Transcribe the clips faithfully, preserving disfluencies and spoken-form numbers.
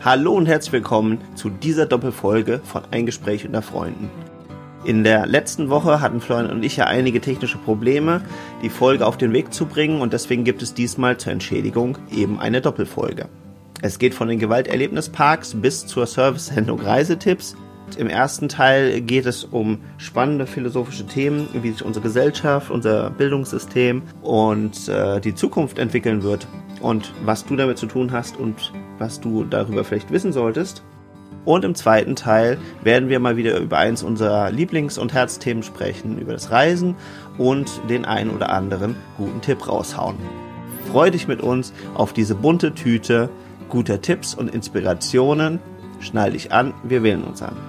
Hallo und herzlich willkommen zu dieser Doppelfolge von Ein Gespräch unter Freunden. In der letzten Woche hatten Florian und ich ja einige technische Probleme, die Folge auf den Weg zu bringen, und deswegen gibt es diesmal zur Entschädigung eben eine Doppelfolge. Es geht von den Gewalterlebnisparks bis zur Service-Sendung Reisetipps. Im ersten Teil geht es um spannende philosophische Themen, wie sich unsere Gesellschaft, unser Bildungssystem und äh, die Zukunft entwickeln wird und was du damit zu tun hast und was du darüber vielleicht wissen solltest. Und im zweiten Teil werden wir mal wieder über eins unserer Lieblings- und Herzthemen sprechen, über das Reisen und den einen oder anderen guten Tipp raushauen. Freu dich mit uns auf diese bunte Tüte guter Tipps und Inspirationen. Schnall dich an, wir wählen uns an.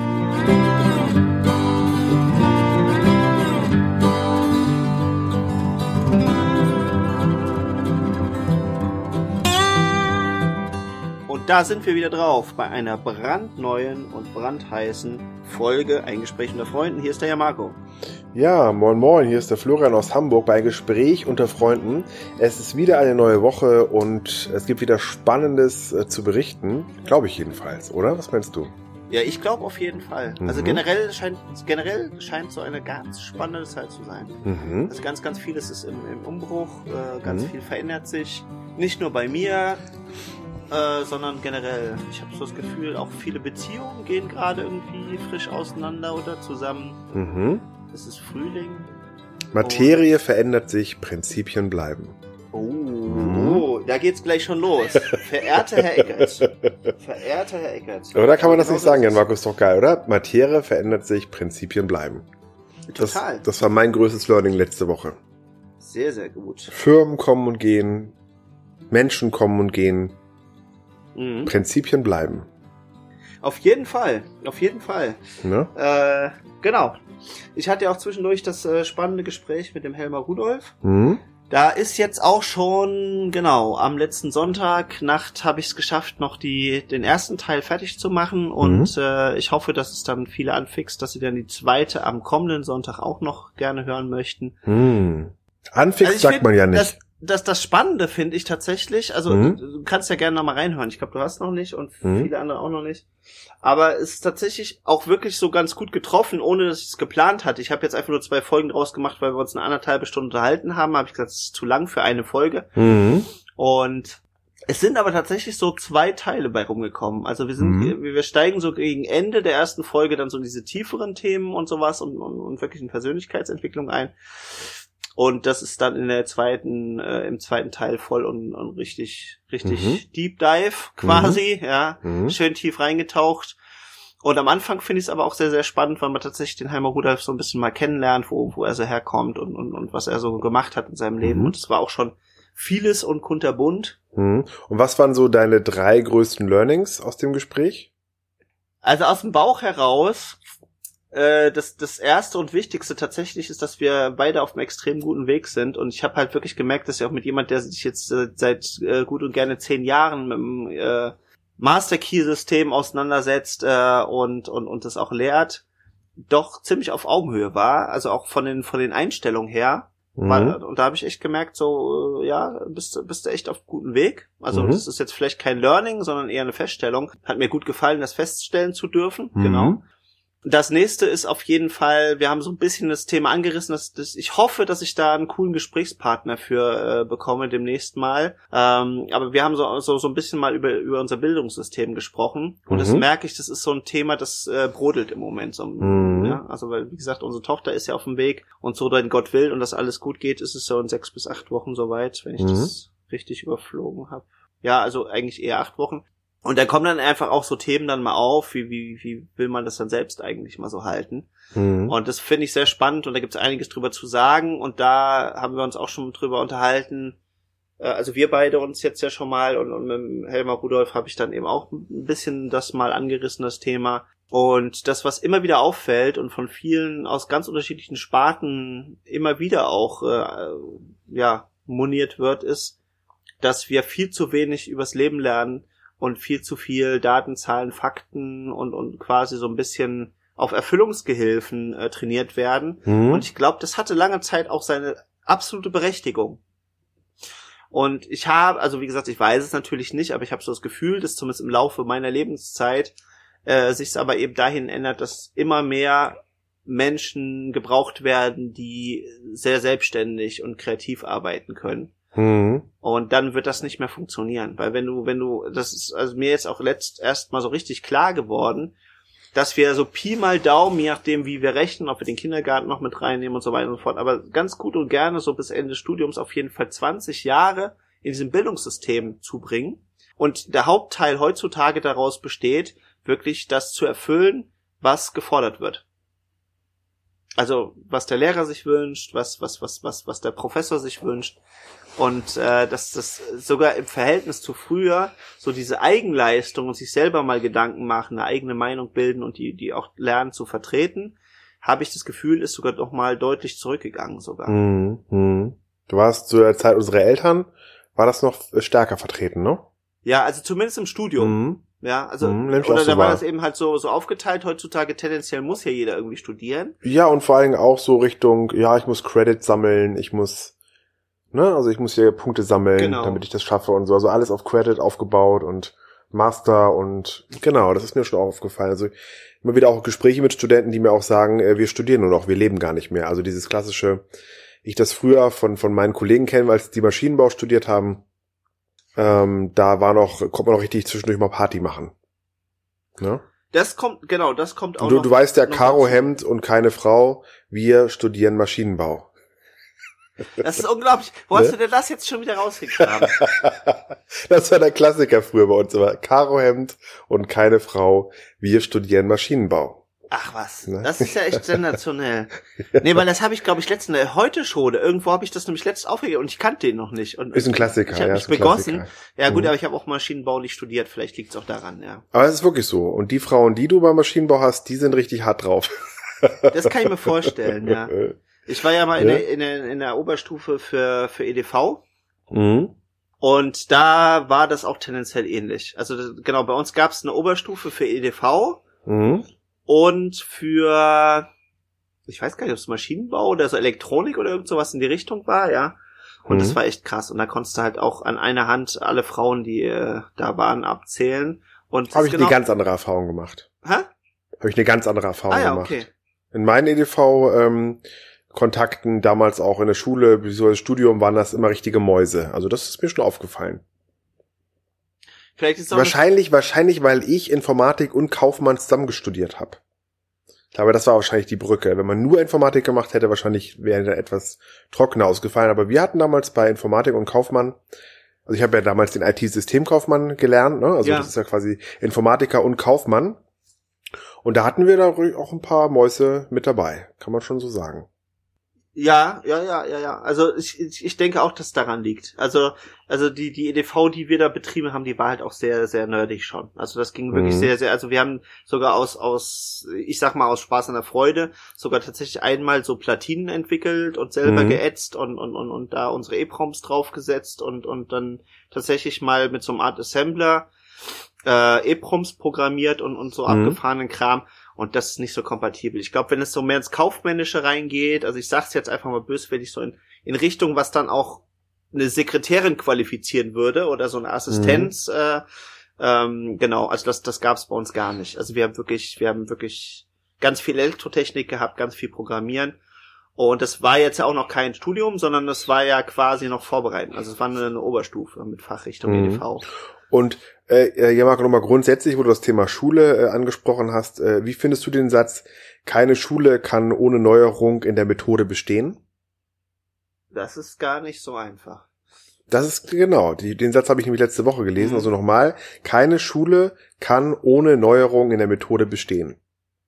Und da sind wir wieder drauf, bei einer brandneuen und brandheißen Folge Ein Gespräch unter Freunden. Hier ist der Marco. Ja, moin moin, hier ist der Florian aus Hamburg bei Gespräch unter Freunden. Es ist wieder eine neue Woche und es gibt wieder Spannendes äh, zu berichten. Glaube ich jedenfalls, oder? Was meinst du? Ja, ich glaube auf jeden Fall. Mhm. Also generell scheint generell scheint so eine ganz spannende Zeit zu sein. Mhm. Also ganz, ganz vieles ist im, im Umbruch, äh, ganz mhm. viel verändert sich. Nicht nur bei mir, äh, sondern generell. Ich habe so das Gefühl, auch viele Beziehungen gehen gerade irgendwie frisch auseinander oder zusammen. Mhm. Es ist Frühling. Materie verändert sich, Prinzipien bleiben. Oh, mhm. oh, da geht's gleich schon los. Verehrter Herr Eckert. Verehrter Herr Eckert. Oder kann man das genau nicht sagen, Jan Markus? Ist doch geil, oder? Materie verändert sich, Prinzipien bleiben. Total. Das, das war mein größtes Learning letzte Woche. Sehr, sehr gut. Firmen kommen und gehen, Menschen kommen und gehen, mhm. Prinzipien bleiben. Auf jeden Fall, auf jeden Fall. Ne? Äh, genau. Ich hatte ja auch zwischendurch das äh, spannende Gespräch mit dem Helmar Rudolph. Mhm. Da ist jetzt auch schon, genau, am letzten Sonntag Nacht habe ich es geschafft, noch die den ersten Teil fertig zu machen. Und mhm. äh, ich hoffe, dass es dann viele anfixt, dass sie dann die zweite am kommenden Sonntag auch noch gerne hören möchten. Mhm. Anfixt also sagt find, man ja nicht. Das, das, das Spannende finde ich tatsächlich, also mhm. du, du kannst ja gerne noch mal reinhören. Ich glaube, du hast noch nicht und mhm. viele andere auch noch nicht. Aber es ist tatsächlich auch wirklich so ganz gut getroffen, ohne dass ich es geplant hatte. Ich habe jetzt einfach nur zwei Folgen draus gemacht, weil wir uns eine anderthalbe Stunde unterhalten haben. Habe ich gesagt, es ist zu lang für eine Folge. Mhm. Und es sind aber tatsächlich so zwei Teile bei rumgekommen. Also wir sind, mhm. wir steigen so gegen Ende der ersten Folge dann so in diese tieferen Themen und sowas und, und, und wirklich in Persönlichkeitsentwicklung ein. Und das ist dann in der zweiten, äh, im zweiten Teil voll und, und richtig, richtig mhm. Deep Dive quasi, mhm. ja, mhm. schön tief reingetaucht. Und am Anfang finde ich es aber auch sehr, sehr spannend, weil man tatsächlich den Helmar Rudolph so ein bisschen mal kennenlernt, wo, wo er so herkommt und, und, und was er so gemacht hat in seinem Leben. Mhm. Und es war auch schon vieles und kunterbunt. Mhm. Und was waren so deine drei größten Learnings aus dem Gespräch? Also aus dem Bauch heraus, Das, das erste und wichtigste tatsächlich ist, dass wir beide auf einem extrem guten Weg sind, und ich habe halt wirklich gemerkt, dass ich auch mit jemand, der sich jetzt äh, seit äh, gut und gerne zehn Jahren mit dem äh, Master Key System auseinandersetzt äh, und und und das auch lehrt, doch ziemlich auf Augenhöhe war, also auch von den von den Einstellungen her. Mhm. War, und da habe ich echt gemerkt, so äh, ja, bist bist du echt auf gutem Weg. Also mhm. das ist jetzt vielleicht kein Learning, sondern eher eine Feststellung. Hat mir gut gefallen, das feststellen zu dürfen. Mhm. Genau. Das nächste ist auf jeden Fall, wir haben so ein bisschen das Thema angerissen, dass, dass ich hoffe, dass ich da einen coolen Gesprächspartner für äh, bekomme demnächst mal. Ähm, aber wir haben so, so so ein bisschen mal über über unser Bildungssystem gesprochen, und mhm. das merke ich, das ist so ein Thema, das äh, brodelt im Moment. So, mhm. ja? Also weil, wie gesagt, unsere Tochter ist ja auf dem Weg, und so denn Gott will und das alles gut geht, ist es so in sechs bis acht Wochen soweit, wenn ich mhm. das richtig überflogen habe. Ja, also eigentlich eher acht Wochen. Und da kommen dann einfach auch so Themen dann mal auf, wie wie wie will man das dann selbst eigentlich mal so halten. Mhm. Und das finde ich sehr spannend, und da gibt es einiges drüber zu sagen, und da haben wir uns auch schon drüber unterhalten. Also wir beide uns jetzt ja schon mal, und, und mit dem Helmar Rudolph habe ich dann eben auch ein bisschen das mal angerissen, das Thema. Und das, was immer wieder auffällt und von vielen aus ganz unterschiedlichen Sparten immer wieder auch äh, ja moniert wird, ist, dass wir viel zu wenig übers Leben lernen und viel zu viel Daten, Zahlen, Fakten und und quasi so ein bisschen auf Erfüllungsgehilfen äh, trainiert werden. Mhm. Und ich glaube, das hatte lange Zeit auch seine absolute Berechtigung. Und ich habe, also wie gesagt, ich weiß es natürlich nicht, aber ich habe so das Gefühl, dass zumindest im Laufe meiner Lebenszeit äh, sich es aber eben dahin ändert, dass immer mehr Menschen gebraucht werden, die sehr selbstständig und kreativ arbeiten können. Mhm. Und dann wird das nicht mehr funktionieren, weil wenn du, wenn du, das ist also mir jetzt auch letzt erst mal so richtig klar geworden, dass wir so Pi mal Daumen, je nachdem wie wir rechnen, ob wir den Kindergarten noch mit reinnehmen und so weiter und so fort, aber ganz gut und gerne so bis Ende des Studiums auf jeden Fall zwanzig Jahre in diesem Bildungssystem zubringen. Und der Hauptteil heutzutage daraus besteht, wirklich das zu erfüllen, was gefordert wird. Also was der Lehrer sich wünscht, was was was was was der Professor sich wünscht. Und äh, dass das sogar im Verhältnis zu früher so diese Eigenleistung und sich selber mal Gedanken machen, eine eigene Meinung bilden und die die auch lernen zu vertreten, habe ich das Gefühl, ist sogar noch mal deutlich zurückgegangen sogar. Mhm. Mhm. Du warst zu der Zeit unserer Eltern, war das noch stärker vertreten, ne? Ja, also zumindest im Studium. Mhm. Ja, also Mhm, oder so da war wahr. das eben halt so so aufgeteilt. Heutzutage tendenziell muss ja jeder irgendwie studieren. Ja, und vor allen Dingen auch so Richtung, ja, ich muss Credit sammeln, ich muss, ne, also ich muss hier Punkte sammeln, Genau. damit ich das schaffe und so. Also alles auf Credit aufgebaut und Master und genau, das ist mir schon auch aufgefallen. Also immer wieder auch Gespräche mit Studenten, die mir auch sagen, äh, wir studieren nur noch, wir leben gar nicht mehr. Also dieses klassische, ich das früher von von meinen Kollegen kenne, weil sie die Maschinenbau studiert haben, ähm, da war noch, konnte man noch richtig zwischendurch mal Party machen. Ne? Das kommt, genau, das kommt auch Du, noch. du weißt ja, noch Karohemd und keine Frau, wir studieren Maschinenbau. Das ist unglaublich. Wo hast Ne? du denn das jetzt schon wieder rausgegraben? Das war der Klassiker früher bei uns immer. Karohemd und keine Frau, wir studieren Maschinenbau. Ach was, Ne? das ist ja echt sensationell. Nee, weil das habe ich, glaube ich, letztens, äh, heute schon, irgendwo habe ich das nämlich letztens aufgegeben und ich kannte den noch nicht. Und Ist ein Klassiker, ich habe ja, mich ist ein begossen. Klassiker. Ja gut, Mhm. aber ich habe auch Maschinenbau nicht studiert, vielleicht liegt es auch daran, ja. Aber es ist wirklich so. Und die Frauen, die du beim Maschinenbau hast, die sind richtig hart drauf. Das kann ich mir vorstellen, ja. Ich war ja mal in, Ja. der, in, der, in der Oberstufe für, für E D V. Mhm. Und da war das auch tendenziell ähnlich. Also das, genau, bei uns gab es eine Oberstufe für E D V Mhm. und für, ich weiß gar nicht, ob es Maschinenbau oder so Elektronik oder irgend sowas in die Richtung war, ja. Und Mhm. das war echt krass. Und da konntest du halt auch an einer Hand alle Frauen, die äh, da waren, abzählen. Und das Habe ich genau, eine ganz andere Erfahrung gemacht. Hä? Habe ich eine ganz andere Erfahrung Ah ja, gemacht. okay. In meinen E D V-Kontakten, damals auch in der Schule, bzw. Studium, waren das immer richtige Mäuse. Also das ist mir schon aufgefallen. Vielleicht ist es auch Wahrscheinlich, wahrscheinlich, weil ich Informatik und Kaufmann zusammen studiert habe. Ich glaube, das war wahrscheinlich die Brücke. Wenn man nur Informatik gemacht hätte, wahrscheinlich wäre da etwas trockener ausgefallen. Aber wir hatten damals bei Informatik und Kaufmann, also ich habe ja damals den I T-Systemkaufmann gelernt, ne? Also Ja. das ist ja quasi Informatiker und Kaufmann. Und da hatten wir da auch ein paar Mäuse mit dabei, kann man schon so sagen. Ja, ja, ja, ja, ja. Also ich, ich, ich denke auch, dass es daran liegt. Also, also die, die E D V, die wir da betrieben haben, die war halt auch sehr, sehr nerdig schon. Also das ging wirklich Mhm. sehr, sehr, also wir haben sogar aus, aus, ich sag mal aus Spaß an der Freude, sogar tatsächlich einmal so Platinen entwickelt und selber Mhm. geätzt und, und, und, und da unsere EPROMs draufgesetzt und, und dann tatsächlich mal mit so einem Art Assembler äh, EPROMs programmiert und, und so Mhm. abgefahrenen Kram. Und das ist nicht so kompatibel. Ich glaube, wenn es so mehr ins Kaufmännische reingeht, also ich sag's jetzt einfach mal böswillig, so in, in Richtung, was dann auch eine Sekretärin qualifizieren würde oder so eine Assistenz, Mhm. äh, ähm, genau, also das, das gab's bei uns gar nicht. Also wir haben wirklich, wir haben wirklich ganz viel Elektrotechnik gehabt, ganz viel Programmieren. Und das war jetzt ja auch noch kein Studium, sondern das war ja quasi noch vorbereitend. Also es war eine Oberstufe mit Fachrichtung Mhm. E D V. Und äh, ja, Marco, nochmal grundsätzlich, wo du das Thema Schule äh, angesprochen hast, äh, wie findest du den Satz, keine Schule kann ohne Neuerung in der Methode bestehen? Das ist gar nicht so einfach. Das ist genau, die, den Satz habe ich nämlich letzte Woche gelesen. Mhm. Also nochmal, keine Schule kann ohne Neuerung in der Methode bestehen.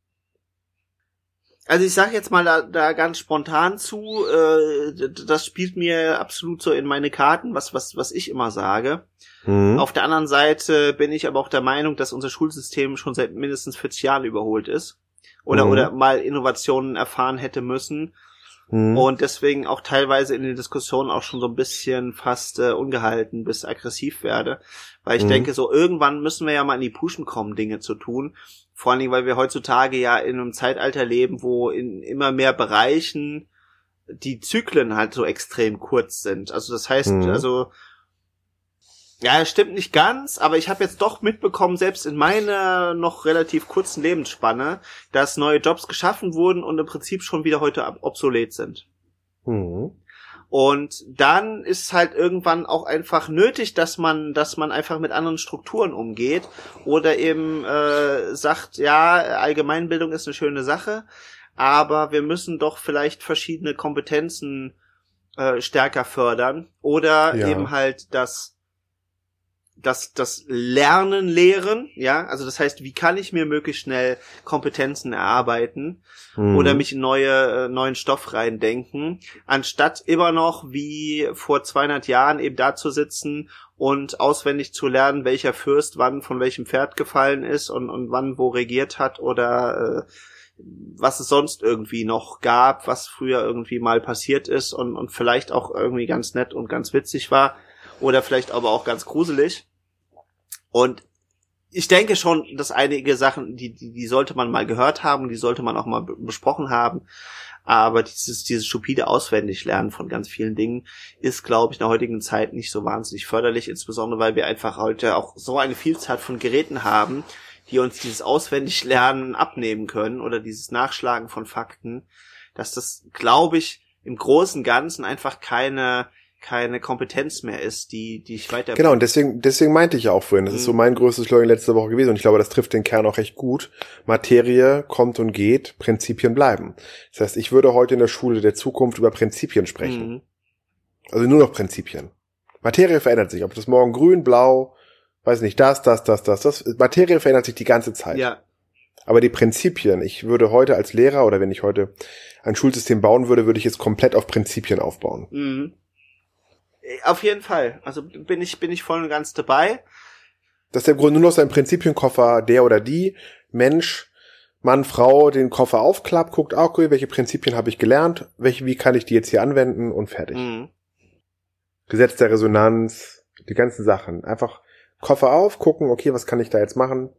Also ich sage jetzt mal da, da ganz spontan zu, äh, d- das spielt mir absolut so in meine Karten, was was was ich immer sage. Mhm. Auf der anderen Seite bin ich aber auch der Meinung, dass unser Schulsystem schon seit mindestens vierzig Jahren überholt ist oder Mhm. oder mal Innovationen erfahren hätte müssen Mhm. und deswegen auch teilweise in den Diskussionen auch schon so ein bisschen fast äh, ungehalten bis aggressiv werde, weil ich Mhm. denke, so irgendwann müssen wir ja mal in die Puschen kommen, Dinge zu tun. Vor allen Dingen, weil wir heutzutage ja in einem Zeitalter leben, wo in immer mehr Bereichen die Zyklen halt so extrem kurz sind. Also das heißt, Mhm. also Ja, es stimmt nicht ganz, aber ich habe jetzt doch mitbekommen, selbst in meiner noch relativ kurzen Lebensspanne, dass neue Jobs geschaffen wurden und im Prinzip schon wieder heute obsolet sind. Mhm. Und dann ist es halt irgendwann auch einfach nötig, dass man, dass man einfach mit anderen Strukturen umgeht oder eben äh, sagt, ja, Allgemeinbildung ist eine schöne Sache, aber wir müssen doch vielleicht verschiedene Kompetenzen äh, stärker fördern oder Ja. eben halt das das das Lernen lehren, ja, also das heißt, wie kann ich mir möglichst schnell Kompetenzen erarbeiten Mhm. oder mich in neue äh, neuen Stoff reindenken, anstatt immer noch wie vor zweihundert Jahren eben da zu sitzen und auswendig zu lernen, welcher Fürst wann von welchem Pferd gefallen ist und und wann wo regiert hat oder äh, was es sonst irgendwie noch gab, was früher irgendwie mal passiert ist und und vielleicht auch irgendwie ganz nett und ganz witzig war oder vielleicht aber auch ganz gruselig. Und ich denke schon, dass einige Sachen, die, die, die sollte man mal gehört haben, die sollte man auch mal be- besprochen haben. Aber dieses, dieses stupide Auswendiglernen von ganz vielen Dingen ist, glaube ich, in der heutigen Zeit nicht so wahnsinnig förderlich, insbesondere weil wir einfach heute auch so eine Vielzahl von Geräten haben, die uns dieses Auswendiglernen abnehmen können oder dieses Nachschlagen von Fakten, dass das, glaube ich, im Großen und Ganzen einfach keine keine Kompetenz mehr ist, die die ich weiter... Genau, und deswegen deswegen meinte ich ja auch vorhin, das Mhm. ist so mein größtes Slogan letzte Woche gewesen und ich glaube, das trifft den Kern auch recht gut. Materie kommt und geht, Prinzipien bleiben. Das heißt, ich würde heute in der Schule der Zukunft über Prinzipien sprechen. Mhm. Also nur noch Prinzipien. Materie verändert sich, ob das morgen grün, blau, weiß nicht, das, das, das, das, das. Materie verändert sich die ganze Zeit. Ja. Aber die Prinzipien, ich würde heute als Lehrer oder wenn ich heute ein Schulsystem bauen würde, würde ich es komplett auf Prinzipien aufbauen. Mhm. Auf jeden Fall. Also bin ich bin ich voll und ganz dabei. Dass der im Grunde nur noch sein Prinzipienkoffer, der oder die Mensch, Mann, Frau, den Koffer aufklappt, guckt, ah, okay, welche Prinzipien habe ich gelernt, welche, wie kann ich die jetzt hier anwenden und fertig. Mhm. Gesetz der Resonanz, die ganzen Sachen. Einfach Koffer auf, gucken, okay, was kann ich da jetzt machen?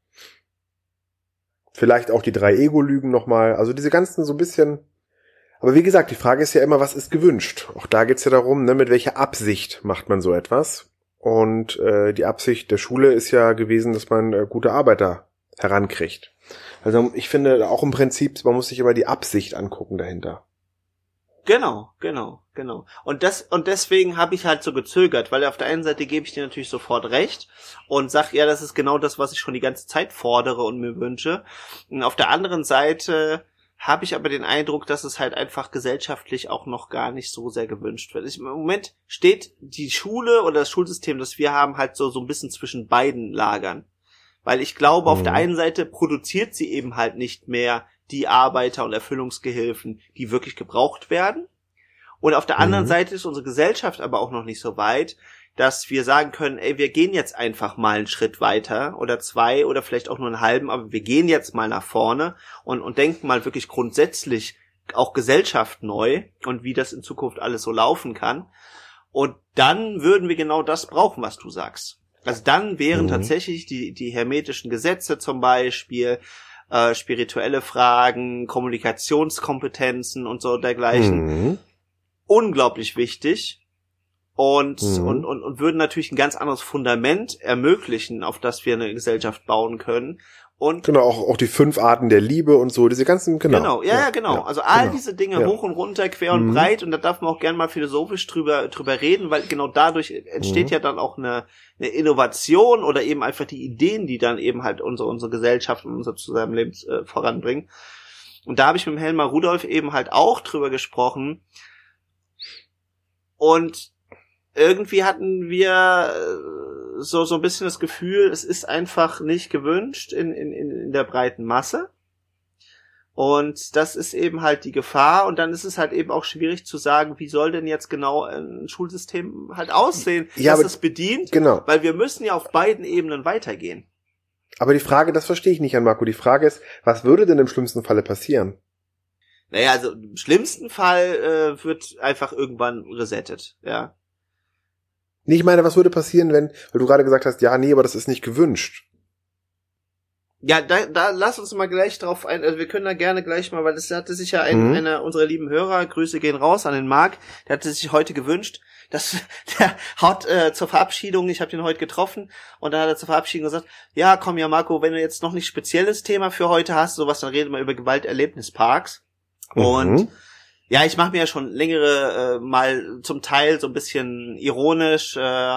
Vielleicht auch die drei Ego-Lügen nochmal. Also diese ganzen so ein bisschen... Aber wie gesagt, die Frage ist ja immer, was ist gewünscht? Auch da geht's ja darum, ne, mit welcher Absicht macht man so etwas? Und äh, die Absicht der Schule ist ja gewesen, dass man äh, gute Arbeiter herankriegt. Also ich finde auch im Prinzip, man muss sich immer die Absicht angucken dahinter. Genau, genau, genau. Und das und deswegen habe ich halt so gezögert, weil auf der einen Seite gebe ich dir natürlich sofort recht und sag, ja, das ist genau das, was ich schon die ganze Zeit fordere und mir wünsche. Und auf der anderen Seite habe ich aber den Eindruck, dass es halt einfach gesellschaftlich auch noch gar nicht so sehr gewünscht wird. Ich, im Moment steht die Schule oder das Schulsystem, das wir haben, halt so so ein bisschen zwischen beiden Lagern. Weil ich glaube, auf Mhm. der einen Seite produziert sie eben halt nicht mehr die Arbeiter und Erfüllungsgehilfen, die wirklich gebraucht werden. Und auf der anderen Mhm. Seite ist unsere Gesellschaft aber auch noch nicht so weit, dass wir sagen können, ey, wir gehen jetzt einfach mal einen Schritt weiter oder zwei oder vielleicht auch nur einen halben, aber wir gehen jetzt mal nach vorne und, und denken mal wirklich grundsätzlich auch Gesellschaft neu und wie das in Zukunft alles so laufen kann. Und dann würden wir genau das brauchen, was du sagst. Also dann wären Mhm. tatsächlich die, die hermetischen Gesetze zum Beispiel, äh, spirituelle Fragen, Kommunikationskompetenzen und so dergleichen Mhm. unglaublich wichtig und, Mhm. und, und, und würden natürlich ein ganz anderes Fundament ermöglichen, auf das wir eine Gesellschaft bauen können. Und Genau, auch, auch die fünf Arten der Liebe und so, diese ganzen, genau. Genau, ja, ja, genau. ja, also all genau. diese Dinge Ja. hoch und runter, quer und Mhm. breit, und da darf man auch gerne mal philosophisch drüber drüber reden, weil genau dadurch entsteht Mhm. ja dann auch eine, eine Innovation oder eben einfach die Ideen, die dann eben halt unsere unsere Gesellschaft und unser Zusammenleben äh, voranbringen. Und da habe ich mit dem Helmar Rudolph eben halt auch drüber gesprochen. Und irgendwie hatten wir äh, so so ein bisschen das Gefühl, es ist einfach nicht gewünscht in in in der breiten Masse. Und das ist eben halt die Gefahr. Und dann ist es halt eben auch schwierig zu sagen, wie soll denn jetzt genau ein Schulsystem halt aussehen, Ja, dass aber- es bedient. Genau. Weil wir müssen ja auf beiden Ebenen weitergehen. Aber die Frage, das verstehe ich nicht an Marco, die Frage ist, was würde denn im schlimmsten Falle passieren? Naja, also im schlimmsten Fall äh, wird einfach irgendwann resettet, ja. Nee, ich meine, was würde passieren, wenn, weil du gerade gesagt hast, ja, nee, aber das ist nicht gewünscht. Ja, da, da lass uns mal gleich drauf ein, also wir können da gerne gleich mal, weil das hatte sich ja ein, mhm. einer unserer lieben Hörer, Grüße gehen raus an den Marc, der hatte sich heute gewünscht, dass der hat äh, zur Verabschiedung, ich habe den heute getroffen und dann hat er zur Verabschiedung gesagt, ja komm ja Marco, wenn du jetzt noch nicht spezielles Thema für heute hast, sowas, dann reden wir über Gewalterlebnisparks. Mhm. Und ja, ich mache mir ja schon längere, äh, mal zum Teil so ein bisschen ironisch, äh,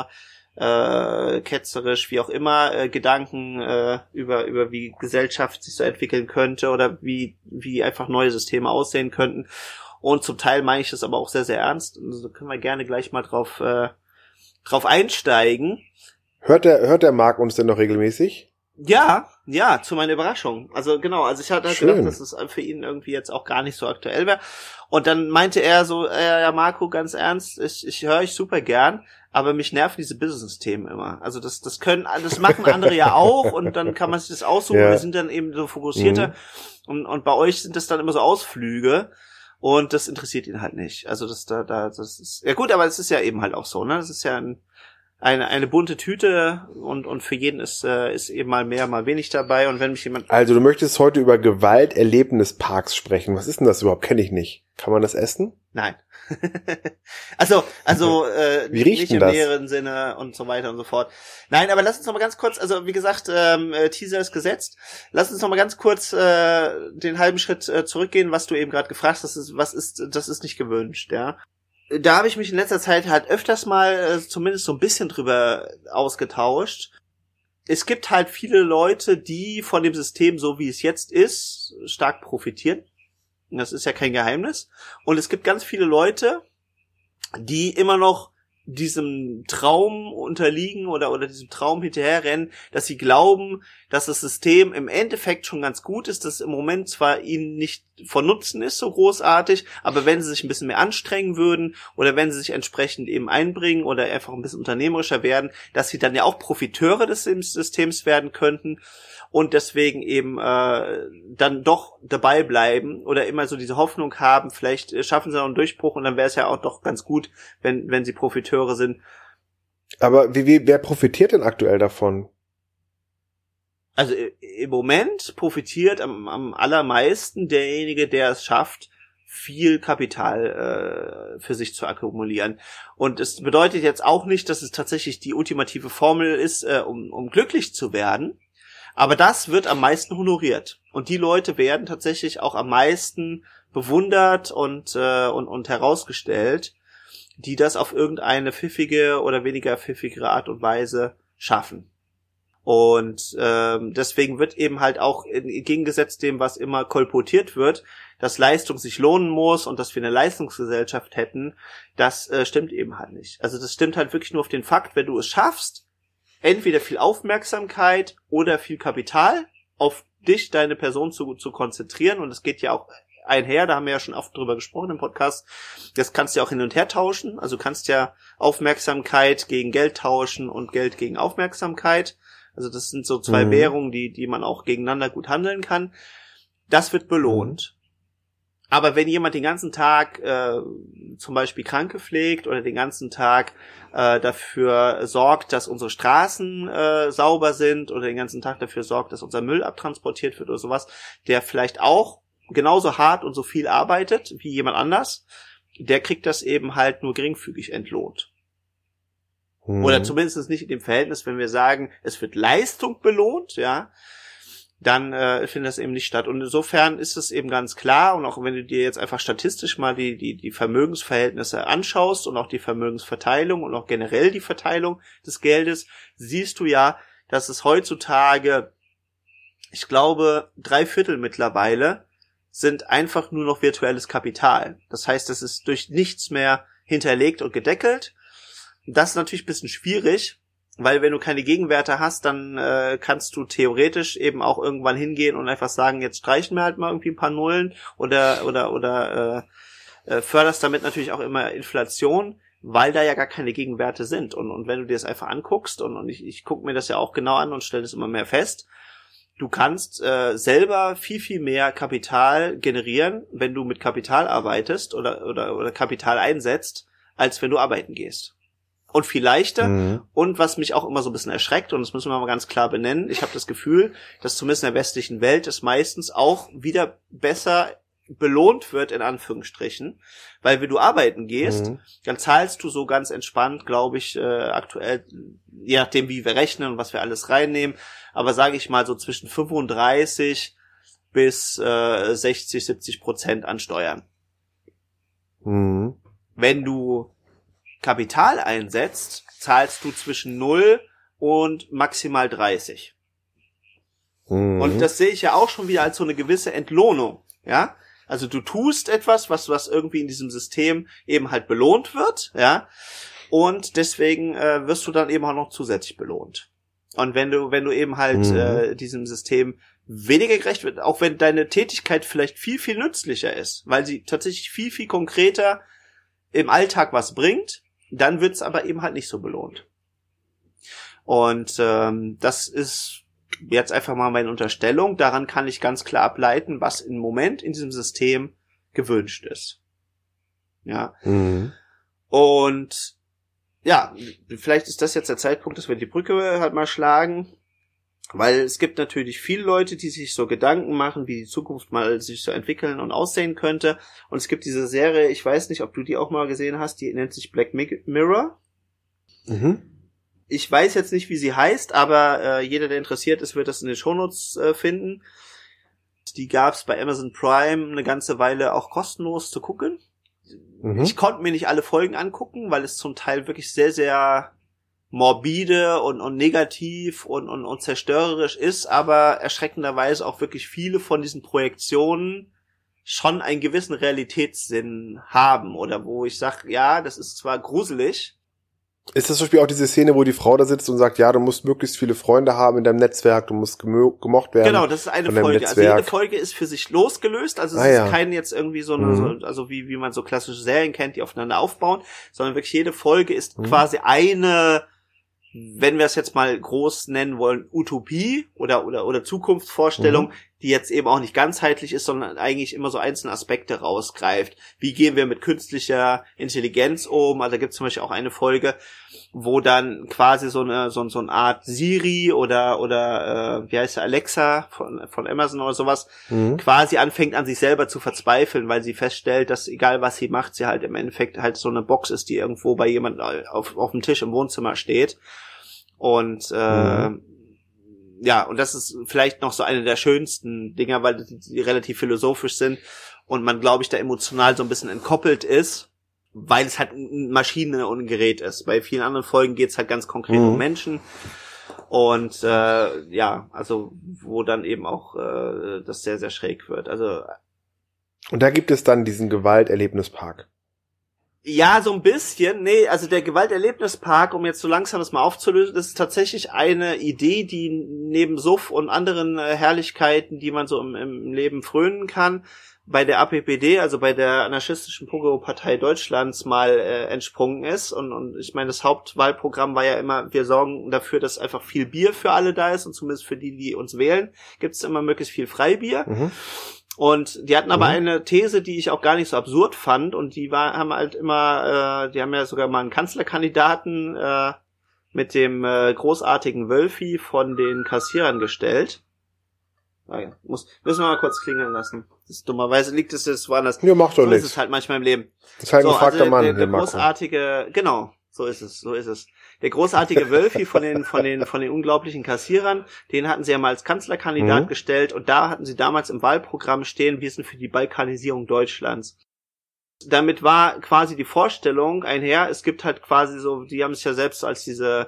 äh, ketzerisch, wie auch immer, äh, Gedanken äh, über über wie Gesellschaft sich so entwickeln könnte oder wie wie einfach neue Systeme aussehen könnten. Und zum Teil meine ich das aber auch sehr, sehr ernst. Und so können wir gerne gleich mal drauf äh, drauf einsteigen. Hört der hört der Marc uns denn noch regelmäßig? Ja, ja, zu meiner Überraschung. Also genau, also ich hatte halt Schön. gedacht, dass es für ihn irgendwie jetzt auch gar nicht so aktuell wäre. Und dann meinte er so, äh, ja Marco, ganz ernst, ich, ich höre euch super gern, aber mich nerven diese Business-Themen immer. Also das das können, das machen andere ja auch und dann kann man sich das aussuchen. Ja. Wir sind dann eben so fokussierter mhm. und, und bei euch sind das dann immer so Ausflüge. Und das interessiert ihn halt nicht. Also das da, da, das ist ja gut, aber es ist ja eben halt auch so, ne? Das ist ja ein, eine eine bunte Tüte und und für jeden ist äh, ist eben mal mehr, mal wenig dabei. Und wenn mich jemand also du möchtest heute über Gewalterlebnisparks sprechen. Was ist denn das überhaupt? Kenne ich nicht. Kann man das essen? Nein. also also äh, wie riecht nicht denn im das? näheren Sinne und so weiter und so fort. Nein, aber lass uns noch mal ganz kurz, also wie gesagt, ähm, äh, Teaser ist gesetzt. Lass uns noch mal ganz kurz äh, den halben Schritt äh, zurückgehen, was du eben gerade gefragt hast. Ist, was ist, das ist nicht gewünscht, ja. Da habe ich mich in letzter Zeit halt öfters mal äh, zumindest so ein bisschen drüber ausgetauscht. Es gibt halt viele Leute, die von dem System, so wie es jetzt ist, stark profitieren. Das ist ja kein Geheimnis. Und es gibt ganz viele Leute, die immer noch diesem Traum unterliegen oder oder diesem Traum hinterherrennen, dass sie glauben, dass das System im Endeffekt schon ganz gut ist, dass im Moment zwar ihnen nicht von Nutzen ist so großartig, aber wenn sie sich ein bisschen mehr anstrengen würden oder wenn sie sich entsprechend eben einbringen oder einfach ein bisschen unternehmerischer werden, dass sie dann ja auch Profiteure des Systems werden könnten und deswegen eben äh, dann doch dabei bleiben oder immer so diese Hoffnung haben, vielleicht schaffen sie noch einen Durchbruch und dann wäre es ja auch doch ganz gut, wenn wenn sie Profiteure sind. Aber wie, wie wer profitiert denn aktuell davon? Also im Moment profitiert am, am allermeisten derjenige, der es schafft, viel Kapital äh, für sich zu akkumulieren. Und es bedeutet jetzt auch nicht, dass es tatsächlich die ultimative Formel ist, äh, um, um glücklich zu werden. Aber das wird am meisten honoriert. Und die Leute werden tatsächlich auch am meisten bewundert und, äh, und, und herausgestellt, die das auf irgendeine pfiffige oder weniger pfiffigere Art und Weise schaffen. Und ähm, deswegen wird eben halt auch entgegengesetzt dem, was immer kolportiert wird, dass Leistung sich lohnen muss und dass wir eine Leistungsgesellschaft hätten, das äh, stimmt eben halt nicht. Also das stimmt halt wirklich nur auf den Fakt, wenn du es schaffst, entweder viel Aufmerksamkeit oder viel Kapital auf dich, deine Person zu, zu konzentrieren, und es geht ja auch einher, da haben wir ja schon oft drüber gesprochen im Podcast, das kannst du ja auch hin und her tauschen, also du kannst ja Aufmerksamkeit gegen Geld tauschen und Geld gegen Aufmerksamkeit. Also das sind so zwei mhm. Währungen, die die man auch gegeneinander gut handeln kann. Das wird belohnt. Aber wenn jemand den ganzen Tag äh, zum Beispiel Kranke pflegt oder den ganzen Tag äh, dafür sorgt, dass unsere Straßen äh, sauber sind oder den ganzen Tag dafür sorgt, dass unser Müll abtransportiert wird oder sowas, der vielleicht auch genauso hart und so viel arbeitet wie jemand anders, der kriegt das eben halt nur geringfügig entlohnt. Oder zumindest nicht in dem Verhältnis, wenn wir sagen, es wird Leistung belohnt, ja, dann äh, findet das eben nicht statt. Und insofern ist es eben ganz klar, und auch wenn du dir jetzt einfach statistisch mal die die die Vermögensverhältnisse anschaust und auch die Vermögensverteilung und auch generell die Verteilung des Geldes, siehst du ja, dass es heutzutage, ich glaube, drei Viertel mittlerweile sind einfach nur noch virtuelles Kapital. Das heißt, es ist durch nichts mehr hinterlegt und gedeckelt. Das ist natürlich ein bisschen schwierig, weil wenn du keine Gegenwerte hast, dann äh, kannst du theoretisch eben auch irgendwann hingehen und einfach sagen, jetzt streichen wir halt mal irgendwie ein paar Nullen oder oder oder äh, äh, förderst damit natürlich auch immer Inflation, weil da ja gar keine Gegenwerte sind. Und und wenn du dir das einfach anguckst, und, und ich, ich gucke mir das ja auch genau an und stelle das immer mehr fest, du kannst äh, selber viel, viel mehr Kapital generieren, wenn du mit Kapital arbeitest oder oder oder Kapital einsetzt, als wenn du arbeiten gehst. und viel leichter. Mhm. Und was mich auch immer so ein bisschen erschreckt, und das müssen wir mal ganz klar benennen, ich habe das Gefühl, dass zumindest in der westlichen Welt es meistens auch wieder besser belohnt wird, in Anführungsstrichen, weil wenn du arbeiten gehst, Mhm. dann zahlst du so ganz entspannt, glaube ich, äh, aktuell, je nachdem wie wir rechnen und was wir alles reinnehmen, aber sage ich mal so zwischen fünfunddreißig bis äh, sechzig, siebzig Prozent an Steuern. Mhm. Wenn du Kapital einsetzt, zahlst du zwischen null und maximal dreißig. Mhm. Und das sehe ich ja auch schon wieder als so eine gewisse Entlohnung, ja? Also du tust etwas, was was irgendwie in diesem System eben halt belohnt wird, ja? Und deswegen äh, wirst du dann eben auch noch zusätzlich belohnt. Und wenn du wenn du eben halt Mhm. äh, diesem System weniger gerecht wird, auch wenn deine Tätigkeit vielleicht viel, viel nützlicher ist, weil sie tatsächlich viel, viel konkreter im Alltag was bringt, dann wird's aber eben halt nicht so belohnt. Und ähm, das ist jetzt einfach mal meine Unterstellung. Daran kann ich ganz klar ableiten, was im Moment in diesem System gewünscht ist. Ja. Mhm. Und ja, vielleicht ist das jetzt der Zeitpunkt, dass wir die Brücke halt mal schlagen. Weil es gibt natürlich viele Leute, die sich so Gedanken machen, wie die Zukunft mal sich so entwickeln und aussehen könnte. Und es gibt diese Serie, ich weiß nicht, ob du die auch mal gesehen hast, die nennt sich Black Mirror. Mhm. Ich weiß jetzt nicht, wie sie heißt, aber äh, jeder, der interessiert ist, wird das in den Shownotes äh, finden. Die gab's bei Amazon Prime eine ganze Weile auch kostenlos zu gucken. Mhm. Ich konnte mir nicht alle Folgen angucken, weil es zum Teil wirklich sehr, sehr morbide und, und negativ und, und, und zerstörerisch ist, aber erschreckenderweise auch wirklich viele von diesen Projektionen schon einen gewissen Realitätssinn haben oder wo ich sage, ja, das ist zwar gruselig. Ist das zum Beispiel auch diese Szene, wo die Frau da sitzt und sagt, ja, du musst möglichst viele Freunde haben in deinem Netzwerk, du musst gemö- gemocht werden. Genau, das ist eine von deinem Folge. Also Netzwerk. jede Folge ist für sich losgelöst, also es Ah, ist ja. kein jetzt irgendwie so eine, Mhm. so, also wie, wie man so klassische Serien kennt, die aufeinander aufbauen, sondern wirklich jede Folge ist Mhm. quasi eine, wenn wir es jetzt mal groß nennen wollen, Utopie oder oder oder Zukunftsvorstellung, Mhm. die jetzt eben auch nicht ganzheitlich ist, sondern eigentlich immer so einzelne Aspekte rausgreift. Wie gehen wir mit künstlicher Intelligenz um? Also da gibt es zum Beispiel auch eine Folge, wo dann quasi so eine so, so eine Art Siri oder oder äh, wie heißt der, Alexa von von Amazon oder sowas Mhm. quasi anfängt an sich selber zu verzweifeln, weil sie feststellt, dass egal was sie macht, sie halt im Endeffekt halt so eine Box ist, die irgendwo bei jemand auf auf dem Tisch im Wohnzimmer steht. Und äh, Mhm. ja, und das ist vielleicht noch so eine der schönsten Dinger, weil die, die relativ philosophisch sind und man, glaube ich, da emotional so ein bisschen entkoppelt ist, weil es halt eine Maschine und ein Gerät ist. Bei vielen anderen Folgen geht's halt ganz konkret Mhm. um Menschen. Und äh, ja, also wo dann eben auch äh, das sehr, sehr schräg wird. Also Und da gibt es dann diesen Gewalterlebnispark. ja, so ein bisschen. Nee, also der Gewalterlebnispark, um jetzt so langsam das mal aufzulösen, das ist tatsächlich eine Idee, die neben Suff und anderen äh, Herrlichkeiten, die man so im, im Leben frönen kann, bei der A P P D, also bei der anarchistischen Pogo-Partei Deutschlands, mal äh, entsprungen ist. Und, und ich meine, das Hauptwahlprogramm war ja immer, wir sorgen dafür, dass einfach viel Bier für alle da ist und zumindest für die, die uns wählen, gibt es immer möglichst viel Freibier. Mhm. Und die hatten aber Mhm. eine These, die ich auch gar nicht so absurd fand. Und die war, haben halt immer, äh, die haben ja sogar mal einen Kanzlerkandidaten äh, mit dem äh, großartigen Wölfi von den Kassierern gestellt. Ah ja, muss, müssen wir mal kurz klingeln lassen. Das ist dummerweise liegt es jetzt woanders. Ja, macht doch So ist nichts. es halt manchmal im Leben. Das ist halt ein So, gefragter also Mann, der, der der Marco. großartige, genau, so ist es, so ist es. Der großartige Wölfi von den, von den, von den unglaublichen Kassierern, den hatten sie ja mal als Kanzlerkandidat Mhm. gestellt und da hatten sie damals im Wahlprogramm stehen, wir sind für die Balkanisierung Deutschlands. Damit war quasi die Vorstellung einher, es gibt halt quasi so, die haben sich ja selbst als diese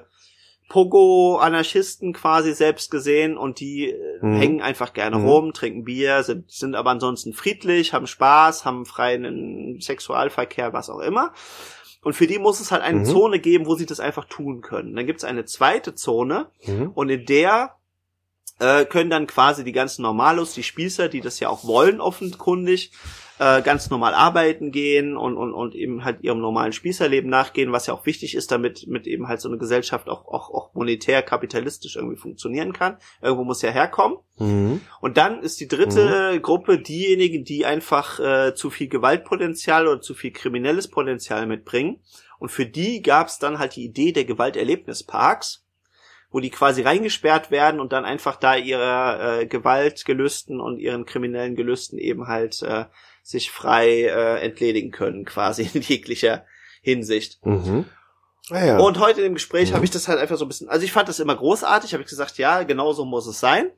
Pogo-Anarchisten quasi selbst gesehen und die äh, Mhm. hängen einfach gerne Mhm. rum, trinken Bier, sind, sind aber ansonsten friedlich, haben Spaß, haben freien Sexualverkehr, was auch immer. Und für die muss es halt eine Mhm. Zone geben, wo sie das einfach tun können. Dann gibt es eine zweite Zone Mhm. und in der äh, können dann quasi die ganzen Normalos, die Spießer, die das ja auch wollen offenkundig, äh, ganz normal arbeiten gehen und, und, und eben halt ihrem normalen Spießerleben nachgehen, was ja auch wichtig ist, damit mit eben halt so eine Gesellschaft auch, auch, auch monetär, kapitalistisch irgendwie funktionieren kann. Irgendwo muss ja herkommen. Mhm. Und dann ist die dritte mhm. Gruppe diejenigen, die einfach äh, zu viel Gewaltpotenzial oder zu viel kriminelles Potenzial mitbringen Und für die gab's dann halt die Idee der Gewalterlebnisparks, wo die quasi reingesperrt werden und dann einfach da ihrer äh, Gewaltgelüsten und ihren kriminellen Gelüsten eben halt äh, sich frei äh, entledigen können, quasi in jeglicher Hinsicht. Mhm. Ah, ja. Und heute im Gespräch mhm. habe ich das halt einfach so ein bisschen, also ich fand das immer großartig, habe ich gesagt, ja, genau so muss es sein.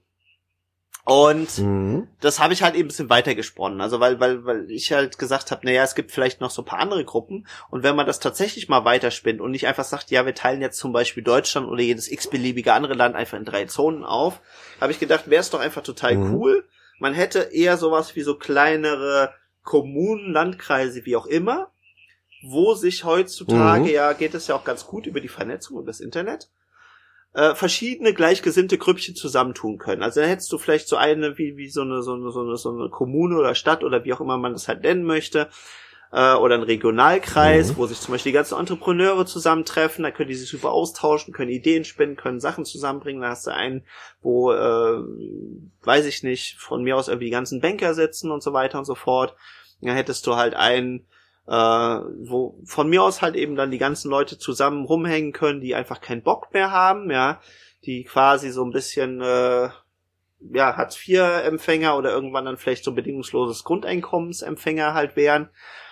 Und mhm. das habe ich halt eben ein bisschen weitergesponnen. Also weil weil weil ich halt gesagt habe, naja, es gibt vielleicht noch so ein paar andere Gruppen. Und wenn man das tatsächlich mal weiterspinnt und nicht einfach sagt, ja, wir teilen jetzt zum Beispiel Deutschland oder jedes x-beliebige andere Land einfach in drei Zonen auf, habe ich gedacht, wäre es doch einfach total mhm. cool. Man hätte eher sowas wie so kleinere Kommunen, Landkreise, wie auch immer, wo sich heutzutage, mhm. ja, geht es ja auch ganz gut über die Vernetzung und das Internet, Äh, verschiedene gleichgesinnte Grüppchen zusammentun können. Also dann hättest du vielleicht so eine, wie wie so eine so eine so eine so eine Kommune oder Stadt oder wie auch immer man das halt nennen möchte, äh, oder ein Regionalkreis, mhm. wo sich zum Beispiel die ganzen Entrepreneure zusammentreffen, da können die sich super austauschen, können Ideen spinnen, können Sachen zusammenbringen. Da hast du einen, wo, äh, weiß ich nicht, von mir aus irgendwie die ganzen Banker sitzen und so weiter und so fort. Dann hättest du halt einen, Uh, wo von mir aus halt eben dann die ganzen Leute zusammen rumhängen können, die einfach keinen Bock mehr haben, ja, die quasi so ein bisschen, äh, ja, Hartz vier Empfänger oder irgendwann dann vielleicht so bedingungsloses Grundeinkommensempfänger halt wären,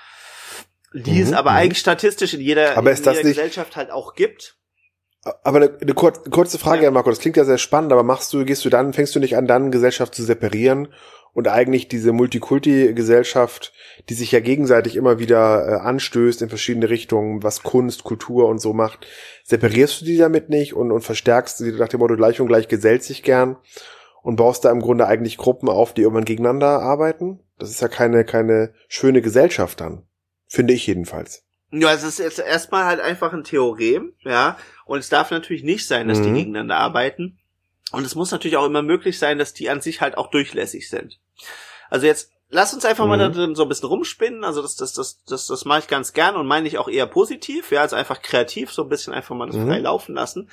die mhm, es aber mhm. eigentlich statistisch in jeder, aber in ist das jeder nicht, Gesellschaft halt auch gibt. Aber eine, eine, kur- eine kurze Frage, ja. Marco, das klingt ja sehr spannend, aber machst du, gehst du dann, fängst du nicht an, dann Gesellschaft zu separieren und eigentlich diese Multikulti-Gesellschaft, die sich ja gegenseitig immer wieder äh, anstößt in verschiedene Richtungen, was Kunst, Kultur und so macht, separierst du die damit nicht und, und verstärkst sie nach dem Motto gleich und gleich gesellt sich gern und baust da im Grunde eigentlich Gruppen auf, die irgendwann gegeneinander arbeiten? Das ist ja keine, keine schöne Gesellschaft dann. Finde ich jedenfalls. Ja, es ist jetzt erstmal halt einfach ein Theorem, ja, und es darf natürlich nicht sein, dass mhm. die gegeneinander arbeiten. Und es muss natürlich auch immer möglich sein, dass die an sich halt auch durchlässig sind. Also jetzt, lass uns einfach mhm. mal da drin so ein bisschen rumspinnen. Also das, das, das, das, das mache ich ganz gern und meine ich auch eher positiv, ja, also einfach kreativ, so ein bisschen einfach mal das mhm. frei laufen lassen.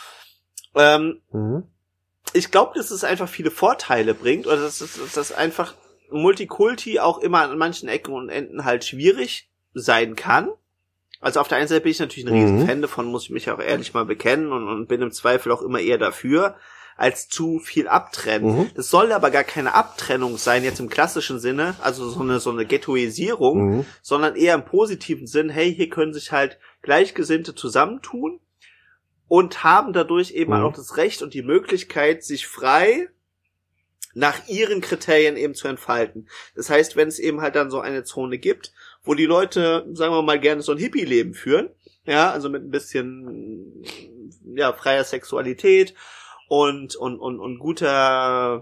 Ähm, mhm. Ich glaube, dass es einfach viele Vorteile bringt oder dass es dass, dass einfach Multikulti auch immer an manchen Ecken und Enden halt schwierig sein kann. Also auf der einen Seite bin ich natürlich ein riesen mhm. Fan davon, muss ich mich auch ehrlich mal bekennen und, und bin im Zweifel auch immer eher dafür, als zu viel abtrennen. Mhm. Das soll aber gar keine Abtrennung sein, jetzt im klassischen Sinne, also so eine so eine Ghettoisierung, mhm. sondern eher im positiven Sinn, hey, hier können sich halt Gleichgesinnte zusammentun und haben dadurch eben mhm. auch das Recht und die Möglichkeit, sich frei nach ihren Kriterien eben zu entfalten. Das heißt, wenn es eben halt dann so eine Zone gibt, wo die Leute, sagen wir mal, gerne so ein Hippie-Leben führen, ja, also mit ein bisschen, ja, freier Sexualität und, und, und, und guter,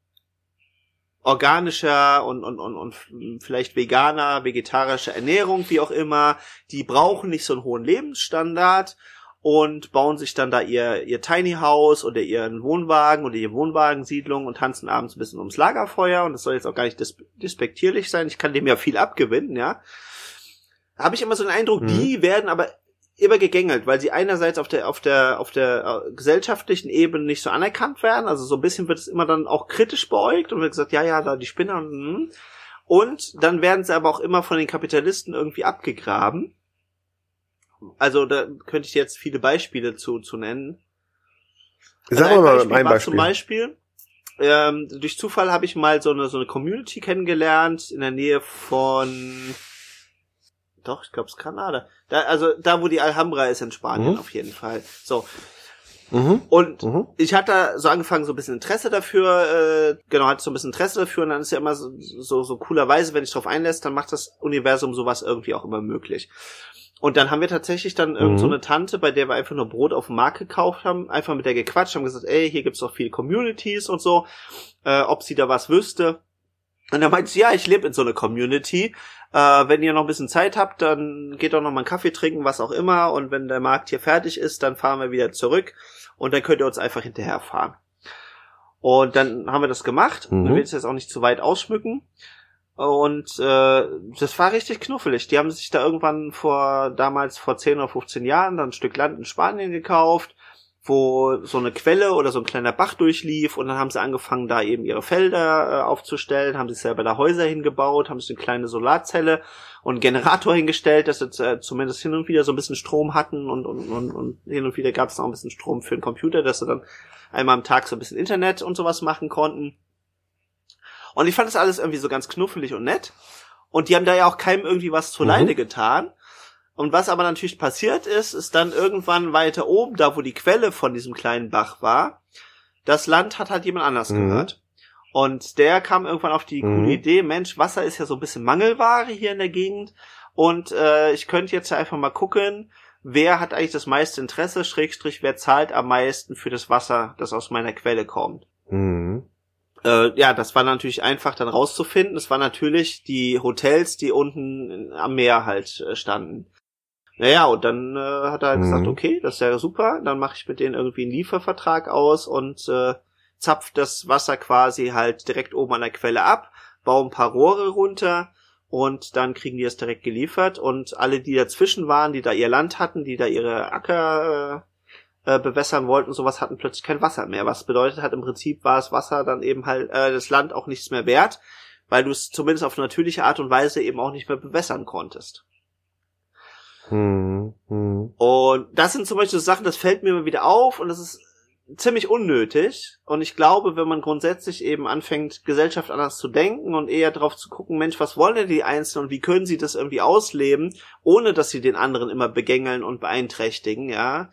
organischer und, und, und, und vielleicht veganer, vegetarischer Ernährung, wie auch immer, die brauchen nicht so einen hohen Lebensstandard und bauen sich dann da ihr ihr Tiny House oder ihren Wohnwagen oder ihre Wohnwagensiedlung und tanzen abends ein bisschen ums Lagerfeuer. Und das soll jetzt auch gar nicht dis- despektierlich sein. Ich kann dem ja viel abgewinnen, ja. Da habe ich immer so den Eindruck, mhm. die werden aber immer gegängelt, weil sie einerseits auf der auf der auf der äh, gesellschaftlichen Ebene nicht so anerkannt werden. Also so ein bisschen wird es immer dann auch kritisch beäugt und wird gesagt, ja, ja, da die Spinner und, und dann werden sie aber auch immer von den Kapitalisten irgendwie abgegraben. Also da könnte ich jetzt viele Beispiele zu zu nennen. Sag also mal ein Beispiel ein war Beispiel. Zum Beispiel, ähm, durch Zufall habe ich mal so eine so eine Community kennengelernt in der Nähe von, doch, ich glaube es ist Granada. Da, also da, wo die Alhambra ist in Spanien mhm. auf jeden Fall. So. Mhm. Und mhm. ich hatte so angefangen, so ein bisschen Interesse dafür, äh, genau, hatte so ein bisschen Interesse dafür und dann ist ja immer so, so, so coolerweise, wenn ich drauf einlässt, dann macht das Universum sowas irgendwie auch immer möglich. Und dann haben wir tatsächlich dann mhm. irgend so eine Tante, bei der wir einfach nur Brot auf dem Markt gekauft haben, einfach mit der gequatscht, haben gesagt, ey, hier gibt's doch viele Communities und so, äh, ob sie da was wüsste. Und dann meinte sie, ja, ich lebe in so einer Community, äh, wenn ihr noch ein bisschen Zeit habt, dann geht doch noch mal einen Kaffee trinken, was auch immer, und wenn der Markt hier fertig ist, dann fahren wir wieder zurück und dann könnt ihr uns einfach hinterherfahren. Und dann haben wir das gemacht, mhm. ich will es jetzt auch nicht zu weit ausschmücken. Und äh, das war richtig knuffelig. Die haben sich da irgendwann vor, damals vor zehn oder fünfzehn Jahren, dann ein Stück Land in Spanien gekauft, wo so eine Quelle oder so ein kleiner Bach durchlief und dann haben sie angefangen, da eben ihre Felder äh, aufzustellen, haben sich selber da Häuser hingebaut, haben sich eine kleine Solarzelle und einen Generator hingestellt, dass sie äh, zumindest hin und wieder so ein bisschen Strom hatten und und und, und hin und wieder gab es noch ein bisschen Strom für den Computer, dass sie dann einmal am Tag so ein bisschen Internet und sowas machen konnten. Und ich fand das alles irgendwie so ganz knuffelig und nett. Und die haben da ja auch keinem irgendwie was zur Leide mhm. getan. Und was aber natürlich passiert ist, ist dann irgendwann weiter oben, da wo die Quelle von diesem kleinen Bach war, das Land hat halt jemand anders mhm. gehört. Und der kam irgendwann auf die mhm. coole Idee, Mensch, Wasser ist ja so ein bisschen Mangelware hier in der Gegend. Und äh, ich könnte jetzt einfach mal gucken, wer hat eigentlich das meiste Interesse, Schrägstrich, wer zahlt am meisten für das Wasser, das aus meiner Quelle kommt. Mhm. Äh, ja, das war natürlich einfach dann rauszufinden. Das waren natürlich die Hotels, die unten am Meer halt äh, standen. Naja, und dann äh, hat er halt mhm. gesagt, okay, das ist ja super, dann mache ich mit denen irgendwie einen Liefervertrag aus und äh, zapft das Wasser quasi halt direkt oben an der Quelle ab, baue ein paar Rohre runter und dann kriegen die es direkt geliefert und alle, die dazwischen waren, die da ihr Land hatten, die da ihre Acker äh, bewässern wollten, sowas hatten plötzlich kein Wasser mehr. Was bedeutet hat, im Prinzip war das Wasser dann eben halt, äh, das Land auch nichts mehr wert, weil du es zumindest auf natürliche Art und Weise eben auch nicht mehr bewässern konntest. Hm, hm. Und das sind zum Beispiel so Sachen, das fällt mir immer wieder auf und das ist ziemlich unnötig. Und ich glaube, wenn man grundsätzlich eben anfängt, Gesellschaft anders zu denken und eher darauf zu gucken, Mensch, was wollen denn die Einzelnen und wie können sie das irgendwie ausleben, ohne dass sie den anderen immer begängeln und beeinträchtigen, ja,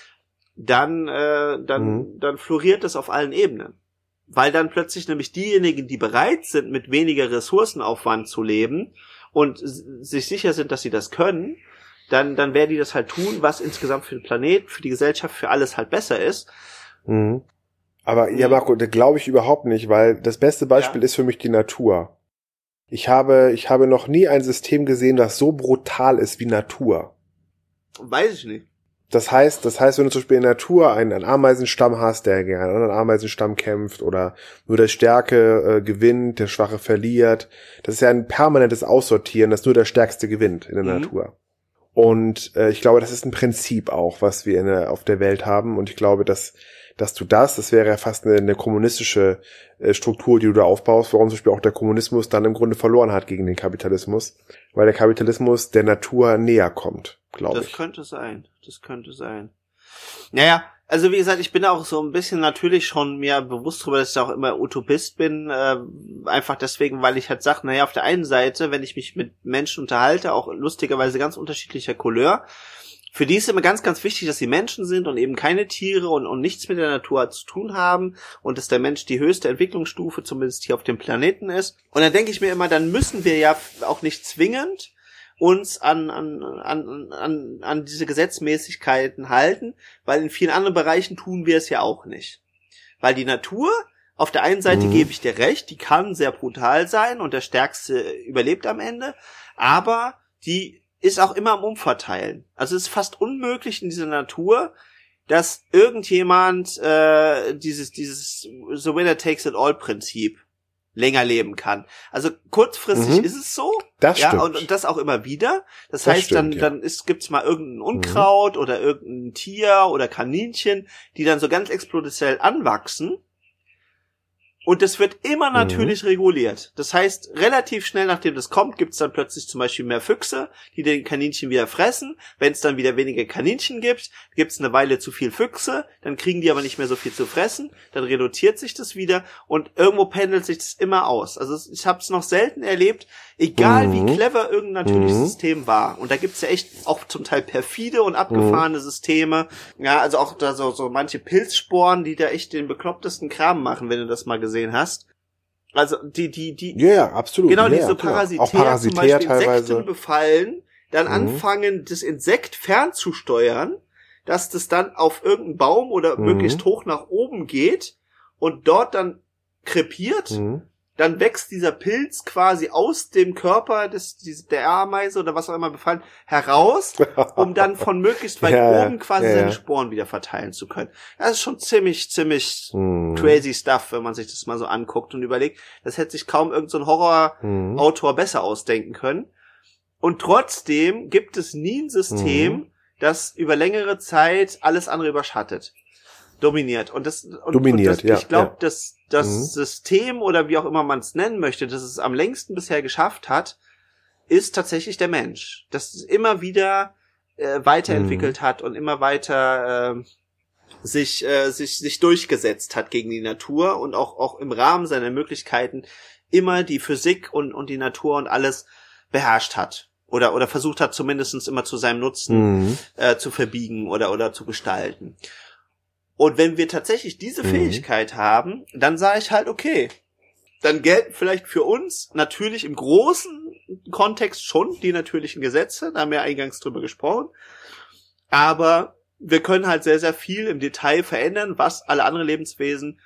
dann, äh, dann, hm. dann floriert das auf allen Ebenen. Weil dann plötzlich nämlich diejenigen, die bereit sind, mit weniger Ressourcenaufwand zu leben und sich sicher sind, dass sie das können, dann dann werden die das halt tun, was insgesamt für den Planet, für die Gesellschaft, für alles halt besser ist. Mhm. Aber ja, Marco, da glaube ich überhaupt nicht, weil das beste Beispiel ja. ist für mich die Natur. Ich habe ich habe noch nie ein System gesehen, das so brutal ist wie Natur. Weiß ich nicht. Das heißt, das heißt, wenn du zum Beispiel in der Natur einen, einen Ameisenstamm hast, der gegen einen anderen Ameisenstamm kämpft oder nur der Stärke äh, gewinnt, der Schwache verliert, das ist ja ein permanentes Aussortieren, dass nur der Stärkste gewinnt in der mhm. Natur. Und äh, ich glaube, das ist ein Prinzip auch, was wir in der, auf der Welt haben. Und ich glaube, dass dass du das, das wäre ja fast eine, eine kommunistische äh, Struktur, die du da aufbaust, warum zum Beispiel auch der Kommunismus dann im Grunde verloren hat gegen den Kapitalismus, weil der Kapitalismus der Natur näher kommt, glaube ich. Das könnte sein, das könnte sein. Naja, also wie gesagt, ich bin auch so ein bisschen natürlich schon mir bewusst darüber, dass ich auch immer Utopist bin, äh, einfach deswegen, weil ich halt sage, naja, auf der einen Seite, wenn ich mich mit Menschen unterhalte, auch lustigerweise ganz unterschiedlicher Couleur, für die ist immer ganz, ganz wichtig, dass sie Menschen sind und eben keine Tiere und, und nichts mit der Natur zu tun haben und dass der Mensch die höchste Entwicklungsstufe zumindest hier auf dem Planeten ist. Und dann denke ich mir immer, dann müssen wir ja auch nicht zwingend uns an, an, an, an, an diese Gesetzmäßigkeiten halten, weil in vielen anderen Bereichen tun wir es ja auch nicht. Weil die Natur, auf der einen Seite mhm. gebe ich dir recht, die kann sehr brutal sein und der Stärkste überlebt am Ende, aber die ist auch immer am Umverteilen. Also es ist fast unmöglich in dieser Natur, dass irgendjemand äh, dieses dieses The Winner Takes It All Prinzip länger leben kann. Also kurzfristig mhm. ist es so, das ja, stimmt. und, und das auch immer wieder. Das, das heißt, stimmt, dann ja. dann ist gibt's mal irgendein Unkraut mhm. oder irgendein Tier oder Kaninchen, die dann so ganz exponentiell anwachsen. Und das wird immer natürlich mhm. reguliert. Das heißt, relativ schnell nachdem das kommt, gibt's dann plötzlich zum Beispiel mehr Füchse, die den Kaninchen wieder fressen. Wenn es dann wieder weniger Kaninchen gibt, gibt's eine Weile zu viel Füchse, dann kriegen die aber nicht mehr so viel zu fressen, dann reduziert sich das wieder und irgendwo pendelt sich das immer aus. Also ich habe es noch selten erlebt, egal mhm. wie clever irgendein natürliches mhm. System war. Und da gibt's ja echt auch zum Teil perfide und abgefahrene mhm. Systeme. Ja, also auch da so, so manche Pilzsporen, die da echt den beklopptesten Kram machen, wenn du das mal gesehen hast. Also die, die, die. Ja, yeah, absolut. Genau, ja, die so klar. parasitär, auch parasitär zum Beispiel teilweise. Insekten befallen, dann mhm. anfangen, das Insekt fernzusteuern, dass das dann auf irgendeinen Baum oder mhm. möglichst hoch nach oben geht und dort dann krepiert. Mhm. Dann wächst dieser Pilz quasi aus dem Körper des, der Ameise oder was auch immer befallen, heraus, um dann von möglichst weit ja, oben quasi ja, seine ja. Sporen wieder verteilen zu können. Das ist schon ziemlich, ziemlich hm. crazy stuff, wenn man sich das mal so anguckt und überlegt. Das hätte sich kaum irgend so ein Horrorautor hm. besser ausdenken können. Und trotzdem gibt es nie ein System, hm. das über längere Zeit alles andere überschattet. Dominiert. Und das, und, Dominiert, und das, ja, ich glaube, ja. dass das Mhm. System oder wie auch immer man es nennen möchte, das es am längsten bisher geschafft hat, ist tatsächlich der Mensch. Das es immer wieder äh, weiterentwickelt mhm. hat und immer weiter äh, sich äh, sich sich durchgesetzt hat gegen die Natur und auch auch im Rahmen seiner Möglichkeiten immer die Physik und und die Natur und alles beherrscht hat oder oder versucht hat zumindestens immer zu seinem Nutzen mhm. äh, zu verbiegen oder oder zu gestalten. Und wenn wir tatsächlich diese mhm. Fähigkeit haben, dann sage ich halt, okay, dann gelten vielleicht für uns natürlich im großen Kontext schon die natürlichen Gesetze, da haben wir eingangs drüber gesprochen, aber wir können halt sehr, sehr viel im Detail verändern, was alle anderen Lebenswesen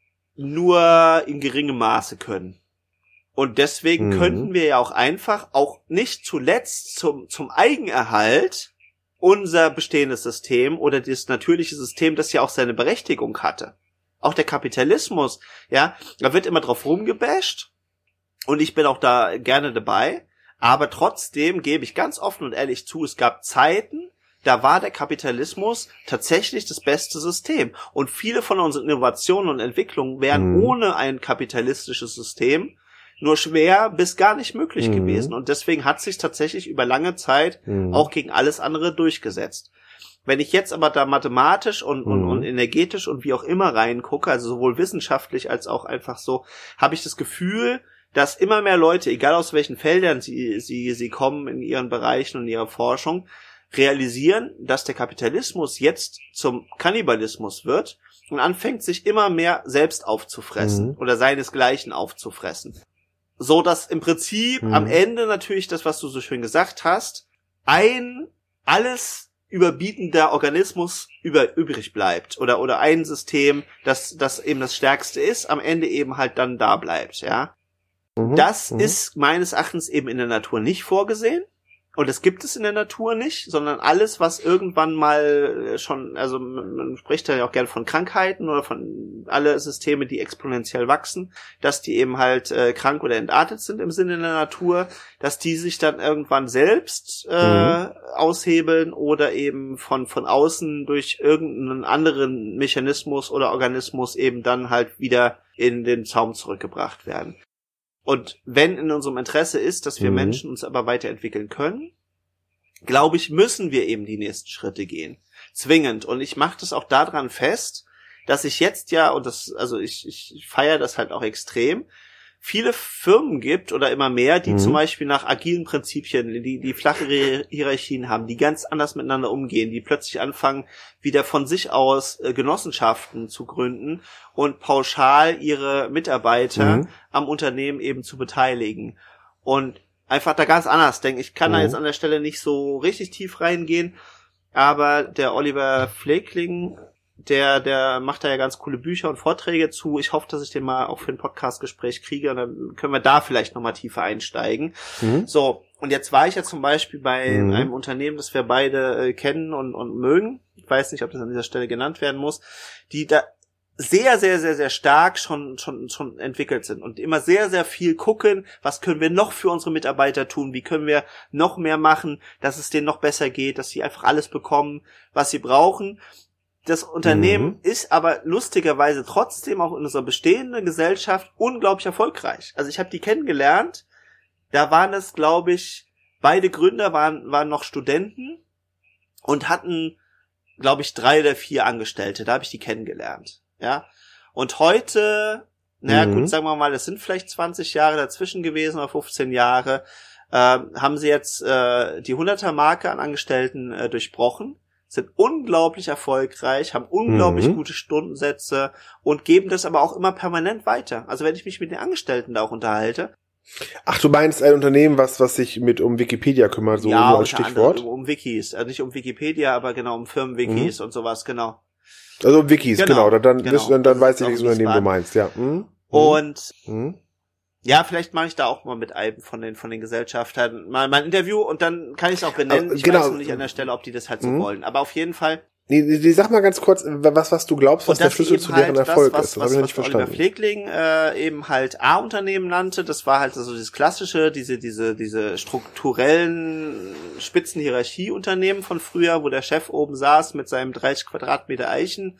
nur in geringem Maße können. Und deswegen mhm. könnten wir ja auch einfach, auch nicht zuletzt zum, zum Eigenerhalt, unser bestehendes System oder das natürliche System, das ja auch seine Berechtigung hatte. Auch der Kapitalismus, ja, da wird immer drauf rumgebasht und ich bin auch da gerne dabei, aber trotzdem gebe ich ganz offen und ehrlich zu, es gab Zeiten, da war der Kapitalismus tatsächlich das beste System. Und viele von unseren Innovationen und Entwicklungen wären mhm. ohne ein kapitalistisches System nur schwer bis gar nicht möglich mhm. gewesen. Und deswegen hat sich tatsächlich über lange Zeit mhm. auch gegen alles andere durchgesetzt. Wenn ich jetzt aber da mathematisch und, mhm. und, und energetisch und wie auch immer reingucke, also sowohl wissenschaftlich als auch einfach so, habe ich das Gefühl, dass immer mehr Leute, egal aus welchen Feldern sie, sie, sie kommen in ihren Bereichen und ihrer Forschung, realisieren, dass der Kapitalismus jetzt zum Kannibalismus wird und anfängt, sich immer mehr selbst aufzufressen mhm. oder seinesgleichen aufzufressen. So dass im Prinzip mhm. am Ende natürlich das, was du so schön gesagt hast, ein alles überbietender Organismus über, übrig bleibt oder oder ein System, das das eben das Stärkste ist, am Ende eben halt dann da bleibt, ja. Mhm. Das mhm. ist meines Erachtens eben in der Natur nicht vorgesehen. Und das gibt es in der Natur nicht, sondern alles, was irgendwann mal schon, also man spricht ja auch gerne von Krankheiten oder von alle Systeme, die exponentiell wachsen, dass die eben halt äh, krank oder entartet sind im Sinne der Natur, dass die sich dann irgendwann selbst äh, mhm. aushebeln oder eben von von außen durch irgendeinen anderen Mechanismus oder Organismus eben dann halt wieder in den Zaum zurückgebracht werden. Und wenn in unserem Interesse ist, dass wir mhm. Menschen uns aber weiterentwickeln können, glaube ich, müssen wir eben die nächsten Schritte gehen. Zwingend. Und ich mache das auch daran fest, dass ich jetzt ja, und das, also ich, ich feiere das halt auch extrem, viele Firmen gibt oder immer mehr, die mhm. zum Beispiel nach agilen Prinzipien, die, die flache Hierarchien haben, die ganz anders miteinander umgehen, die plötzlich anfangen, wieder von sich aus äh, Genossenschaften zu gründen und pauschal ihre Mitarbeiter mhm. am Unternehmen eben zu beteiligen. Und einfach da ganz anders denken. Ich kann mhm. da jetzt an der Stelle nicht so richtig tief reingehen, aber der Oliver Pflegling, der der macht da ja ganz coole Bücher und Vorträge zu. Ich hoffe, dass ich den mal auch für ein Podcast-Gespräch kriege und dann können wir da vielleicht nochmal tiefer einsteigen. Mhm. So, und jetzt war ich ja zum Beispiel bei mhm. einem Unternehmen, das wir beide äh, kennen und, und mögen. Ich weiß nicht, ob das an dieser Stelle genannt werden muss, die da sehr, sehr, sehr, sehr stark schon schon schon entwickelt sind und immer sehr, sehr viel gucken, was können wir noch für unsere Mitarbeiter tun, wie können wir noch mehr machen, dass es denen noch besser geht, dass sie einfach alles bekommen, was sie brauchen. Das Unternehmen mhm. ist aber lustigerweise trotzdem auch in unserer bestehenden Gesellschaft unglaublich erfolgreich. Also ich habe die kennengelernt, da waren es, glaube ich, beide Gründer waren waren noch Studenten und hatten, glaube ich, drei oder vier Angestellte. Da habe ich die kennengelernt. Ja. Und heute, naja mhm. gut, sagen wir mal, das sind vielleicht zwanzig Jahre dazwischen gewesen oder fünfzehn Jahre, äh, haben sie jetzt äh, die hunderter-Marke an Angestellten äh, durchbrochen. Sind unglaublich erfolgreich, haben unglaublich mhm. gute Stundensätze und geben das aber auch immer permanent weiter. Also wenn ich mich mit den Angestellten da auch unterhalte. Ach, du meinst ein Unternehmen, was was sich mit um Wikipedia kümmert, so ja, nur als Stichwort? Ja, um, um Wikis. Also nicht um Wikipedia, aber genau um Firmenwikis mhm. und sowas, genau. Also um Wikis, genau. genau. Dann, genau. dann, dann weiß ich, welches Unternehmen du meinst, ja. Mhm. Und mhm. ja, vielleicht mache ich da auch mal mit einem von den von den Gesellschaftern mal mein Interview und dann kann ich es auch benennen. Ich genau. weiß noch nicht an der Stelle, ob die das halt so mhm. wollen. Aber auf jeden Fall. Nee, nee, nee, sag mal ganz kurz, was was du glaubst, was der Schlüssel zu deren halt Erfolg das, was, ist. Das habe ich nicht verstanden. Was Oliver Pflegling äh, eben halt A-Unternehmen nannte, das war halt so also dieses klassische, diese diese diese strukturellen Spitzenhierarchieunternehmen von früher, wo der Chef oben saß mit seinem dreißig Quadratmeter Eichen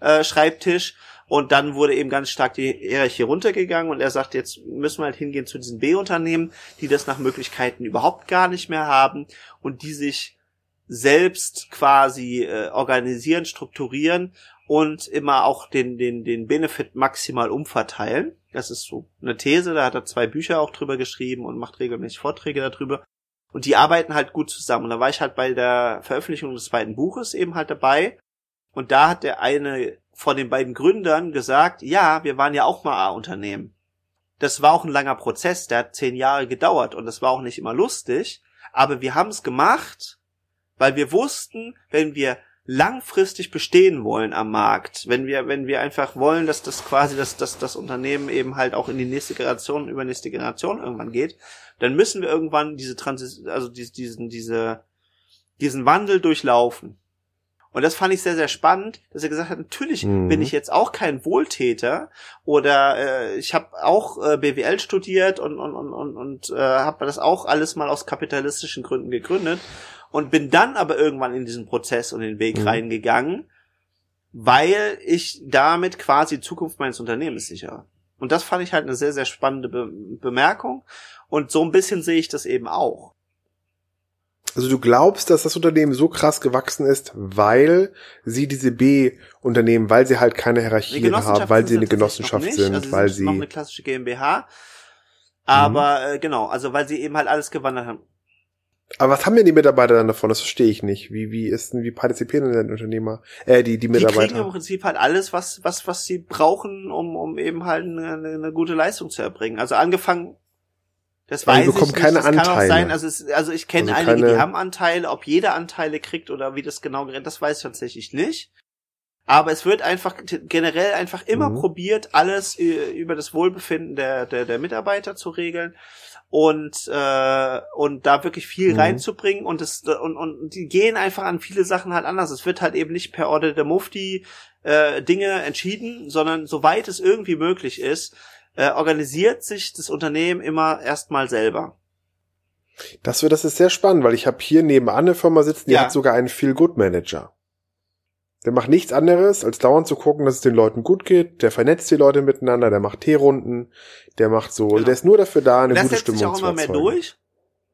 äh, Schreibtisch. Und dann wurde eben ganz stark die Hierarchie runtergegangen und er sagt, jetzt müssen wir halt hingehen zu diesen B-Unternehmen, die das nach Möglichkeiten überhaupt gar nicht mehr haben und die sich selbst quasi äh, organisieren, strukturieren und immer auch den den den Benefit maximal umverteilen. Das ist so eine These, da hat er zwei Bücher auch drüber geschrieben und macht regelmäßig Vorträge darüber. Und die arbeiten halt gut zusammen. Und da war ich halt bei der Veröffentlichung des zweiten Buches eben halt dabei. Und da hat der eine von den beiden Gründern gesagt, ja, wir waren ja auch mal A-Unternehmen. Das war auch ein langer Prozess, der hat zehn Jahre gedauert und das war auch nicht immer lustig. Aber wir haben es gemacht, weil wir wussten, wenn wir langfristig bestehen wollen am Markt, wenn wir wenn wir einfach wollen, dass das quasi dass, dass das Unternehmen eben halt auch in die nächste Generation, übernächste Generation irgendwann geht, dann müssen wir irgendwann diese Transis also diesen diese diesen Wandel durchlaufen. Und das fand ich sehr, sehr spannend, dass er gesagt hat, natürlich mhm. bin ich jetzt auch kein Wohltäter oder äh, ich habe auch äh, B W L studiert und und und und, und äh, habe das auch alles mal aus kapitalistischen Gründen gegründet und bin dann aber irgendwann in diesen Prozess und den Weg mhm. reingegangen, weil ich damit quasi die Zukunft meines Unternehmens sichere. Und das fand ich halt eine sehr, sehr spannende Be- Bemerkung und so ein bisschen sehe ich das eben auch. Also du glaubst, dass das Unternehmen so krass gewachsen ist, weil sie diese B-Unternehmen, weil sie halt keine Hierarchien haben, weil sie eine Genossenschaft sind, also weil sie sie noch eine klassische GmbH. Aber mhm. äh, genau, also weil sie eben halt alles gewandert haben. Aber was haben denn die Mitarbeiter dann davon? Das verstehe ich nicht. Wie wie ist denn wie partizipieren denn die Unternehmer? Äh, die die Mitarbeiter. Die kriegen im Prinzip halt alles, was was was sie brauchen, um um eben halt eine, eine gute Leistung zu erbringen. Also angefangen. Das weiß ich nicht, keine das Anteile. Kann auch sein, also, es, also ich kenne also einige, keine... die haben Anteile, ob jeder Anteile kriegt oder wie das genau gerät, das weiß ich tatsächlich nicht. Aber es wird einfach generell einfach immer mhm. probiert, alles über das Wohlbefinden der der, der Mitarbeiter zu regeln und äh, und da wirklich viel mhm. reinzubringen und das und und die gehen einfach an viele Sachen halt anders. Es wird halt eben nicht per Order der Mufti äh, Dinge entschieden, sondern soweit es irgendwie möglich ist, Äh, organisiert sich das Unternehmen immer erstmal selber. Das wird, das ist sehr spannend, weil ich habe hier nebenan eine Firma sitzen, die ja. hat sogar einen Feel-Good-Manager. Der macht nichts anderes, als dauernd zu gucken, dass es den Leuten gut geht. Der vernetzt die Leute miteinander, der macht Teerunden, der macht so, genau. Der ist nur dafür da, eine das gute Stimmung zu erzeugen. Das setzt sich auch immer mehr durch?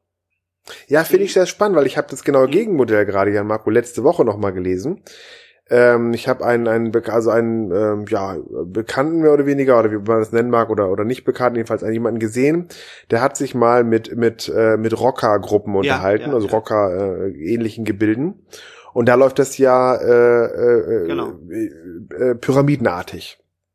Ja, finde ich sehr spannend, weil ich habe das genaue mhm. Gegenmodell gerade, Jan Marco, letzte Woche nochmal gelesen. Ähm, ich habe einen, einen, also einen, ähm, ja, Bekannten mehr oder weniger, oder wie man das nennen mag, oder, oder nicht Bekannten, jedenfalls einen, jemanden gesehen, der hat sich mal mit, mit, äh, mit Rocker-Gruppen unterhalten, ja, ja, also ja. Rocker-ähnlichen äh, Gebilden. Und da läuft das ja, äh, äh, genau. äh, äh, pyramidenartig.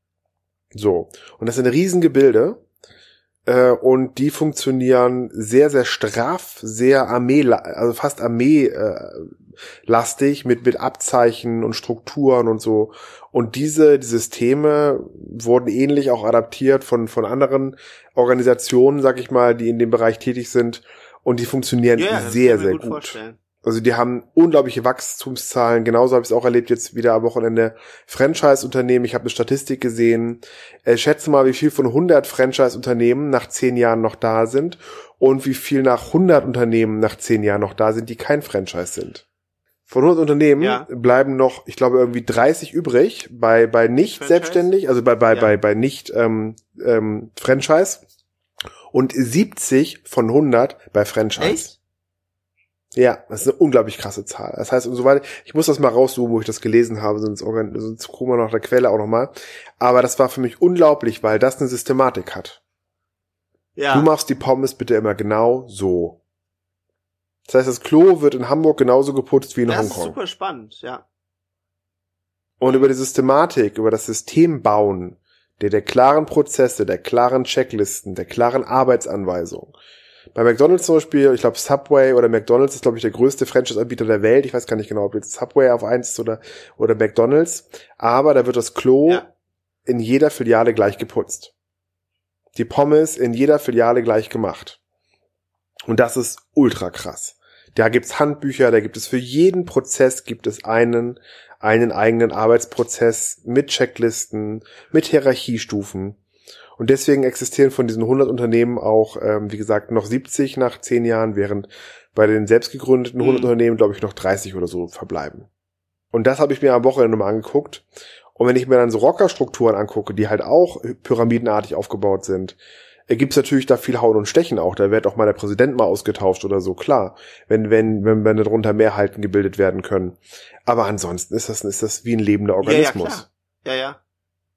So. Und das sind Riesengebilde. Äh, und die funktionieren sehr, sehr straff, sehr Armee, also fast Armee-lastig mit, mit Abzeichen und Strukturen und so. Und diese, die Systeme wurden ähnlich auch adaptiert von, von anderen Organisationen, sag ich mal, die in dem Bereich tätig sind. Und die funktionieren ja, sehr, sehr gut. gut. Vorstellen. Also die haben unglaubliche Wachstumszahlen. Genauso habe ich es auch erlebt jetzt wieder am Wochenende. Franchise-Unternehmen, ich habe eine Statistik gesehen. Ich schätze mal, wie viel von hundert Franchise-Unternehmen nach zehn Jahren noch da sind und wie viel nach hundert Unternehmen nach zehn Jahren noch da sind, die kein Franchise sind. Von hundert Unternehmen ja. bleiben noch, ich glaube, irgendwie dreißig übrig bei bei nicht Franchise? selbstständig, also bei bei ja. bei bei nicht ähm, ähm, Franchise und siebzig von hundert bei Franchise. Echt? Ja, das ist eine unglaublich krasse Zahl. Das heißt, und so weiter, ich muss das mal raussuchen, wo ich das gelesen habe, sonst, sonst gucken wir nach der Quelle auch nochmal. Aber das war für mich unglaublich, weil das eine Systematik hat. Ja. Du machst die Pommes bitte immer genau so. Das heißt, das Klo wird in Hamburg genauso geputzt wie in das Hongkong. Das ist super spannend, ja. Und über die Systematik, über das System bauen, der, der klaren Prozesse, der klaren Checklisten, der klaren Arbeitsanweisungen. Bei McDonald's zum Beispiel, ich glaube Subway oder McDonald's ist, glaube ich, der größte Franchise-Anbieter der Welt. Ich weiß gar nicht genau, ob jetzt Subway auf eins ist oder, oder McDonald's. Aber da wird das Klo ja. in jeder Filiale gleich geputzt. Die Pommes in jeder Filiale gleich gemacht. Und das ist ultra krass. Da gibt's Handbücher, da gibt es für jeden Prozess gibt es einen, einen eigenen Arbeitsprozess mit Checklisten, mit Hierarchiestufen. Und deswegen existieren von diesen hundert Unternehmen auch, ähm, wie gesagt, noch siebzig nach zehn Jahren, während bei den selbstgegründeten hundert mhm. Unternehmen, glaube ich, noch dreißig oder so verbleiben. Und das habe ich mir am Wochenende mal angeguckt. Und wenn ich mir dann so Rockerstrukturen angucke, die halt auch pyramidenartig aufgebaut sind, gibt's natürlich da viel Hauen und Stechen auch. Da wird auch mal der Präsident mal ausgetauscht oder so, klar. Wenn, wenn, wenn, wenn darunter Mehrheiten gebildet werden können. Aber ansonsten ist das, ist das wie ein lebender Organismus. Ja, ja, ja, ja.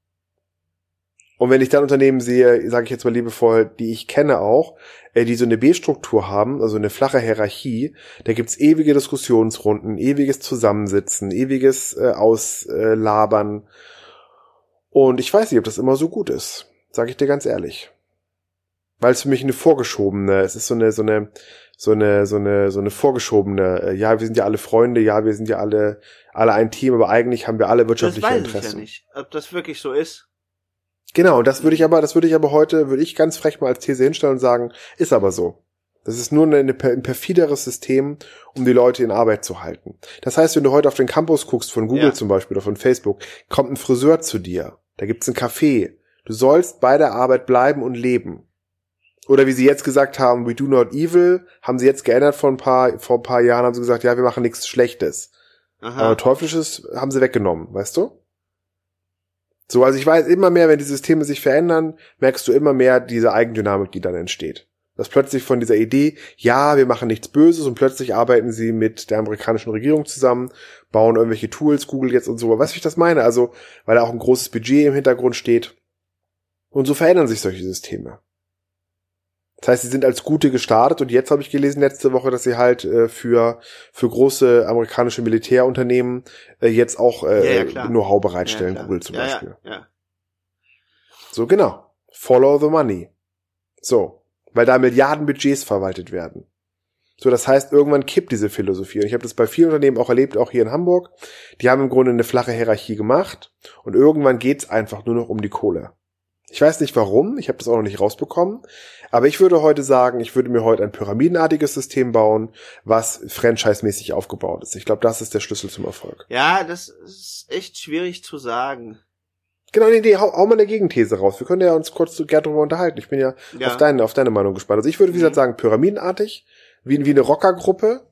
Und wenn ich dann Unternehmen sehe, sage ich jetzt mal liebevoll, die ich kenne auch, äh, die so eine B-Struktur haben, also eine flache Hierarchie, da gibt's ewige Diskussionsrunden, ewiges Zusammensitzen, ewiges äh, Auslabern. Und ich weiß nicht, ob das immer so gut ist, sage ich dir ganz ehrlich. Weil es für mich eine vorgeschobene, es ist so eine, so eine, so eine, so eine, so eine vorgeschobene, äh, ja, wir sind ja alle Freunde, ja, wir sind ja alle, alle ein Team, aber eigentlich haben wir alle wirtschaftliche das weiß Interessen. Ich ja nicht, ob das wirklich so ist. Genau, das würde ich aber, das würde ich aber heute, würde ich ganz frech mal als These hinstellen und sagen, ist aber so. Das ist nur eine, eine, ein perfideres System, um die Leute in Arbeit zu halten. Das heißt, wenn du heute auf den Campus guckst, von Google ja. zum Beispiel oder von Facebook, kommt ein Friseur zu dir. Da gibt's ein Café. Du sollst bei der Arbeit bleiben und leben. Oder wie sie jetzt gesagt haben, we do not evil, haben sie jetzt geändert vor ein paar, vor ein paar Jahren, haben sie gesagt, ja, wir machen nichts Schlechtes. Aha. Aber Teuflisches haben sie weggenommen, weißt du? So, also ich weiß immer mehr, wenn die Systeme sich verändern, merkst du immer mehr diese Eigendynamik, die dann entsteht. Dass plötzlich von dieser Idee, ja, wir machen nichts Böses und plötzlich arbeiten sie mit der amerikanischen Regierung zusammen, bauen irgendwelche Tools, Google jetzt und so. Weißt du, wie ich das meine? Also, weil da auch ein großes Budget im Hintergrund steht. Und so verändern sich solche Systeme. Das heißt, sie sind als gute gestartet und jetzt habe ich gelesen letzte Woche, dass sie halt äh, für für große amerikanische Militärunternehmen äh, jetzt auch äh, ja, ja, Know-how bereitstellen, ja, Google zum ja, Beispiel. Ja, ja. So, genau. Follow the money. So, weil da Milliarden Budgets verwaltet werden. So, das heißt, irgendwann kippt diese Philosophie. Und ich habe das bei vielen Unternehmen auch erlebt, auch hier in Hamburg. Die haben im Grunde eine flache Hierarchie gemacht und irgendwann geht's einfach nur noch um die Kohle. Ich weiß nicht warum, ich habe das auch noch nicht rausbekommen, aber ich würde heute sagen, ich würde mir heute ein pyramidenartiges System bauen, was franchise-mäßig aufgebaut ist. Ich glaube, das ist der Schlüssel zum Erfolg. Ja, das ist echt schwierig zu sagen. Genau, nee, nee, hau, hau mal eine Gegenthese raus. Wir können ja uns kurz gerne darüber unterhalten. Ich bin ja, ja. auf deine, auf deine Meinung gespannt. Also ich würde, wie gesagt, sagen, pyramidenartig, wie, wie eine Rockergruppe.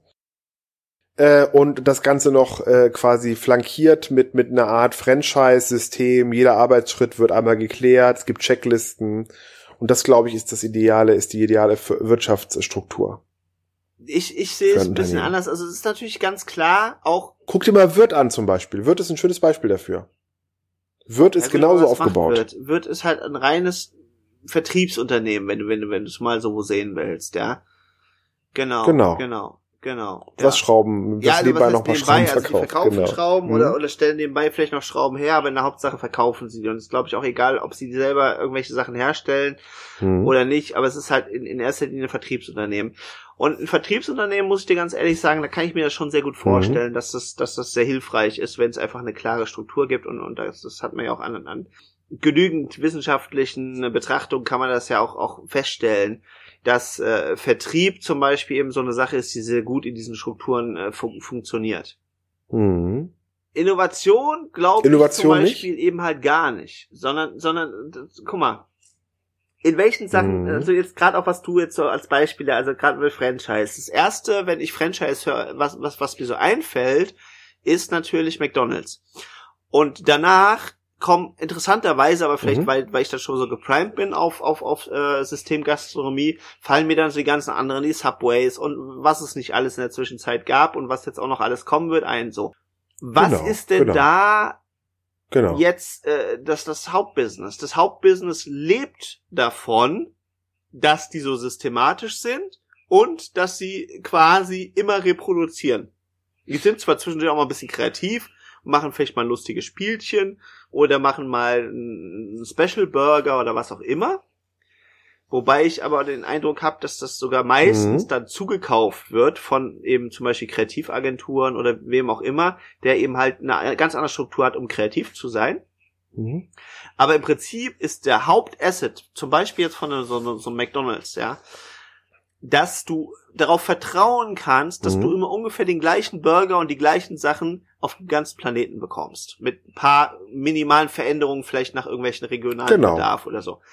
Äh, und das Ganze noch äh, quasi flankiert mit mit einer Art Franchise-System. Jeder Arbeitsschritt wird einmal geklärt, es gibt Checklisten. Und das, glaube ich, ist das Ideale, ist die ideale Wirtschaftsstruktur. Ich, ich sehe es ein bisschen anders. Also es ist natürlich ganz klar auch... Guck dir mal Wirth an zum Beispiel. Wirth ist ein schönes Beispiel dafür. Wirth ist ja, genauso aufgebaut. Wirth. Wirth ist halt ein reines Vertriebsunternehmen, wenn du wenn du wenn du es mal so sehen willst, ja. Genau, genau, genau. Genau. Was ja. Schrauben, das ja, also nebenbei was noch mal nebenbei, Schrauben also verkauft. Die verkaufen genau. Schrauben mhm. oder, oder stellen nebenbei vielleicht noch Schrauben her, aber in der Hauptsache verkaufen sie die. Und es ist, glaube ich, auch egal, ob sie selber irgendwelche Sachen herstellen mhm. oder nicht, aber es ist halt in, in erster Linie ein Vertriebsunternehmen. Und ein Vertriebsunternehmen, muss ich dir ganz ehrlich sagen, da kann ich mir das schon sehr gut vorstellen, mhm. dass das, dass das sehr hilfreich ist, wenn es einfach eine klare Struktur gibt und, und das, das hat man ja auch an, an genügend wissenschaftlichen Betrachtungen kann man das ja auch, auch feststellen, dass äh, Vertrieb zum Beispiel eben so eine Sache ist, die sehr gut in diesen Strukturen äh, fun- funktioniert. Mhm. Innovation, glaube ich, zum Beispiel nicht? Eben halt gar nicht, sondern, sondern, das, guck mal, in welchen Sachen, mhm. also jetzt gerade auch was du jetzt so als Beispiel, also gerade mit Franchise. Das erste, wenn ich Franchise höre, was, was, was mir so einfällt, ist natürlich McDonald's. Und danach kommen interessanterweise, aber vielleicht, mhm. weil weil ich da schon so geprimed bin auf auf auf äh, Systemgastronomie, fallen mir dann so die ganzen anderen, die Subways und was es nicht alles in der Zwischenzeit gab und was jetzt auch noch alles kommen wird, ein so. Was genau, ist denn genau. da genau. jetzt äh, das das Hauptbusiness? Das Hauptbusiness lebt davon, dass die so systematisch sind und dass sie quasi immer reproduzieren. Die sind zwar zwischendurch auch mal ein bisschen kreativ, machen vielleicht mal ein lustiges Spielchen oder machen mal einen Special Burger oder was auch immer. Wobei ich aber den Eindruck habe, dass das sogar meistens mhm. dann zugekauft wird von eben zum Beispiel Kreativagenturen oder wem auch immer, der eben halt eine ganz andere Struktur hat, um kreativ zu sein. Mhm. Aber im Prinzip ist der Hauptasset, zum Beispiel jetzt von so, so einem McDonald's, ja, dass du darauf vertrauen kannst, dass mhm. du immer ungefähr den gleichen Burger und die gleichen Sachen auf dem ganzen Planeten bekommst. Mit ein paar minimalen Veränderungen, vielleicht nach irgendwelchen regionalen genau. Bedarf oder so.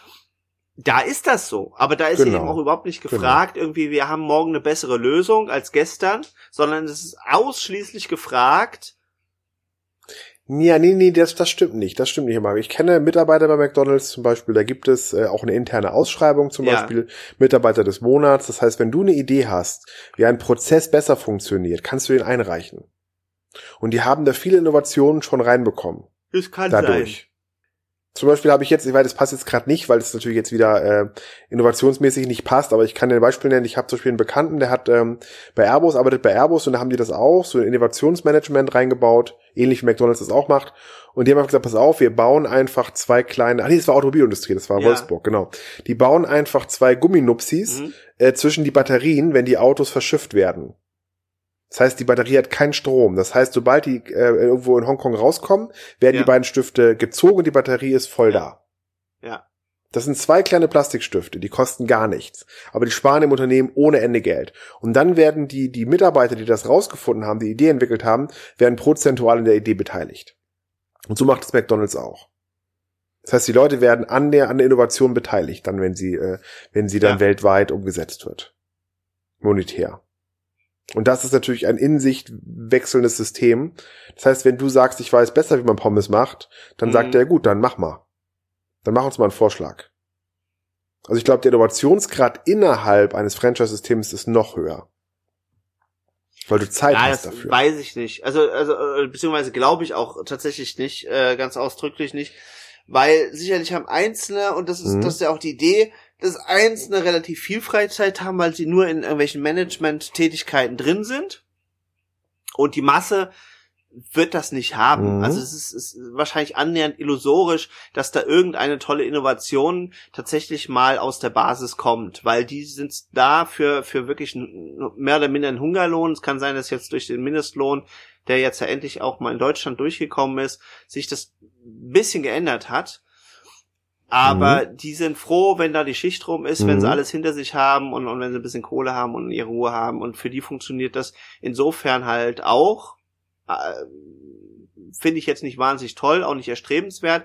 Da ist das so. Aber da ist genau. eben auch überhaupt nicht gefragt, genau. irgendwie, wir haben morgen eine bessere Lösung als gestern, sondern es ist ausschließlich gefragt, Ja, nee, nee, das, das stimmt nicht. Das stimmt nicht immer. Ich kenne Mitarbeiter bei McDonald's zum Beispiel, da gibt es äh, auch eine interne Ausschreibung, zum Ja. Beispiel Mitarbeiter des Monats. Das heißt, wenn du eine Idee hast, wie ein Prozess besser funktioniert, kannst du den einreichen. Und die haben da viele Innovationen schon reinbekommen. Das kann Dadurch. sein. Zum Beispiel habe ich jetzt, ich weiß, das passt jetzt gerade nicht, weil es natürlich jetzt wieder äh, innovationsmäßig nicht passt, aber ich kann dir ein Beispiel nennen. Ich habe zum Beispiel einen Bekannten, der hat ähm, bei Airbus, arbeitet bei Airbus und da haben die das auch, so ein Innovationsmanagement reingebaut, ähnlich wie McDonald's das auch macht. Und die haben einfach gesagt, pass auf, wir bauen einfach zwei kleine, ach nee, das war Automobilindustrie, das war Ja. Wolfsburg, genau. Die bauen einfach zwei Gumminupsis Mhm. äh, zwischen die Batterien, wenn die Autos verschifft werden. Das heißt, die Batterie hat keinen Strom. Das heißt, sobald die äh, irgendwo in Hongkong rauskommen, werden Ja. die beiden Stifte gezogen und die Batterie ist voll Ja. da. Ja. Das sind zwei kleine Plastikstifte, die kosten gar nichts. Aber die sparen im Unternehmen ohne Ende Geld. Und dann werden die, die Mitarbeiter, die das rausgefunden haben, die Idee entwickelt haben, werden prozentual in der Idee beteiligt. Und so macht es McDonald's auch. Das heißt, die Leute werden an der, an der Innovation beteiligt, dann, wenn sie, äh, wenn sie dann Ja. weltweit umgesetzt wird. Monetär. Und das ist natürlich ein in sich wechselndes System. Das heißt, wenn du sagst, ich weiß besser, wie man Pommes macht, dann Mhm. sagt er, gut, dann mach mal. Dann mach uns mal einen Vorschlag. Also ich glaube, der Innovationsgrad innerhalb eines Franchise-Systems ist noch höher. Weil du Zeit Ja, hast das dafür. weiß ich nicht. Also, also äh, beziehungsweise glaube ich auch tatsächlich nicht, äh, ganz ausdrücklich nicht. Weil sicherlich haben Einzelne, und das ist, Mhm. das ist ja auch die Idee, dass Einzelne relativ viel Freizeit haben, weil sie nur in irgendwelchen Management-Tätigkeiten drin sind. Und die Masse wird das nicht haben. Mhm. Also es ist, ist wahrscheinlich annähernd illusorisch, dass da irgendeine tolle Innovation tatsächlich mal aus der Basis kommt, weil die sind da für, für wirklich n- mehr oder minder einen Hungerlohn. Es kann sein, dass jetzt durch den Mindestlohn, der jetzt ja endlich auch mal in Deutschland durchgekommen ist, sich das ein bisschen geändert hat. Aber Mhm. die sind froh, wenn da die Schicht rum ist, wenn Mhm. sie alles hinter sich haben und, und wenn sie ein bisschen Kohle haben und ihre Ruhe haben. Und für die funktioniert das insofern halt auch. Äh, finde ich jetzt nicht wahnsinnig toll, auch nicht erstrebenswert.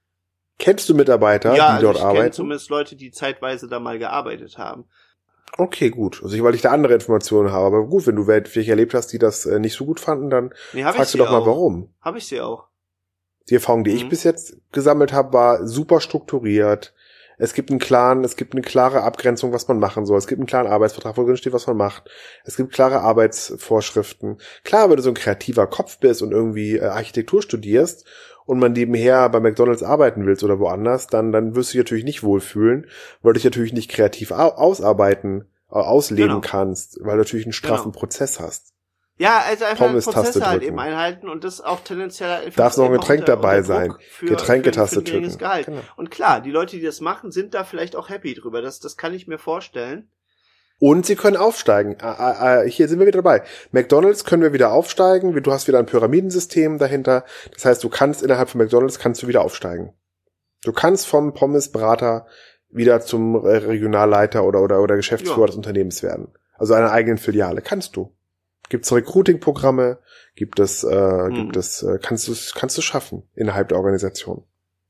Kennst du Mitarbeiter, ja, die also dort ich kenne arbeiten? zumindest Leute, die zeitweise da mal gearbeitet haben. Okay, gut. Also ich, weil ich da andere Informationen habe. Aber gut, wenn du welche erlebt hast, die das äh, nicht so gut fanden, dann Nee, hab ich fragst du sie doch mal, auch. warum. Habe ich sie auch. Die Erfahrung, die ich Mhm. bis jetzt gesammelt habe, war super strukturiert. Es gibt einen klaren, es gibt eine klare Abgrenzung, was man machen soll. Es gibt einen klaren Arbeitsvertrag, wo drin steht, was man macht. Es gibt klare Arbeitsvorschriften. Klar, wenn du so ein kreativer Kopf bist und irgendwie äh, Architektur studierst und man nebenher bei McDonald's arbeiten willst oder woanders, dann, dann wirst du dich natürlich nicht wohlfühlen, weil du dich natürlich nicht kreativ au- ausarbeiten, äh, ausleben Genau. kannst, weil du natürlich einen straffen Genau. Prozess hast. Ja, also einfach Pommes-Taste Prozesse halt drücken. eben einhalten und das auch tendenziell einfach Darf noch ein eben Getränk unter, dabei unter Druck sein. für, Getränketaste für, für ein geringes drücken. Gehalt. Genau. Und klar, die Leute, die das machen, sind da vielleicht auch happy drüber. Das, das kann ich mir vorstellen. Und sie können aufsteigen. Äh, äh, hier sind wir wieder dabei. McDonald's können wir wieder aufsteigen. Du hast wieder ein Pyramidensystem dahinter. Das heißt, du kannst innerhalb von McDonald's kannst du wieder aufsteigen. Du kannst vom Pommesbrater wieder zum äh, Regionalleiter oder, oder, oder Geschäftsführer Ja. des Unternehmens werden. Also einer eigenen Filiale. Kannst du. Gibt es Recruiting-Programme? Gibt es, äh, Mhm. gibt es, äh, kannst du, kannst du schaffen innerhalb der Organisation.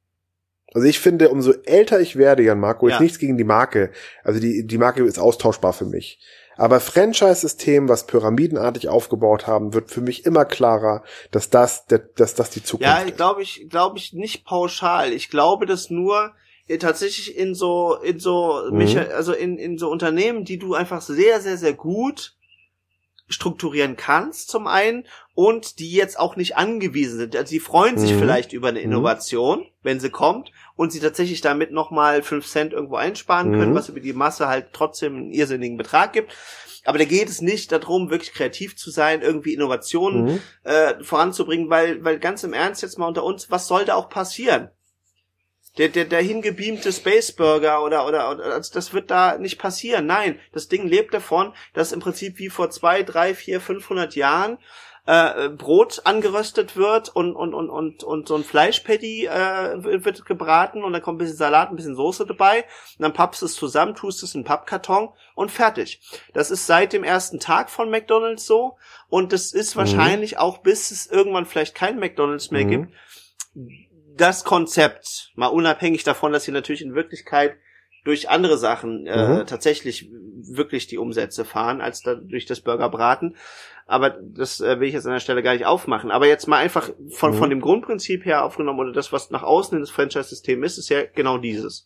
Also ich finde, umso älter ich werde, Jan Marco, Ja. ist nichts gegen die Marke. Also die, die Marke ist austauschbar für mich. Aber Franchise-System, was pyramidenartig aufgebaut haben, wird für mich immer klarer, dass das, der, dass das die Zukunft Ja, ist. glaube ich, glaube ich nicht pauschal. Ich glaube, dass nur äh, tatsächlich in so, in so, Mhm. Mecha- also in, in so Unternehmen, die du einfach sehr, sehr, sehr gut strukturieren kannst, zum einen, und die jetzt auch nicht angewiesen sind. Also die freuen sich Mhm. vielleicht über eine Mhm. Innovation, wenn sie kommt, und sie tatsächlich damit nochmal fünf Cent irgendwo einsparen können, Mhm. was über die Masse halt trotzdem einen irrsinnigen Betrag gibt. Aber da geht es nicht darum, wirklich kreativ zu sein, irgendwie Innovationen Mhm. äh, voranzubringen, weil, weil ganz im Ernst jetzt mal unter uns, was soll da auch passieren? Der, der, der hingebeamte Space Burger oder, oder, oder, also das wird da nicht passieren. Nein, das Ding lebt davon, dass im Prinzip wie vor zwei, drei, vier, fünfhundert Jahren äh, Brot angeröstet wird und, und, und, und, und so ein Fleischpatty äh, wird gebraten und dann kommt ein bisschen Salat, ein bisschen Soße dabei und dann pappst du es zusammen, tust es in einen Pappkarton und fertig. Das ist seit dem ersten Tag von McDonald's so und das ist Mhm. wahrscheinlich auch, bis es irgendwann vielleicht kein McDonald's mehr Mhm. gibt, das Konzept, mal unabhängig davon, dass sie natürlich in Wirklichkeit durch andere Sachen äh, Mhm. tatsächlich wirklich die Umsätze fahren, als da durch das Burgerbraten. Aber das äh, will ich jetzt an der Stelle gar nicht aufmachen. Aber jetzt mal einfach von, mhm. von dem Grundprinzip her aufgenommen, oder das, was nach außen in das Franchise-System ist, ist ja genau dieses.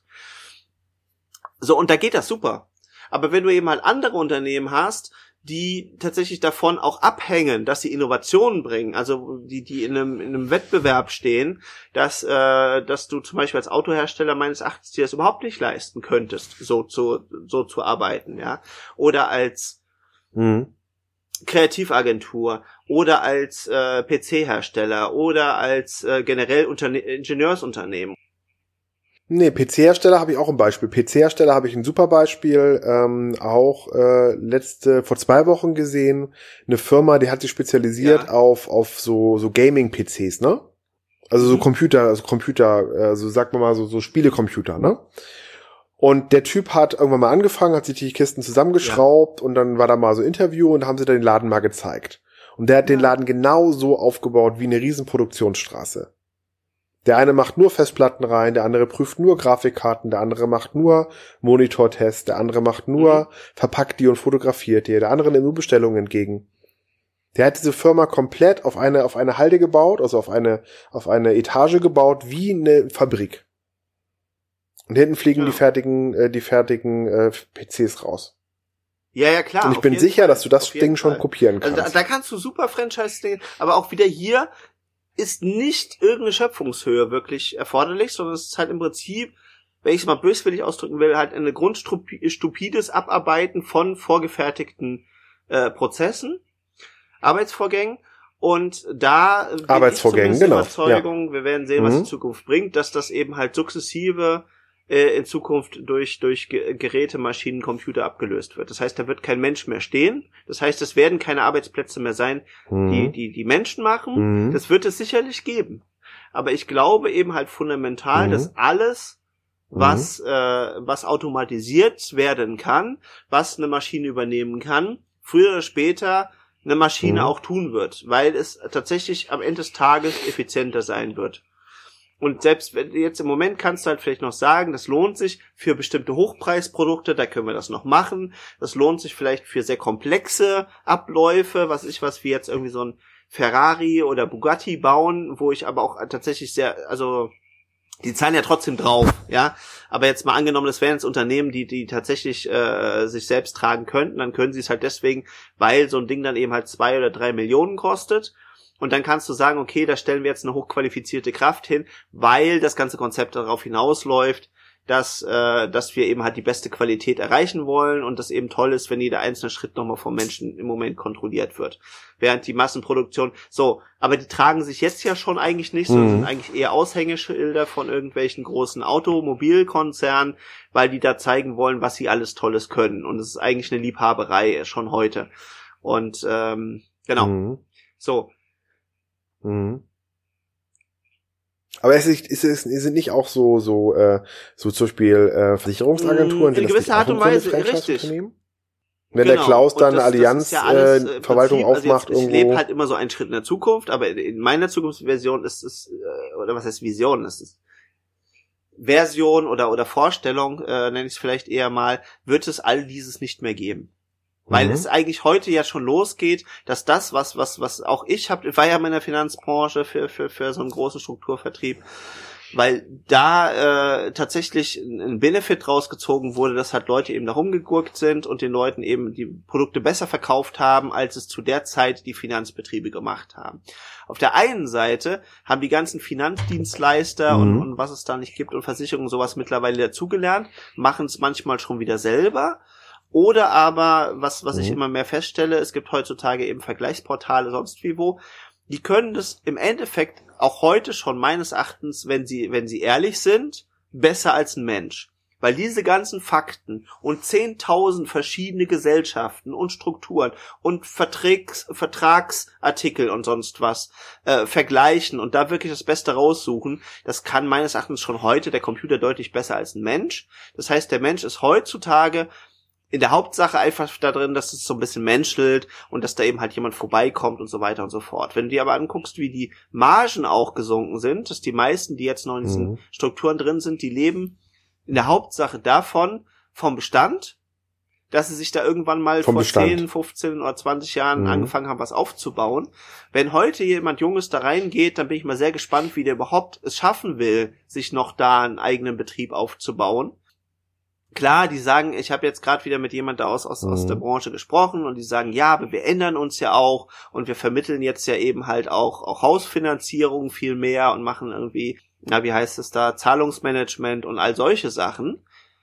So, und da geht das super. Aber wenn du eben halt andere Unternehmen hast, die tatsächlich davon auch abhängen, dass sie Innovationen bringen, also die die in einem in einem Wettbewerb stehen, dass äh, dass du zum Beispiel als Autohersteller meines Erachtens dir das überhaupt nicht leisten könntest, so zu so zu arbeiten, ja, oder als mhm. Kreativagentur oder als äh, P C-Hersteller oder als äh, generell Unterne- Ingenieursunternehmen. Nee, P C-Hersteller habe ich auch ein Beispiel. P C-Hersteller habe ich ein super Beispiel, ähm, auch äh, letzte, vor zwei Wochen gesehen, eine Firma, die hat sich spezialisiert ja. auf auf so so Gaming-P Cs, ne? Also so mhm. Computer, also Computer, äh, so sagt man mal so so Spielecomputer, ne? Und der Typ hat irgendwann mal angefangen, hat sich die Kisten zusammengeschraubt ja. und dann war da mal so ein Interview und haben sie dann den Laden mal gezeigt. Und der hat ja. den Laden genau so aufgebaut wie eine riesen Produktionsstraße. Der eine macht nur Festplatten rein, der andere prüft nur Grafikkarten, der andere macht nur Monitortests, der andere macht nur, mhm. verpackt die und fotografiert die, der andere nimmt nur Bestellungen entgegen. Der hat diese Firma komplett auf eine, auf eine Halde gebaut, also auf eine, auf eine Etage gebaut, wie eine Fabrik. Und hinten fliegen ja. die fertigen, äh, die fertigen äh, P Cs raus. Ja, ja, klar. Und ich bin sicher, Fall. dass du das Ding Fall. schon kopieren kannst. Also da, da kannst du super Franchise-Dinge, aber auch wieder hier ist nicht irgendeine Schöpfungshöhe wirklich erforderlich, sondern es ist halt im Prinzip, wenn ich es mal böswillig ausdrücken will, halt eine grundstupides Abarbeiten von vorgefertigten äh, Prozessen, Arbeitsvorgängen. Und da bin Arbeitsvorgängen, ich genau. Überzeugung, ja. wir werden sehen, was mhm. die Zukunft bringt, dass das eben halt sukzessive äh, in Zukunft durch durch Geräte, Maschinen, Computer abgelöst wird. Das heißt, da wird kein Mensch mehr stehen. Das heißt, es werden keine Arbeitsplätze mehr sein, mhm. die die die Menschen machen. Mhm. Das wird es sicherlich geben. Aber ich glaube eben halt fundamental, mhm. dass alles, was mhm. äh, was automatisiert werden kann, was eine Maschine übernehmen kann, früher oder später eine Maschine mhm. auch tun wird, weil es tatsächlich am Ende des Tages effizienter sein wird. Und selbst wenn jetzt im Moment kannst du halt vielleicht noch sagen, das lohnt sich für bestimmte Hochpreisprodukte, da können wir das noch machen. Das lohnt sich vielleicht für sehr komplexe Abläufe, was ich was wie jetzt irgendwie so ein Ferrari oder Bugatti bauen, wo ich aber auch tatsächlich sehr, also die zahlen ja trotzdem drauf, ja. Aber jetzt mal angenommen, das wären jetzt Unternehmen, die die tatsächlich äh, sich selbst tragen könnten, dann können sie es halt deswegen, weil so ein Ding dann eben halt zwei oder drei Millionen kostet. Und dann kannst du sagen, okay, da stellen wir jetzt eine hochqualifizierte Kraft hin, weil das ganze Konzept darauf hinausläuft, dass äh, dass wir eben halt die beste Qualität erreichen wollen und das eben toll ist, wenn jeder einzelne Schritt nochmal vom Menschen im Moment kontrolliert wird. Während die Massenproduktion, so, aber die tragen sich jetzt ja schon eigentlich nicht, sondern mhm. sind eigentlich eher Aushängeschilder von irgendwelchen großen Automobilkonzernen, weil die da zeigen wollen, was sie alles Tolles können. Und es ist eigentlich eine Liebhaberei schon heute. Und ähm, genau, mhm. so. Mhm. Aber es ist, es ist, es sind nicht auch so so äh, so zum Beispiel äh, Versicherungsagenturen, in gewisser Art und Weise, richtig. Wenn genau. der Klaus dann das, eine Allianz-Verwaltung ja äh, Verwaltung Prinzip, aufmacht also jetzt, irgendwo. Ich lebe halt immer so einen Schritt in der Zukunft, aber in meiner Zukunftsversion ist es, äh, oder was heißt Vision, ist es Version oder oder Vorstellung, äh, nenne ich es vielleicht eher mal, wird es all dieses nicht mehr geben. Weil mhm. es eigentlich heute ja schon losgeht, dass das, was was was auch ich habe, ich war ja in der Finanzbranche für für für so einen großen Strukturvertrieb, weil da äh, tatsächlich ein Benefit rausgezogen wurde, dass halt Leute eben da rumgegurkt sind und den Leuten eben die Produkte besser verkauft haben, als es zu der Zeit die Finanzbetriebe gemacht haben. Auf der einen Seite haben die ganzen Finanzdienstleister mhm. und, und was es da nicht gibt und Versicherungen sowas mittlerweile dazugelernt, machen es manchmal schon wieder selber. Oder aber, was was mhm. ich immer mehr feststelle, es gibt heutzutage eben Vergleichsportale, sonst wie wo, die können das im Endeffekt auch heute schon meines Erachtens, wenn sie wenn sie ehrlich sind, besser als ein Mensch. Weil diese ganzen Fakten und zehntausend verschiedene Gesellschaften und Strukturen und Vertrags, Vertragsartikel und sonst was äh, vergleichen und da wirklich das Beste raussuchen, das kann meines Erachtens schon heute der Computer deutlich besser als ein Mensch. Das heißt, der Mensch ist heutzutage in der Hauptsache einfach da drin, dass es so ein bisschen menschelt und dass da eben halt jemand vorbeikommt und so weiter und so fort. Wenn du dir aber anguckst, wie die Margen auch gesunken sind, dass die meisten, die jetzt noch in diesen mhm. Strukturen drin sind, die leben in der Hauptsache davon, vom Bestand, dass sie sich da irgendwann mal Vom vor Bestand. zehn, fünfzehn oder zwanzig Jahren Mhm. angefangen haben, was aufzubauen. Wenn heute jemand Junges da reingeht, dann bin ich mal sehr gespannt, wie der überhaupt es schaffen will, sich noch da einen eigenen Betrieb aufzubauen. Klar, die sagen, ich habe jetzt gerade wieder mit jemand da aus, aus, Mhm. aus der Branche gesprochen und die sagen, ja, aber wir ändern uns ja auch und wir vermitteln jetzt ja eben halt auch, auch Hausfinanzierung viel mehr und machen irgendwie, na, wie heißt es da, Zahlungsmanagement und all solche Sachen.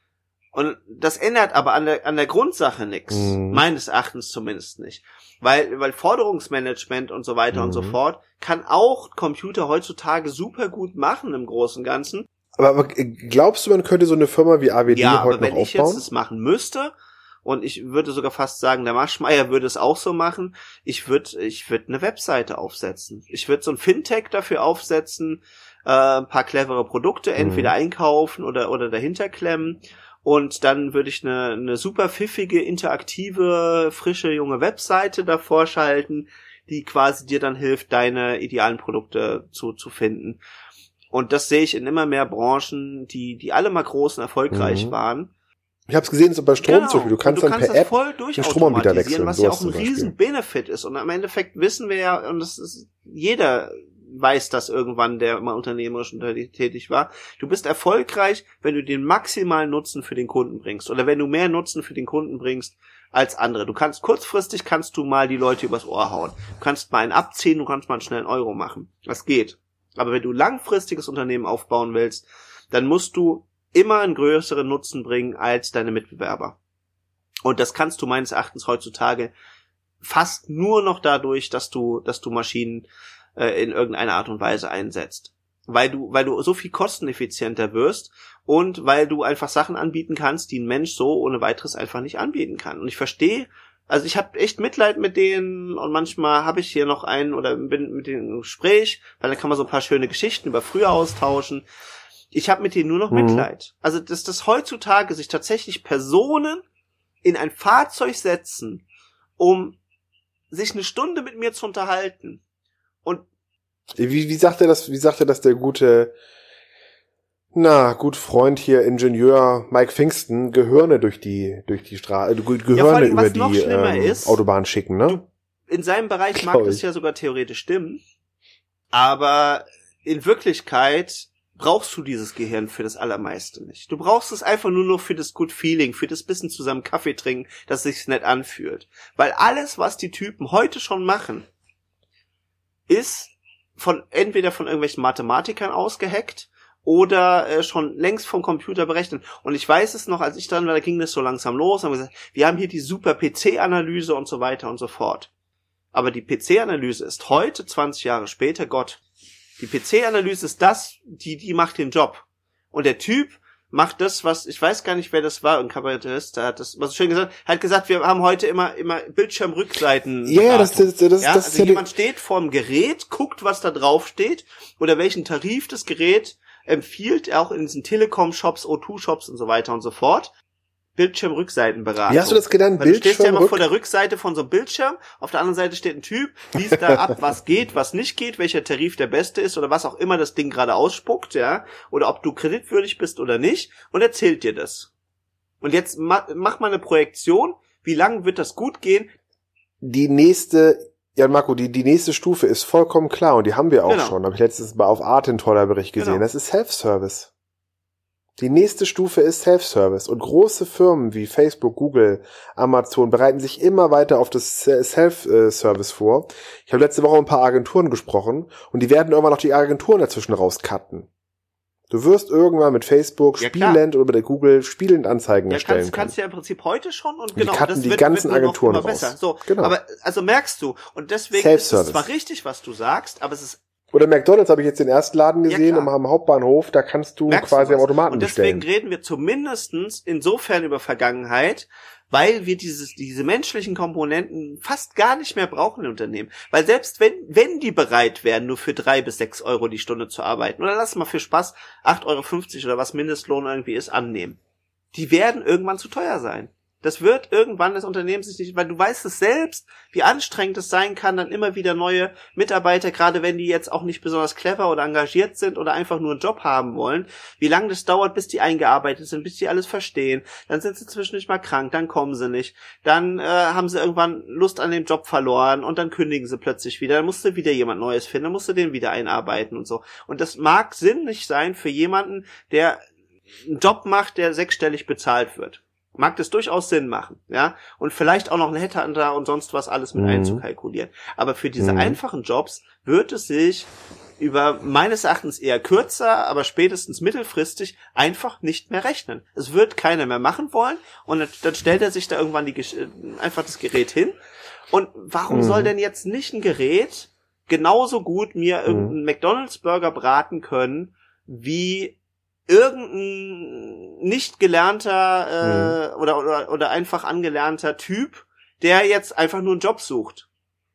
Und das ändert aber an der, an der Grundsache nichts. Mhm. Meines Erachtens zumindest nicht. Weil, weil Forderungsmanagement und so weiter Mhm. und so fort kann auch Computer heutzutage super gut machen im Großen und Ganzen. Aber, aber glaubst du, man könnte so eine Firma wie A W D Ja, heute aber wenn noch ich jetzt aufbauen? das machen müsste, und ich würde sogar fast sagen, der Maschmeyer würde es auch so machen, ich würde ich würde eine Webseite aufsetzen. Ich würde so ein Fintech dafür aufsetzen, äh, ein paar clevere Produkte entweder Mhm. einkaufen oder oder dahinter klemmen. Und dann würde ich eine, eine super pfiffige, interaktive, frische, junge Webseite davor schalten, die quasi dir dann hilft, deine idealen Produkte zu, zu finden. Und das sehe ich in immer mehr Branchen, die, die alle mal groß und erfolgreich Mhm. waren. Ich habe es gesehen, so bei Strom Genau. zum Beispiel. Du kannst Und dann du per das App voll den Stromanbieter wechseln. durchautomatisieren, was ja sowas auch ein zum Beispiel. riesen Benefit ist. Und am Endeffekt wissen wir ja, und das ist, jeder weiß das irgendwann, der mal unternehmerisch tätig war. Du bist erfolgreich, wenn du den maximalen Nutzen für den Kunden bringst. Oder wenn du mehr Nutzen für den Kunden bringst als andere. Du kannst kurzfristig, kannst du mal die Leute übers Ohr hauen. Du kannst mal einen abziehen, du kannst mal einen schnellen Euro machen. Das geht. Aber wenn du langfristiges Unternehmen aufbauen willst, dann musst du immer einen größeren Nutzen bringen als deine Mitbewerber. Und das kannst du meines Erachtens heutzutage fast nur noch dadurch, dass du, dass du Maschinen äh, in irgendeiner Art und Weise einsetzt. Weil du, weil du so viel kosteneffizienter wirst und weil du einfach Sachen anbieten kannst, die ein Mensch so ohne weiteres einfach nicht anbieten kann. Und ich verstehe, also ich habe echt Mitleid mit denen und manchmal habe ich hier noch einen oder bin mit denen im Gespräch, weil da kann man so ein paar schöne Geschichten über früher austauschen. Ich habe mit denen nur noch Mhm. Mitleid. Also dass das heutzutage sich tatsächlich Personen in ein Fahrzeug setzen, um sich eine Stunde mit mir zu unterhalten. Und Wie, wie sagt er das, wie sagt er das der gute, na, gut Freund hier, Ingenieur Mike Pfingsten, Gehirne durch die, durch die Straße, Gehirne Ja, vor allem, über was noch die schlimmer ähm, ist, Autobahn schicken, ne? du- in seinem Bereich mag Glaub das ich. ja sogar theoretisch stimmen, aber in Wirklichkeit brauchst du dieses Gehirn für das Allermeiste nicht. Du brauchst es einfach nur noch für das Good Feeling, für das bisschen zusammen Kaffee trinken, dass es sich nett anfühlt. Weil alles, was die Typen heute schon machen, ist von entweder von irgendwelchen Mathematikern ausgehackt oder äh, schon längst vom Computer berechnet. Und ich weiß es noch, als ich dran war, da ging das so langsam los, haben wir gesagt, wir haben hier die super P C-Analyse und so weiter und so fort. Aber die P C-Analyse ist heute, zwanzig Jahre später, Gott. Die P C-Analyse ist das, die, die macht den Job. Und der Typ macht das, was, ich weiß gar nicht, wer das war, ein Kabarettist, der hat das, was schön gesagt, er hat gesagt, wir haben heute immer, immer Bildschirmrückseiten. Ja, ja, das, das, das, ja, das also ist ja jemand steht vorm Gerät, guckt, was da drauf steht, oder welchen Tarif das Gerät empfiehlt, auch in diesen Telekom-Shops, O zwei Shops und so weiter und so fort. Bildschirmrückseitenberatung. Wie hast du das genannt? Weil du stehst ja Bildschirm immer vor der Rückseite von so einem Bildschirm, auf der anderen Seite steht ein Typ, liest da ab, was geht, was nicht geht, welcher Tarif der beste ist oder was auch immer das Ding gerade ausspuckt, ja, oder ob du kreditwürdig bist oder nicht, und erzählt dir das. Und jetzt ma- mach mal eine Projektion, wie lange wird das gut gehen? Die nächste, ja Marco, die, die nächste Stufe ist vollkommen klar und die haben wir auch Genau. schon. Habe ich letztens mal auf Arte einen toller Bericht gesehen. Genau. Das ist Self-Service. Die nächste Stufe ist Self-Service und große Firmen wie Facebook, Google, Amazon bereiten sich immer weiter auf das Self-Service vor. Ich habe letzte Woche mit ein paar Agenturen gesprochen und die werden irgendwann noch die Agenturen dazwischen rauscutten. Du wirst irgendwann mit Facebook Ja, klar. spielend oder mit Google spielend Anzeigen Ja, erstellen kannst, können. kannst du ja im Prinzip heute schon und Die genau, cutten das die wird, ganzen wird nur noch Agenturen immer raus. besser. So, Genau. aber also merkst du, und deswegen ist es Self-Service. zwar richtig, was du sagst, aber es ist Oder McDonald's habe ich jetzt den ersten Laden Ja, gesehen klar. am, am Hauptbahnhof, da kannst du Merkst quasi du am was? Automaten Und deswegen bestellen. reden wir zumindestens insofern über Vergangenheit, weil wir dieses, diese menschlichen Komponenten fast gar nicht mehr brauchen in Unternehmen. Weil selbst wenn, wenn die bereit wären, nur für drei bis sechs Euro die Stunde zu arbeiten, oder lass mal für Spaß acht Euro fünfzig oder was Mindestlohn irgendwie ist, annehmen. Die werden irgendwann zu teuer sein. Das wird irgendwann das Unternehmen sich nicht, weil du weißt es selbst, wie anstrengend es sein kann, dann immer wieder neue Mitarbeiter, gerade wenn die jetzt auch nicht besonders clever oder engagiert sind oder einfach nur einen Job haben wollen, wie lange das dauert, bis die eingearbeitet sind, bis die alles verstehen. Dann sind sie zwischendurch mal krank, dann kommen sie nicht. Dann äh, haben sie irgendwann Lust an dem Job verloren und dann kündigen sie plötzlich wieder. Dann musst du wieder jemand Neues finden, dann musst du den wieder einarbeiten und so. Und das mag sinnig sein für jemanden, der einen Job macht, der sechsstellig bezahlt wird. Mag das durchaus Sinn machen, ja, und vielleicht auch noch ein Headhunter und sonst was alles mit mhm. einzukalkulieren. Aber für diese mhm. einfachen Jobs wird es sich über meines Erachtens eher kürzer, aber spätestens mittelfristig einfach nicht mehr rechnen. Es wird keiner mehr machen wollen und dann stellt er sich da irgendwann die einfach das Gerät hin. Und warum mhm. soll denn jetzt nicht ein Gerät genauso gut mir irgendeinen mhm. McDonald's-Burger braten können, wie irgendein nicht gelernter äh, mhm. oder, oder oder einfach angelernter Typ, der jetzt einfach nur einen Job sucht.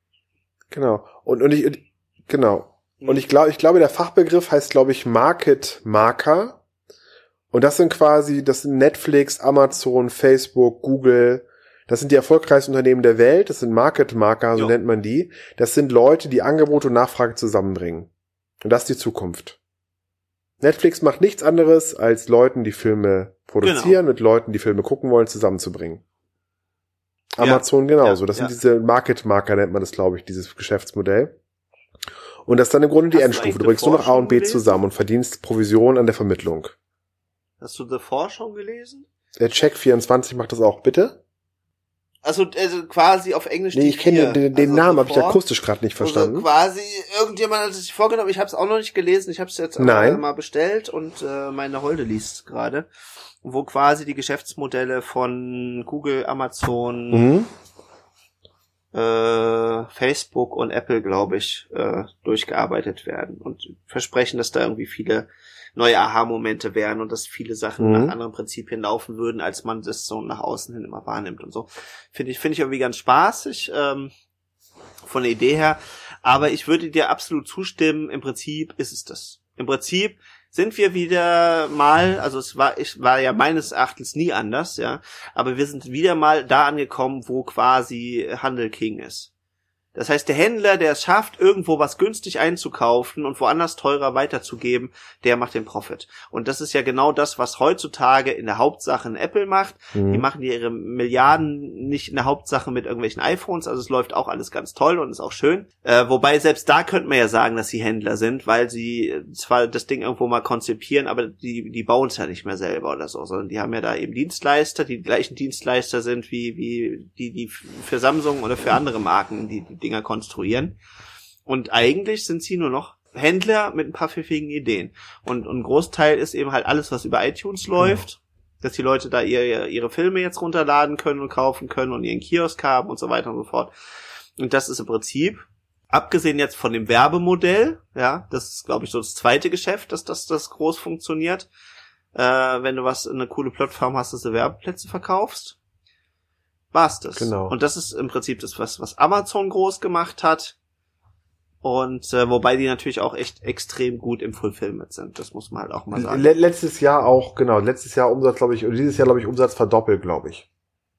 Genau. Und und ich und, genau. Mhm. Und ich glaube, ich glaube, der Fachbegriff heißt, glaube ich, Market Marker. Und das sind quasi, das sind Netflix, Amazon, Facebook, Google. Das sind die erfolgreichsten Unternehmen der Welt. Das sind Market Marker, so jo. nennt man die. Das sind Leute, die Angebot und Nachfrage zusammenbringen. Und das ist die Zukunft. Netflix macht nichts anderes, als Leuten, die Filme produzieren, genau. mit Leuten, die Filme gucken wollen, zusammenzubringen. Amazon ja. genauso. Das ja. sind diese Market-Marker, nennt man das, glaube ich, dieses Geschäftsmodell. Und das ist dann im Grunde die Hast Endstufe. Du, du bringst nur noch A und B gelesen? zusammen und verdienst Provision an der Vermittlung. Hast du The Four schon gelesen? Der Check vierundzwanzig macht das auch, bitte? Also, also quasi auf Englisch nee, die ich kenne den, den also Namen, habe ich akustisch gerade nicht verstanden. Also quasi, irgendjemand hat es sich vorgenommen, ich habe es auch noch nicht gelesen, ich habe es jetzt Nein. mal bestellt und äh, meine Holde liest gerade, wo quasi die Geschäftsmodelle von Google, Amazon, mhm. äh, Facebook und Apple, glaube ich, äh, durchgearbeitet werden und versprechen, dass da irgendwie viele neue Aha-Momente wären und dass viele Sachen mhm. nach anderen Prinzipien laufen würden, als man das so nach außen hin immer wahrnimmt und so. Finde ich, finde ich irgendwie ganz spaßig, ähm, von der Idee her. Aber ich würde dir absolut zustimmen, im Prinzip ist es das. Im Prinzip sind wir wieder mal, also es war, ich war ja meines Erachtens nie anders, ja, aber wir sind wieder mal da angekommen, wo quasi Handel King ist. Das heißt, der Händler, der es schafft, irgendwo was günstig einzukaufen und woanders teurer weiterzugeben, der macht den Profit. Und das ist ja genau das, was heutzutage in der Hauptsache in Apple macht. Mhm. Die machen ja ihre Milliarden nicht in der Hauptsache mit irgendwelchen iPhones, also es läuft auch alles ganz toll und ist auch schön. Äh, wobei selbst da könnte man ja sagen, dass sie Händler sind, weil sie zwar das Ding irgendwo mal konzipieren, aber die die bauen es ja nicht mehr selber oder so, sondern die haben ja da eben Dienstleister, die die gleichen Dienstleister sind wie wie die die für Samsung oder für andere Marken, die die Dinger konstruieren. Und eigentlich sind sie nur noch Händler mit ein paar pfiffigen Ideen. Und, und ein Großteil ist eben halt alles, was über iTunes läuft, mhm. dass die Leute da ihre, ihre Filme jetzt runterladen können und kaufen können und ihren Kiosk haben und so weiter und so fort. Und das ist im Prinzip, abgesehen jetzt von dem Werbemodell, ja, das ist, glaube ich, so das zweite Geschäft, dass das, das groß funktioniert, äh, wenn du was, eine coole Plattform hast, dass du Werbeplätze verkaufst. War's das. Genau. Und das ist im Prinzip das, was, was Amazon groß gemacht hat. Und äh, wobei die natürlich auch echt extrem gut im Fulfillment sind. Das muss man halt auch mal sagen. L- letztes Jahr auch, genau. Letztes Jahr Umsatz, glaube ich, oder dieses Jahr, glaube ich, Umsatz verdoppelt, glaube ich.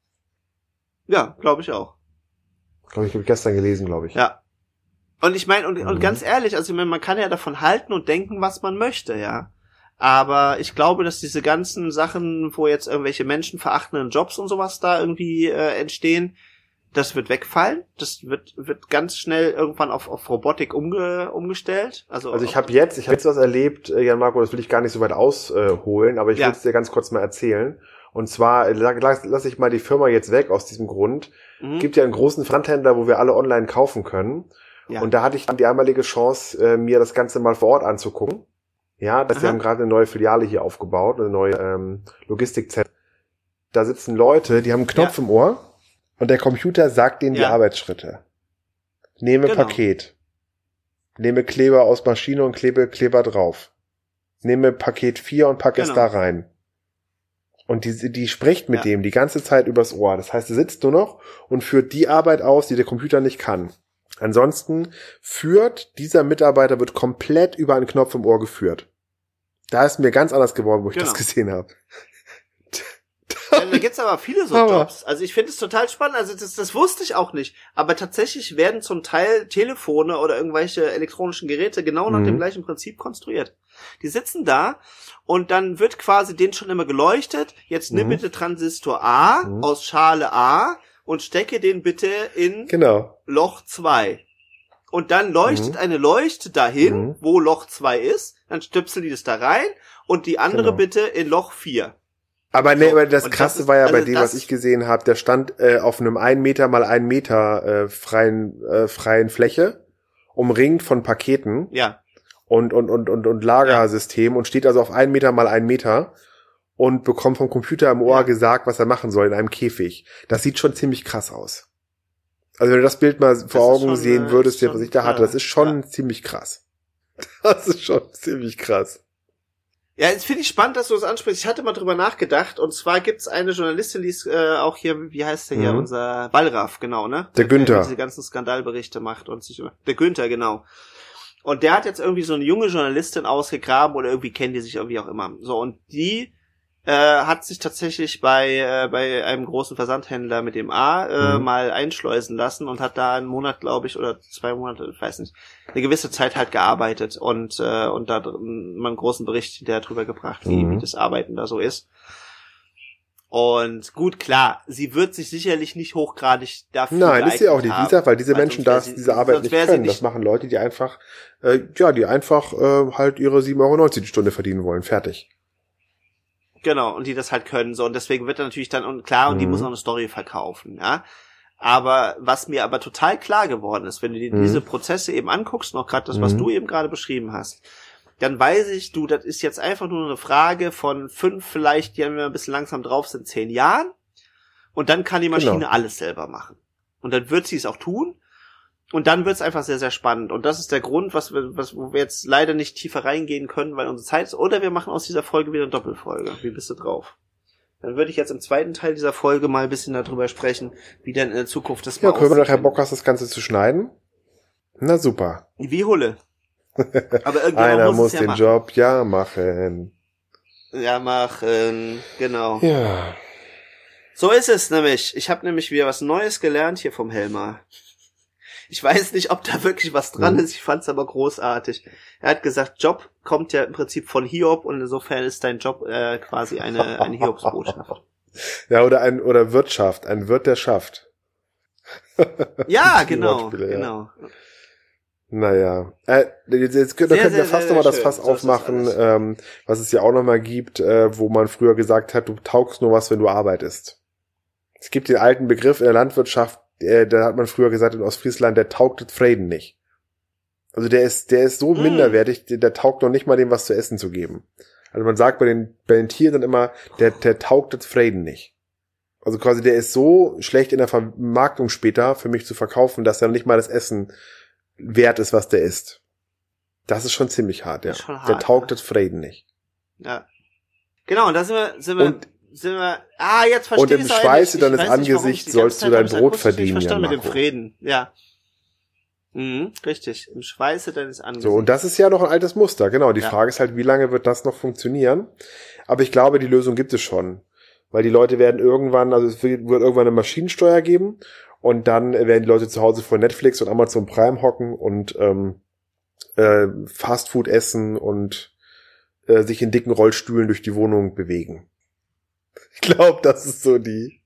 Ja, glaube ich auch. Glaube ich, habe ich gestern gelesen, glaube ich. Ja. Und ich meine, und, mhm. und ganz ehrlich, also ich meine, man kann ja davon halten und denken, was man möchte, ja. Aber ich glaube, dass diese ganzen Sachen, wo jetzt irgendwelche menschenverachtenden Jobs und sowas da irgendwie äh, entstehen, das wird wegfallen. Das wird wird ganz schnell irgendwann auf auf Robotik umge, umgestellt. Also also ich habe jetzt, ich habe jetzt was erlebt, Jan Marco, das will ich gar nicht so weit ausholen, äh, aber ich ja. will es dir ganz kurz mal erzählen. Und zwar lass, lass ich mal die Firma jetzt weg aus diesem Grund. Mhm. Es gibt ja einen großen Versandhändler, wo wir alle online kaufen können. Ja. Und da hatte ich dann die einmalige Chance, äh, mir das Ganze mal vor Ort anzugucken. Ja, dass wir haben gerade eine neue Filiale hier aufgebaut, eine neue ähm, Logistikzentrum. Da sitzen Leute, die haben einen Knopf ja. im Ohr und der Computer sagt denen ja. die Arbeitsschritte. Nehme genau. Paket. Nehme Kleber aus Maschine und klebe Kleber drauf. Nehme Paket vier und pack genau. es da rein. Und die, die spricht mit ja. dem die ganze Zeit übers Ohr. Das heißt, er sitzt nur noch und führt die Arbeit aus, die der Computer nicht kann. Ansonsten führt, dieser Mitarbeiter wird komplett über einen Knopf im Ohr geführt. Da ist mir ganz anders geworden, wo ich genau. das gesehen habe. Da Ja, da gibt's aber viele so Aber- Jobs. Also ich finde es total spannend. Also das, das wusste ich auch nicht. Aber tatsächlich werden zum Teil Telefone oder irgendwelche elektronischen Geräte genau nach Mhm. dem gleichen Prinzip konstruiert. Die sitzen da und dann wird quasi denen schon immer geleuchtet. Jetzt nimm Mhm. bitte Transistor A Mhm. aus Schale A und stecke den bitte in Genau. Loch zwei. Und dann leuchtet Mhm. eine Leuchte dahin, Mhm. wo Loch zwei ist. Dann stöpseln die das da rein und die andere Genau. bitte in Loch vier. Aber nee, So, aber das und das Krasse ist- war ja bei also dem, das- was ich gesehen habe, der stand äh, auf einem ein Meter mal ein Meter äh, freien äh, freien Fläche, umringt von Paketen Ja. und und und und und Lagersystem und steht also auf ein Meter mal ein Meter und bekommt vom Computer im Ohr Ja. gesagt, was er machen soll in einem Käfig. Das sieht schon ziemlich krass aus. Also wenn du das Bild mal vor ist Augen schon, sehen äh, würdest, ist der, was schon ich da hatte, das klar. ist schon ziemlich krass. Das ist schon ziemlich krass. Ja, jetzt finde ich spannend, dass du das ansprichst. Ich hatte mal drüber nachgedacht. Und zwar gibt's eine Journalistin, die ist äh, auch hier, wie heißt der hier, Mhm. unser Wallraff, genau, ne? Der Günther. Der diese ganzen Skandalberichte macht und sich immer... Der Günther, genau. Und der hat jetzt irgendwie so eine junge Journalistin ausgegraben oder irgendwie kennen die sich irgendwie auch immer. So, und die äh, hat sich tatsächlich bei äh, bei einem großen Versandhändler mit dem A äh, Mhm. mal einschleusen lassen und hat da einen Monat, glaube ich, oder zwei Monate, ich weiß nicht, eine gewisse Zeit halt gearbeitet und äh, und da drin mal einen großen Bericht der drüber gebracht, wie, Mhm. wie das Arbeiten da so ist. Und gut, klar, sie wird sich sicherlich nicht hochgradig dafür Nein, ist sie auch nicht. Wie haben, gesagt, weil diese weil Menschen sonst wär das, sie- diese Arbeit sonst nicht wär sie können. nicht- Das machen Leute, die einfach, äh, ja, die einfach äh, halt ihre sieben Euro neunzig die Stunde verdienen wollen. Fertig. Genau, und die das halt können, so. Und deswegen wird er natürlich dann, und klar, und die Mhm. muss auch eine Story verkaufen, ja. Aber was mir aber total klar geworden ist, wenn du dir Mhm. diese Prozesse eben anguckst, noch gerade das, was Mhm. du eben gerade beschrieben hast, dann weiß ich, du, das ist jetzt einfach nur eine Frage von fünf, vielleicht, die, wenn wir ein bisschen langsam drauf sind, zehn Jahren. Und dann kann die Maschine Genau. alles selber machen. Und dann wird sie es auch tun. Und dann wird es einfach sehr, sehr spannend. Und das ist der Grund, was wir, was, wo wir jetzt leider nicht tiefer reingehen können, weil unsere Zeit ist. Oder wir machen aus dieser Folge wieder eine Doppelfolge. Wie bist du drauf? Dann würde ich jetzt im zweiten Teil dieser Folge mal ein bisschen darüber sprechen, wie denn in der Zukunft das Ja, mal können wir nachher aussieht. Bock hast, das Ganze zu schneiden? Na super. Wie Hulle. Aber irgendjemand Einer muss, muss es ja den machen. Job ja machen. Ja, machen. Genau. Ja. So ist es nämlich. Ich habe nämlich wieder was Neues gelernt hier vom Helmer. Ich weiß nicht, ob da wirklich was dran Mhm. ist. Ich fand's aber großartig. Er hat gesagt, Job kommt ja im Prinzip von Hiob und insofern ist dein Job äh, quasi eine, eine Hiobsbotschaft. Ja, oder ein, oder Wirtschaft. Ein Wirt, der schafft. Ja, Die genau, Wortspiele, ja. genau. Naja, äh, jetzt, jetzt können, Sehr, können wir sehr, fast sehr nochmal das schön. Fass So ist das aufmachen, alles. ähm, was es ja auch nochmal gibt, äh, wo man früher gesagt hat, du taugst nur was, wenn du arbeitest. Es gibt den alten Begriff in der Landwirtschaft, äh, da hat man früher gesagt in Ostfriesland, der taugt das Freden nicht. Also der ist, der ist so Mm. minderwertig, der, der taugt noch nicht mal dem was zu essen zu geben. Also man sagt bei den, bei den Tieren dann immer, der, der taugt das Freden nicht. Also quasi der ist so schlecht in der Vermarktung später für mich zu verkaufen, dass er nicht mal das Essen wert ist, was der isst. Das ist schon ziemlich hart, ja. Das ist schon hart, der taugt ne? das Frieden nicht. Ja. Genau, und da sind wir, sind wir, Und, sind wir, ah, jetzt verstehe und im ich's auch Schweiße endlich. Ich deines weiß nicht, warum ich Angesichts die ganze sollst du Zeit dein hab ich's Brot akustisch nicht verdienen, verstanden Jan mit dem Marco. Frieden, ja. Mhm, richtig. Im Schweiße deines Angesichts. So, und das ist ja noch ein altes Muster, genau. Die Ja. Frage ist halt, wie lange wird das noch funktionieren? Aber ich glaube, die Lösung gibt es schon. Weil die Leute werden irgendwann, also es wird, wird irgendwann eine Maschinensteuer geben und dann werden die Leute zu Hause vor Netflix und Amazon Prime hocken und ähm, äh, Fastfood essen und äh, sich in dicken Rollstühlen durch die Wohnung bewegen. Ich glaube, das ist so die...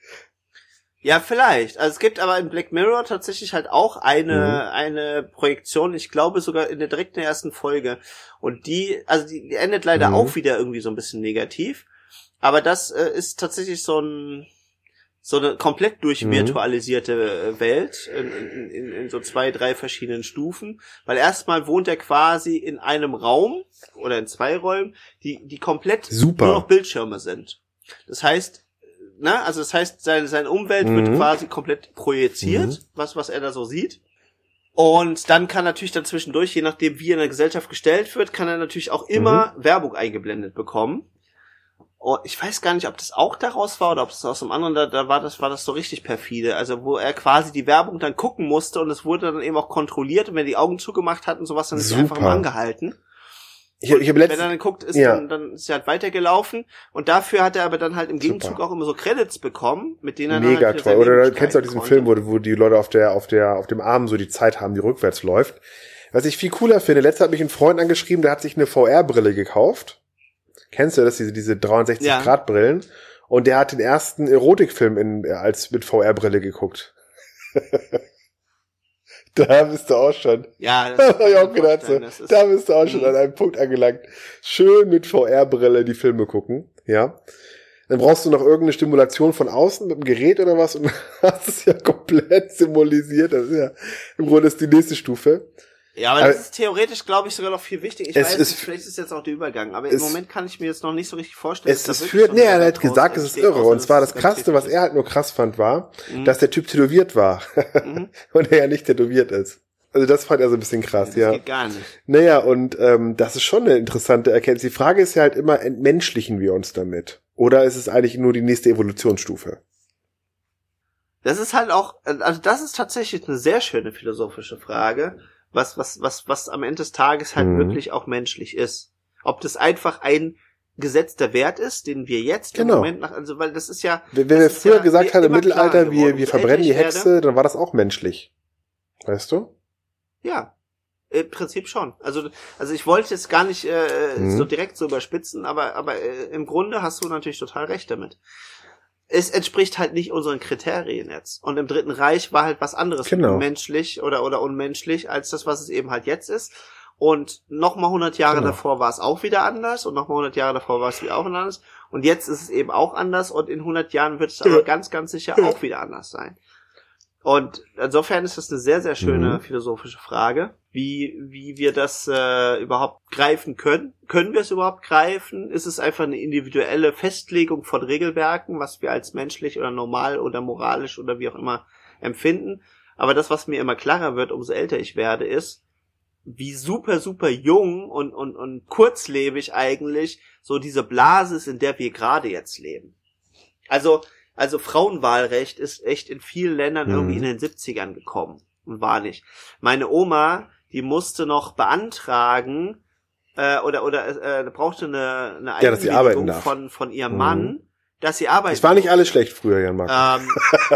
Ja, vielleicht. Also es gibt aber in Black Mirror tatsächlich halt auch eine Mhm. eine Projektion, ich glaube sogar in der direkt in der ersten Folge. Und die, also die, die endet leider Mhm. auch wieder irgendwie so ein bisschen negativ. Aber das äh, ist tatsächlich so ein so eine komplett durchvirtualisierte äh, Welt in, in, in, in so zwei, drei verschiedenen Stufen. Weil erstmal wohnt er quasi in einem Raum oder in zwei Räumen, die die komplett Super. nur noch Bildschirme sind. Das heißt, na, also das heißt, seine, seine Umwelt wird Mhm. quasi komplett projiziert, Mhm. was, was er da so sieht. Und dann kann natürlich dann zwischendurch, je nachdem wie er in der Gesellschaft gestellt wird, kann er natürlich auch immer Mhm. Werbung eingeblendet bekommen. Und ich weiß gar nicht, ob das auch daraus war oder ob es aus dem anderen, da, da war das, war das so richtig perfide. Also wo er quasi die Werbung dann gucken musste und es wurde dann eben auch kontrolliert und wenn er die Augen zugemacht hat und sowas, dann ist er einfach Super. mal angehalten. Ich, ich hab wenn er dann guckt, ist ja. dann, dann ist er halt weitergelaufen und dafür hat er aber dann halt im Gegenzug Super. auch immer so Credits bekommen, mit denen er Mega dann halt toll. Oder kennst du auch diesen konnte. Film, wo, wo die Leute auf der, auf der, auf dem Arm so die Zeit haben, die rückwärts läuft. Was ich viel cooler finde, letztes hat mich ein Freund angeschrieben, der hat sich eine V R-Brille gekauft. Kennst du das, diese, diese dreihundertsechzig-Grad-Brillen? Ja. Und der hat den ersten Erotikfilm in, als mit V R-Brille geguckt. Da bist du auch schon. Ja, das hab ich auch gedacht, so. Da bist du auch schon an einem Punkt angelangt. Schön mit V R-Brille die Filme gucken, ja. Dann brauchst du noch irgendeine Stimulation von außen mit dem Gerät oder was und hast es ja komplett symbolisiert. Das ist ja, im Grunde ist die nächste Stufe. Ja, aber, aber das ist theoretisch, glaube ich, sogar noch viel wichtiger. Ich es weiß ist, nicht, vielleicht ist jetzt auch der Übergang, aber im Moment kann ich mir jetzt noch nicht so richtig vorstellen. Es ist führt, nee, er hat gesagt, es ist irre. Und zwar das Krasseste, was er halt nur krass fand, war, mhm. dass der Typ tätowiert war. Mhm. Und er ja nicht tätowiert ist. Also das fand er so ein bisschen krass, das ja. Das geht gar nicht. Naja, und ähm, das ist schon eine interessante Erkenntnis. Die Frage ist ja halt immer, entmenschlichen wir uns damit? Oder ist es eigentlich nur die nächste Evolutionsstufe? Das ist halt auch, also das ist tatsächlich eine sehr schöne philosophische Frage. Was, was, was, was am Ende des Tages halt mhm. wirklich auch menschlich ist. Ob das einfach ein gesetzter Wert ist, den wir jetzt genau. im Moment nach, also, weil das ist ja. Wenn wir früher ja gesagt haben, im Mittelalter, wir, wir verbrennen die Hexe, werde, dann war das auch menschlich. Weißt du? Ja. Im Prinzip schon. Also, also ich wollte jetzt gar nicht, äh, mhm. so direkt so überspitzen, aber, aber, äh, im Grunde hast du natürlich total recht damit. Es entspricht halt nicht unseren Kriterien jetzt. Und im Dritten Reich war halt was anderes genau. menschlich oder oder unmenschlich als das, was es eben halt jetzt ist. Und nochmal hundert Jahre genau. davor war es auch wieder anders und nochmal hundert Jahre davor war es wieder auch anders. Und jetzt ist es eben auch anders und in hundert Jahren wird es aber ganz, ganz sicher auch wieder anders sein. Und insofern ist das eine sehr, sehr schöne mhm. philosophische Frage, wie wie wir das äh, überhaupt greifen können. Können wir es überhaupt greifen? Ist es einfach eine individuelle Festlegung von Regelwerken, was wir als menschlich oder normal oder moralisch oder wie auch immer empfinden? Aber das, was mir immer klarer wird, umso älter ich werde, ist, wie super, super jung und und und kurzlebig eigentlich so diese Blase ist, in der wir gerade jetzt leben. Also Also Frauenwahlrecht ist echt in vielen Ländern mhm. irgendwie in den siebzigern gekommen und war nicht. Meine Oma, die musste noch beantragen äh, oder oder äh, brauchte eine eine ja, Einwilligung von von ihrem mhm. Mann, dass sie arbeiten. Es war nicht alles schlecht früher, Jan Marco. Ähm,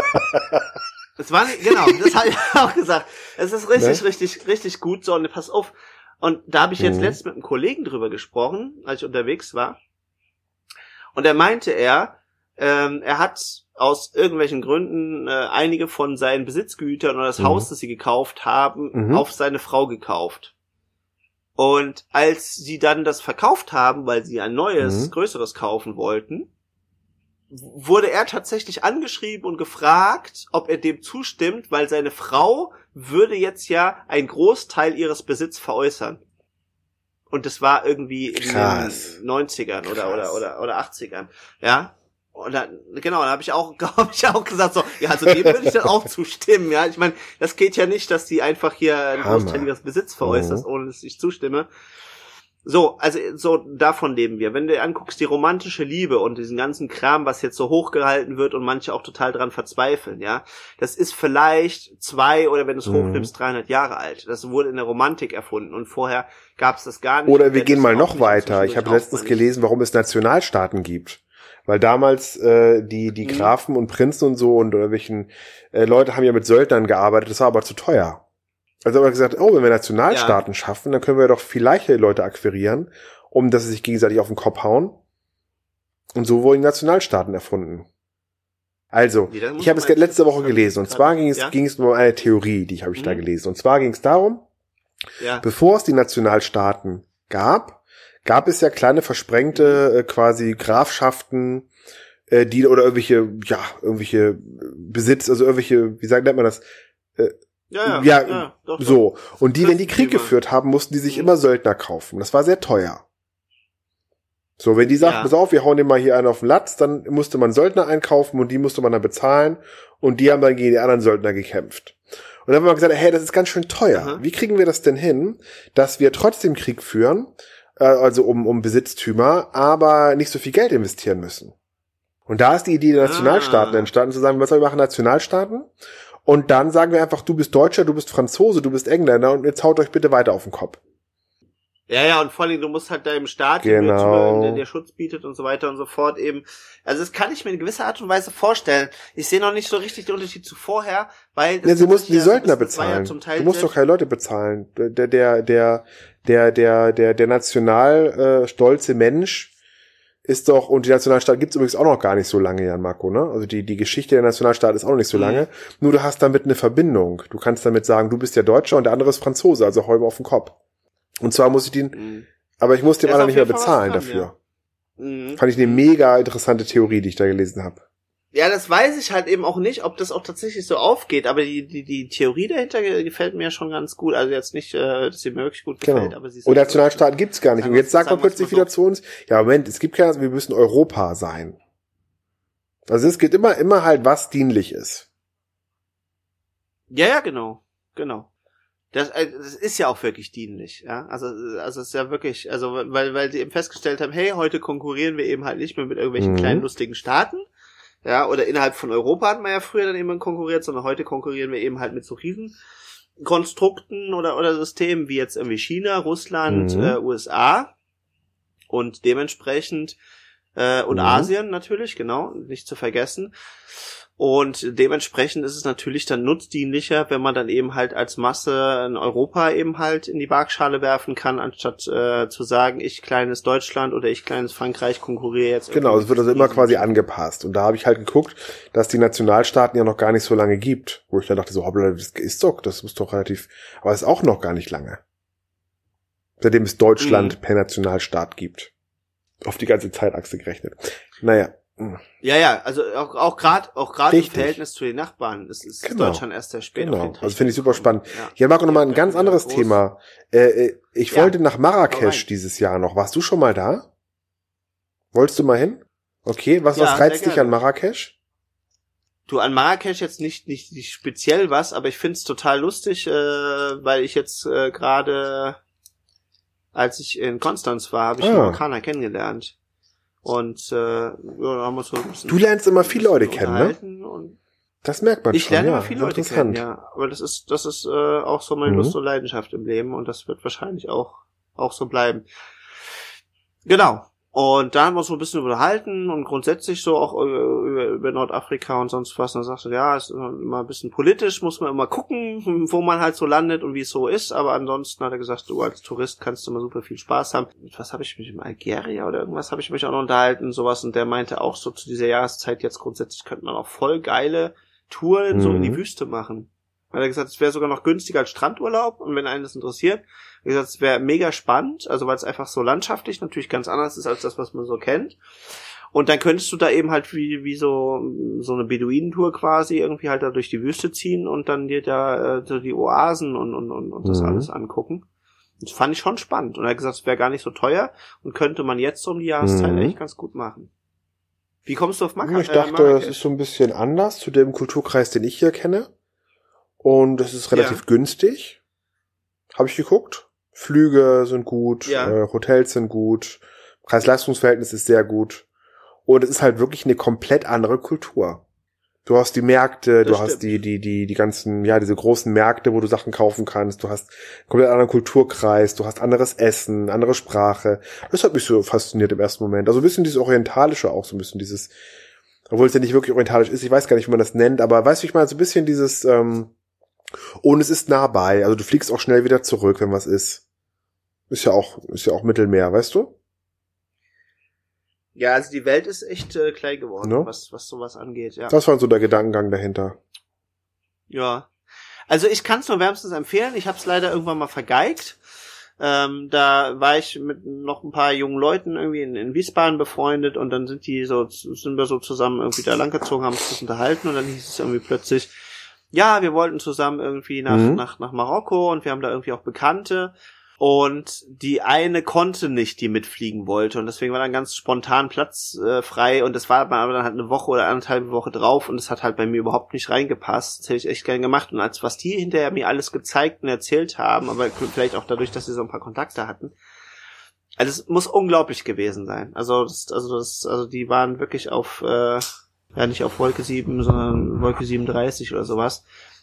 es war nicht, genau, das habe ich auch gesagt. Es ist richtig, ne? richtig, richtig gut so und pass auf. Und da habe ich jetzt mhm. letztens mit einem Kollegen drüber gesprochen, als ich unterwegs war. Und er meinte er, Ähm, er hat aus irgendwelchen Gründen äh, einige von seinen Besitzgütern oder das mhm. Haus, das sie gekauft haben, mhm. auf seine Frau gekauft. Und als sie dann das verkauft haben, weil sie ein neues, mhm. größeres kaufen wollten, wurde er tatsächlich angeschrieben und gefragt, ob er dem zustimmt, weil seine Frau würde jetzt ja einen Großteil ihres Besitz veräußern. Und das war irgendwie in Krass. den neunzigern oder, oder, oder, oder achtzigern. Ja. Und dann, genau, da habe ich auch, hab ich auch gesagt, so, ja, also dem würde ich dann auch zustimmen, ja. Ich meine, das geht ja nicht, dass die einfach hier ein Großteil ihres Besitz veräußert, ohne dass ich zustimme. So, also so davon leben wir. Wenn du dir anguckst, die romantische Liebe und diesen ganzen Kram, was jetzt so hochgehalten wird und manche auch total dran verzweifeln, ja, das ist vielleicht zwei oder wenn du es mhm. hochnimmst, dreihundert Jahre alt. Das wurde in der Romantik erfunden und vorher gab es das gar nicht. Oder wir gehen mal noch weiter. Ich habe letztens gelesen, warum es Nationalstaaten gibt. Weil damals äh, die die Grafen und Prinzen und so und irgendwelchen äh, Leute haben ja mit Söldnern gearbeitet, das war aber zu teuer. Also haben wir gesagt, oh, wenn wir Nationalstaaten ja. schaffen, dann können wir doch viel leichter die Leute akquirieren, um dass sie sich gegenseitig auf den Kopf hauen. Und so wurden Nationalstaaten erfunden. Also, ja, ich habe es letzte Woche gelesen und zwar ging es ja? ging es nur um eine Theorie, die habe ich mhm. da gelesen. Und zwar ging es darum, ja. bevor es die Nationalstaaten gab, gab es ja kleine versprengte äh, quasi Grafschaften, äh, die oder irgendwelche, ja, irgendwelche Besitz, also irgendwelche, wie sagt nennt man das? Äh, ja, ja, ja, ja doch, so. Und die, wenn die Krieg geführt haben, mussten die sich mhm. immer Söldner kaufen. Das war sehr teuer. So, wenn die sagten, ja. pass auf, wir hauen dir mal hier einen auf den Latz, dann musste man Söldner einkaufen und die musste man dann bezahlen und die haben dann gegen die anderen Söldner gekämpft. Und dann haben wir gesagt, hey, das ist ganz schön teuer. Mhm. Wie kriegen wir das denn hin, dass wir trotzdem Krieg führen, also um, um Besitztümer, aber nicht so viel Geld investieren müssen. Und da ist die Idee der Nationalstaaten ah. entstanden, zu sagen, was soll wir machen, Nationalstaaten? Und dann sagen wir einfach, du bist Deutscher, du bist Franzose, du bist Engländer und jetzt haut euch bitte weiter auf den Kopf. Ja, ja, und vor allem, du musst halt deinem Staat, Genau. der, der Schutz bietet und so weiter und so fort eben. Also das kann ich mir in gewisser Art und Weise vorstellen. Ich sehe noch nicht so richtig den Unterschied zu vorher, weil... Ja, sie mussten die ja, Söldner das war ja bezahlen. zum Teil Du musst sehr- doch keine Leute bezahlen. Der, der, der, der, der, der, der national äh, stolze Mensch ist doch, und die Nationalstaat gibt's übrigens auch noch gar nicht so lange, Jan Marco, ne? Also die, die Geschichte der Nationalstaat ist auch noch nicht so Mhm. lange. Nur du hast damit eine Verbindung. Du kannst damit sagen, du bist ja Deutscher und der andere ist Franzose, also hau ihm auf den Kopf. Und zwar muss ich den, Mhm. aber ich muss dem Da ist anderen auf nicht mehr jeden Fall was bezahlen dran, dafür. ja. Mhm. Fand ich eine mega interessante Theorie, die ich da gelesen habe. Ja, das weiß ich halt eben auch nicht, ob das auch tatsächlich so aufgeht, aber die die die Theorie dahinter ge- gefällt mir schon ganz gut. Also jetzt nicht, äh, dass sie mir wirklich gut gefällt, Genau. aber sie ist Und halt Nationalstaaten gibt's gar nicht. Sagen Und jetzt wir's- sagt man sagen wir's plötzlich mal so. wieder zu uns, ja Moment, es gibt keine, wir müssen Europa sein. Also es gibt immer, immer halt, was dienlich ist. Ja, ja, genau, genau. Das, äh, das ist ja auch wirklich dienlich, ja. Also, also es ist ja wirklich, also weil, weil sie eben festgestellt haben, hey, heute konkurrieren wir eben halt nicht mehr mit irgendwelchen Mhm. kleinen lustigen Staaten, ja, oder innerhalb von Europa hat man ja früher dann eben konkurriert, sondern heute konkurrieren wir eben halt mit so riesen Konstrukten oder oder Systemen wie jetzt irgendwie China, Russland, Mhm. äh, U S A und dementsprechend äh, und Mhm. Asien natürlich, genau, nicht zu vergessen. Und dementsprechend ist es natürlich dann nutzdienlicher, wenn man dann eben halt als Masse in Europa eben halt in die Waagschale werfen kann, anstatt äh, zu sagen, ich kleines Deutschland oder ich kleines Frankreich konkurriere jetzt. Genau, es wird also immer quasi angepasst. Und da habe ich halt geguckt, dass die Nationalstaaten ja noch gar nicht so lange gibt. Wo ich dann dachte so, hoppla, das ist doch, das ist doch relativ, aber es ist auch noch gar nicht lange. Seitdem es Deutschland Mhm. per Nationalstaat gibt. Auf die ganze Zeitachse gerechnet. Naja. Ja, ja, also auch auch gerade auch gerade im Richtig. Verhältnis zu den Nachbarn ist, ist Genau. Deutschland erst sehr spät. Genau, auf den Trichter also finde ich super gekommen. spannend. Ja. Hier, Marco, nochmal ein Ja, ganz ja, anderes groß. Thema. Äh, äh, ich Ja. wollte nach Hau Marrakesch rein. dieses Jahr noch. Warst du schon mal da? Wolltest du mal hin? Okay, was, Ja, was sehr reizt dich gerne. an Marrakesch? Du, an Marrakesch jetzt nicht, nicht, nicht speziell was, aber ich find's total lustig, äh, weil ich jetzt äh, gerade, als ich in Konstanz war, habe ich Ah. einen Marokkaner kennengelernt. Und äh, ja, da haben wir uns so ein bisschen Du lernst immer viele Leute bisschen kennen, ne? unterhalten und Das merkt man ich schon, lerne ja. immer viele Leute Interessant. kennen, ja. Aber das ist, das ist äh, auch so meine Mhm. Lust und Leidenschaft im Leben und das wird wahrscheinlich auch, auch so bleiben. Genau. Und da haben wir uns so ein bisschen unterhalten und grundsätzlich so auch über, über, über Nordafrika und sonst was. Und dann sagte, ja, es ist immer ein bisschen politisch, muss man immer gucken, wo man halt so landet und wie es so ist. Aber ansonsten hat er gesagt, du als Tourist kannst du immer super viel Spaß haben. Mit was habe ich mich, in Algerien oder irgendwas habe ich mich auch noch unterhalten, sowas. Und der meinte auch so zu dieser Jahreszeit jetzt grundsätzlich könnte man auch voll geile Touren so in die Mhm. Wüste machen. Hat er gesagt, es wäre sogar noch günstiger als Strandurlaub und wenn einen das interessiert, hat er gesagt, es wäre mega spannend, also weil es einfach so landschaftlich natürlich ganz anders ist als das, was man so kennt. Und dann könntest du da eben halt wie wie so so eine Beduinentour quasi irgendwie halt da durch die Wüste ziehen und dann dir da äh, so die Oasen und und und, und das Mhm. alles angucken. Das fand ich schon spannend und er hat gesagt, es wäre gar nicht so teuer und könnte man jetzt so um die Jahreszeit Mhm. echt ganz gut machen. Wie kommst du auf Maka- Ich dachte, äh, Marrakesch? es ist so ein bisschen anders zu dem Kulturkreis, den ich hier kenne. Und es ist relativ Ja. günstig. Habe ich geguckt. Flüge sind gut, Ja. äh, Hotels sind gut, Preis-Leistungs-Verhältnis ist sehr gut. Und es ist halt wirklich eine komplett andere Kultur. Du hast die Märkte, Das du hast stimmt. die, die, die, die ganzen, ja, diese großen Märkte, wo du Sachen kaufen kannst. Du hast einen komplett anderen Kulturkreis, du hast anderes Essen, andere Sprache. Das hat mich so fasziniert im ersten Moment. Also ein bisschen dieses Orientalische auch, so ein bisschen dieses, obwohl es ja nicht wirklich orientalisch ist, ich weiß gar nicht, wie man das nennt, aber weißt du, ich meine, so ein bisschen dieses, ähm, und es ist nah bei, also du fliegst auch schnell wieder zurück, wenn was ist. Ist ja auch, ist ja auch Mittelmeer, weißt du? Ja, also die Welt ist echt äh, klein geworden, No? was was sowas angeht, ja. Das war so der Gedankengang dahinter. Ja. Also ich kann es nur wärmstens empfehlen. Ich habe es leider irgendwann mal vergeigt. Ähm, da war ich mit noch ein paar jungen Leuten irgendwie in, in Wiesbaden befreundet und dann sind die so, sind wir so zusammen irgendwie da langgezogen, haben uns das unterhalten und dann hieß es irgendwie plötzlich, ja, wir wollten zusammen irgendwie nach, Mhm. nach, nach Marokko und wir haben da irgendwie auch Bekannte. Und die eine konnte nicht, die mitfliegen wollte. Und deswegen war dann ganz spontan Platz äh, frei. Und das war aber dann halt eine Woche oder anderthalb Woche drauf. Und das hat halt bei mir überhaupt nicht reingepasst. Das hätte ich echt gern gemacht. Und als was die hinterher mir alles gezeigt und erzählt haben, aber vielleicht auch dadurch, dass sie so ein paar Kontakte hatten. Also es muss unglaublich gewesen sein. Also das, also das, also die waren wirklich auf, äh, ja nicht auf Wolke sieben, sondern Wolke siebenunddreißig oder sowas.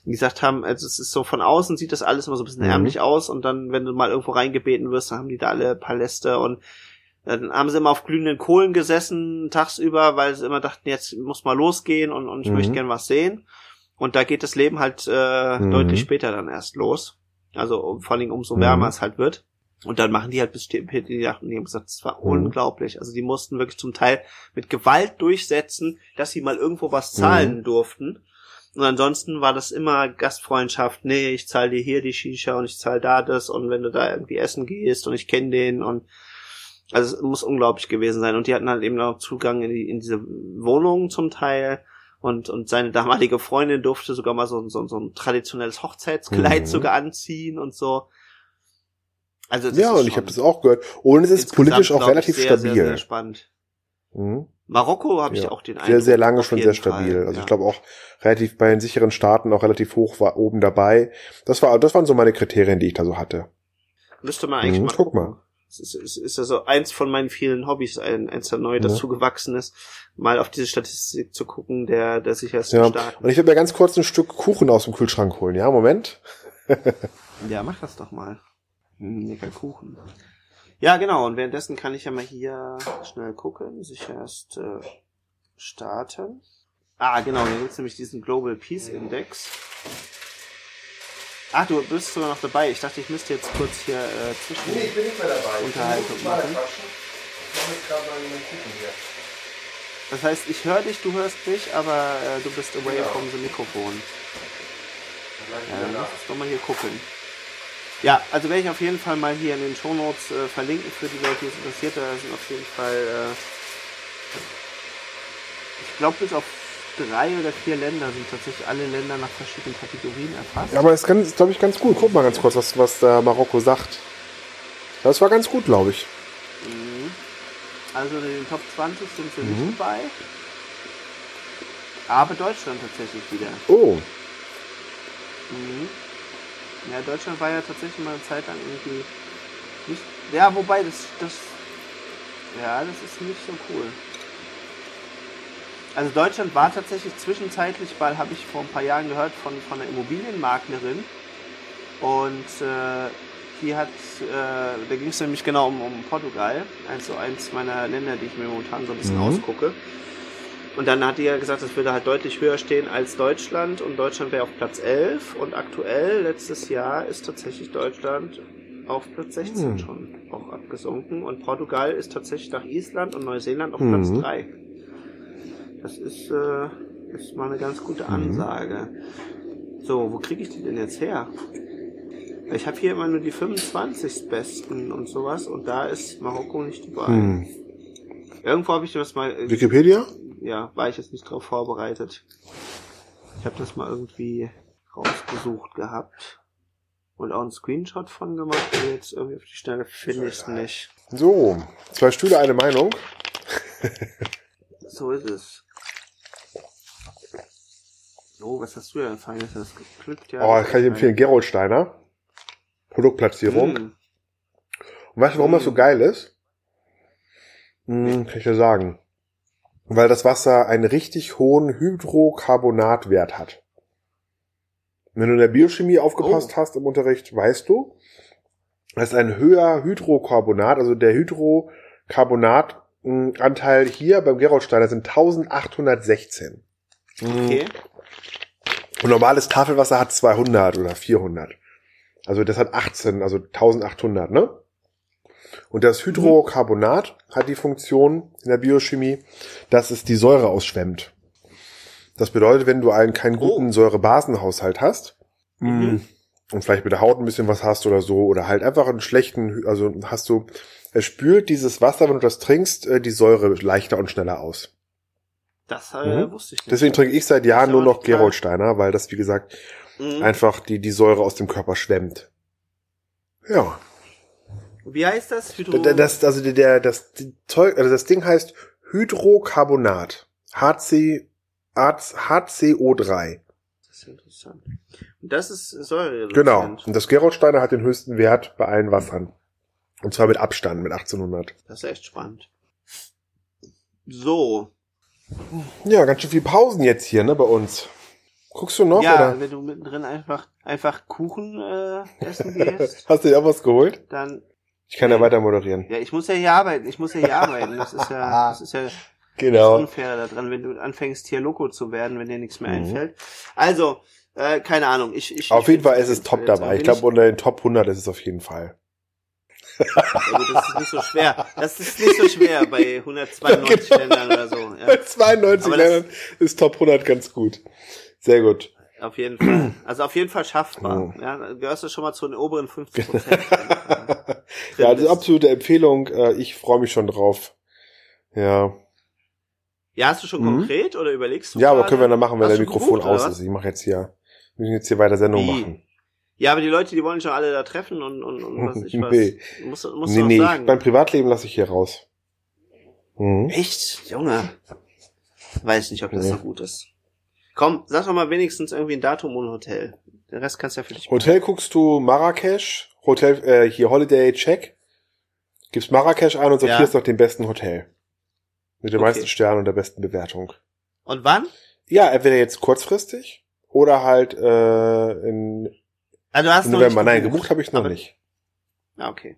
die gesagt haben, also es ist so von außen sieht das alles immer so ein bisschen Mhm. ärmlich aus und dann, wenn du mal irgendwo reingebeten wirst, dann haben die da alle Paläste und dann haben sie immer auf glühenden Kohlen gesessen tagsüber, weil sie immer dachten, jetzt muss mal losgehen und, und ich Mhm. möchte gern was sehen. Und da geht das Leben halt äh, Mhm. deutlich später dann erst los. Also um, vor allem umso Mhm. wärmer es halt wird. Und dann machen die halt bis die Nacht und die haben gesagt, das war Mhm. unglaublich. Also die mussten wirklich zum Teil mit Gewalt durchsetzen, dass sie mal irgendwo was zahlen Mhm. durften. Und ansonsten war das immer Gastfreundschaft. Nee, ich zahle dir hier die Shisha und ich zahle da das. Und wenn du da irgendwie essen gehst und ich kenne den und also es muss unglaublich gewesen sein. Und die hatten halt eben auch Zugang in, die, in diese Wohnungen zum Teil. Und und seine damalige Freundin durfte sogar mal so, so, so ein traditionelles Hochzeitskleid Mhm. sogar anziehen und so. Also das Ja, ist und ich schon habe das auch gehört. Und es ist insgesamt, politisch auch glaub ich, relativ sehr, stabil. Sehr, sehr spannend. Mhm. Marokko habe ich Ja. auch den Eindruck. Sehr, sehr lange auf schon jeden sehr stabil. Fall, Also ja. ich glaube auch relativ bei den sicheren Staaten auch relativ hoch war oben dabei. Das war, das waren so meine Kriterien, die ich da so hatte. Müsste man eigentlich Mhm, mal guck gucken. mal. Es ist, es ist also eins von meinen vielen Hobbys, ein, eins der neu Ja. dazu gewachsen ist, mal auf diese Statistik zu gucken, der, der sichersten Ja. Staaten. Und ich werde mir ganz kurz ein Stück Kuchen aus dem Kühlschrank holen. Ja, Moment. Ja, mach das doch mal. Hm, lecker Kuchen. Ja, genau. Und währenddessen kann ich ja mal hier schnell gucken. Sich erst äh, starten. Ah, genau. Hier gibt's nämlich diesen Global Peace Index. Ach, du bist sogar noch dabei. Ich dachte, ich müsste jetzt kurz hier äh, zwischen bin nicht mehr dabei. Unterhaltung machen. Ich mache jetzt gerade mal einen Kuchen hier. Das heißt, ich höre dich, du hörst mich, aber äh, du bist away Genau. from the Mikrofon. Ja, dann lass uns doch mal hier gucken. Ja, also werde ich auf jeden Fall mal hier in den Shownotes äh, verlinken für die Leute, die es interessiert. Da sind auf jeden Fall, äh, ich glaube, bis auf drei oder vier Länder sind tatsächlich alle Länder nach verschiedenen Kategorien erfasst. Ja, aber das ist, glaube ich, ganz gut. Guck mal ganz kurz, was, was da Marokko sagt. Das war ganz gut, glaube ich. Mhm. Also in den Top zwanzig sind sie Mhm. nicht dabei. Aber Deutschland tatsächlich wieder. Oh. Mhm. Ja, Deutschland war ja tatsächlich mal eine Zeit lang irgendwie nicht. Ja, wobei das, das. Ja, das ist nicht so cool. Also Deutschland war tatsächlich zwischenzeitlich, weil habe ich vor ein paar Jahren gehört von, von einer Immobilienmaklerin. Und äh, die hat, äh, da ging es nämlich genau um, um Portugal, also eins meiner Länder, die ich mir momentan so ein bisschen Mhm. ausgucke. Und dann hat die ja gesagt, das würde halt deutlich höher stehen als Deutschland und Deutschland wäre auf Platz elf und aktuell, letztes Jahr, ist tatsächlich Deutschland auf Platz sechzehn Hm. schon auch abgesunken und Portugal ist tatsächlich nach Island und Neuseeland auf Mhm. Platz drei. Das ist, äh, ist mal eine ganz gute Ansage. So, wo kriege ich die denn jetzt her? Ich habe hier immer nur die fünfundzwanzig besten und sowas und da ist Marokko nicht dabei. Hm. Irgendwo habe ich das mal... äh, Wikipedia? Ja, war ich jetzt nicht drauf vorbereitet. Ich habe das mal irgendwie rausgesucht gehabt und auch einen Screenshot von gemacht, aber jetzt irgendwie auf die Schnelle finde ich es nicht. So, zwei Stühle, eine Meinung. So ist es. Oh, was hast du denn Feines? Das glückt ja. Oh, das kann ich empfehlen. Gerold Steiner. Produktplatzierung. Mm. Und weißt du, warum Mm. das so geil ist? Hm, kann ich dir sagen. Weil das Wasser einen richtig hohen Hydrocarbonatwert hat. Wenn du in der Biochemie aufgepasst Oh. hast im Unterricht, weißt du, dass ein höher Hydrocarbonat, also der Hydrocarbonatanteil hier beim Geroldsteiner sind eintausendachthundertsechzehn. Okay. Und normales Tafelwasser hat zweihundert oder vierhundert. Also das hat achtzehn, also eintausendachthundert, ne? Und das Hydrocarbonat hat die Funktion in der Biochemie, dass es die Säure ausschwemmt. Das bedeutet, wenn du einen keinen guten Oh. Säurebasenhaushalt hast, Mhm. und vielleicht mit der Haut ein bisschen was hast oder so, oder halt einfach einen schlechten, also hast du, es spült dieses Wasser, wenn du das trinkst, äh, die Säure leichter und schneller aus. Das äh, Mhm. wusste ich nicht. Deswegen trinke ich seit Jahren ist nur aber noch total- Geroldsteiner, weil das, wie gesagt, Mhm. einfach die, die Säure aus dem Körper schwemmt. Ja. Wie heißt das? Hydro... Da- Das, also der, der, das die Zeug, also das Ding heißt Hydrocarbonat. H C, H C O drei. Das ist interessant. Und das ist Säure. Genau. Und das Geroldsteiner hat den höchsten Wert bei allen Wassern. Und zwar mit Abstand, mit achtzehnhundert. Das ist echt spannend. So. Ja, ganz schön viel Pausen jetzt hier, ne, bei uns. Guckst du noch, ja, oder? wenn du mittendrin einfach einfach Kuchen äh, essen gehst, Hast du dir auch was geholt? dann... Ich kann ja weiter moderieren. Ja, ich muss ja hier arbeiten, ich muss ja hier arbeiten. Das ist ja, das ist ja Genau. das Unfaire daran, wenn du anfängst, hier Loco zu werden, wenn dir nichts mehr Mhm. einfällt. Also, äh, keine Ahnung. Ich, ich, Auf ich jeden Fall ist es top dabei. Ich glaube, unter den Top hundert ist es auf jeden Fall. Ja, gut, das ist nicht so schwer. Das ist nicht so schwer bei hundertzweiundneunzig Genau. Ländern oder so. Ja. Bei zweiundneunzig Aber das- Ländern ist Top hundert ganz gut. Sehr gut. Auf jeden Fall. Also auf jeden Fall schaffbar. Mhm. Ja, da gehörst du schon mal zu den oberen fünfzig Prozent. Ja, das ist absolute Empfehlung. Äh, Ich freue mich schon drauf. Ja. Ja, hast du schon Mhm. konkret oder überlegst du Ja, aber gerade? können wir dann machen, wenn Hast der du Mikrofon gebucht, oder aus was? ist. Ich mache jetzt hier, wir müssen jetzt hier weiter Sendung Wie? machen. Ja, aber die Leute, die wollen schon alle da treffen und, und, und was ich was. Nee. Musst, du- musst Nee, du nee, auch ich, sagen. mein Privatleben lasse ich hier raus. Mhm. Echt? Junge. Weiß nicht, ob das Nee. so gut ist. Komm, sag doch mal wenigstens irgendwie ein Datum und ein Hotel. Den Rest kannst du ja für dich Hotel guckst du Marrakesch, Hotel, äh, hier Holiday Check, gibst Marrakesch ein und sortierst nach dem besten Hotel. Mit den Okay. meisten Sternen und der besten Bewertung. Und wann? Ja, entweder jetzt kurzfristig oder halt äh, in, Ah, du hast im noch November. nicht Nein, gebucht habe ich noch Aber- nicht. Ah, okay.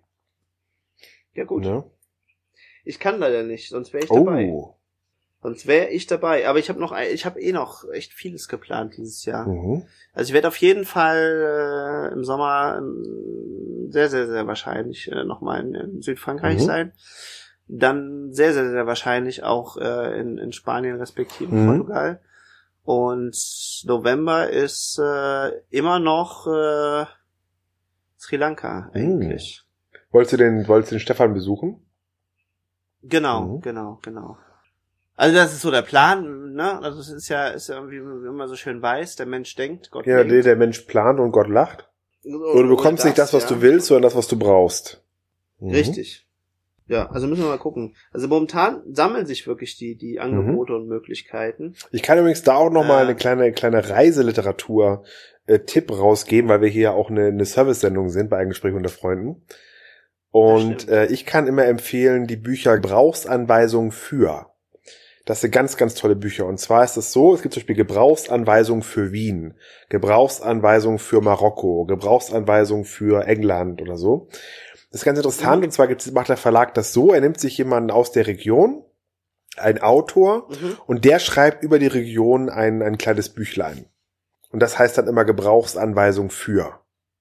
Ja, gut. Ne? Ich kann leider nicht, sonst wäre ich dabei. Oh. Sonst wäre ich dabei. Aber ich habe noch, ein- ich habe eh noch echt vieles geplant dieses Jahr. Mhm. Also ich werde auf jeden Fall äh, im Sommer ähm, sehr, sehr, sehr wahrscheinlich äh, nochmal in, in Südfrankreich Mhm. sein. Dann sehr, sehr, sehr wahrscheinlich auch äh, in, in Spanien respektive Mhm. Portugal. Und November ist äh, immer noch äh, Sri Lanka eigentlich. Wolltest du den, wolltest du den Stefan besuchen? Genau, Mhm. genau, genau. Also das ist so der Plan, ne? Also es ist ja, ist ja, wie man immer so schön weiß, der Mensch denkt, Gott Ja, denkt. der, der Mensch plant und Gott lacht. Oder du bekommst nicht das, was ja. du willst, sondern das, was du brauchst. Mhm. Richtig. Ja, also müssen wir mal gucken. Also momentan sammeln sich wirklich die die Angebote und Möglichkeiten. Ich kann übrigens da auch noch mal Äh. eine kleine kleine Reiseliteratur-Tipp rausgeben, weil wir hier auch eine, eine Service-Sendung sind bei Eigengespräch unter Freunden. Und stimmt. äh, ich kann immer empfehlen, die Bücher Gebrauchsanweisung für. Das sind ganz, ganz tolle Bücher. Und zwar ist es so, es gibt zum Beispiel Gebrauchsanweisung für Wien, Gebrauchsanweisung für Marokko, Gebrauchsanweisung für England oder so. Das ist ganz interessant. Mhm. Und zwar gibt's, macht der Verlag das so, er nimmt sich jemanden aus der Region, ein Autor, Mhm. und der schreibt über die Region ein, ein kleines Büchlein. Und das heißt dann immer Gebrauchsanweisung für.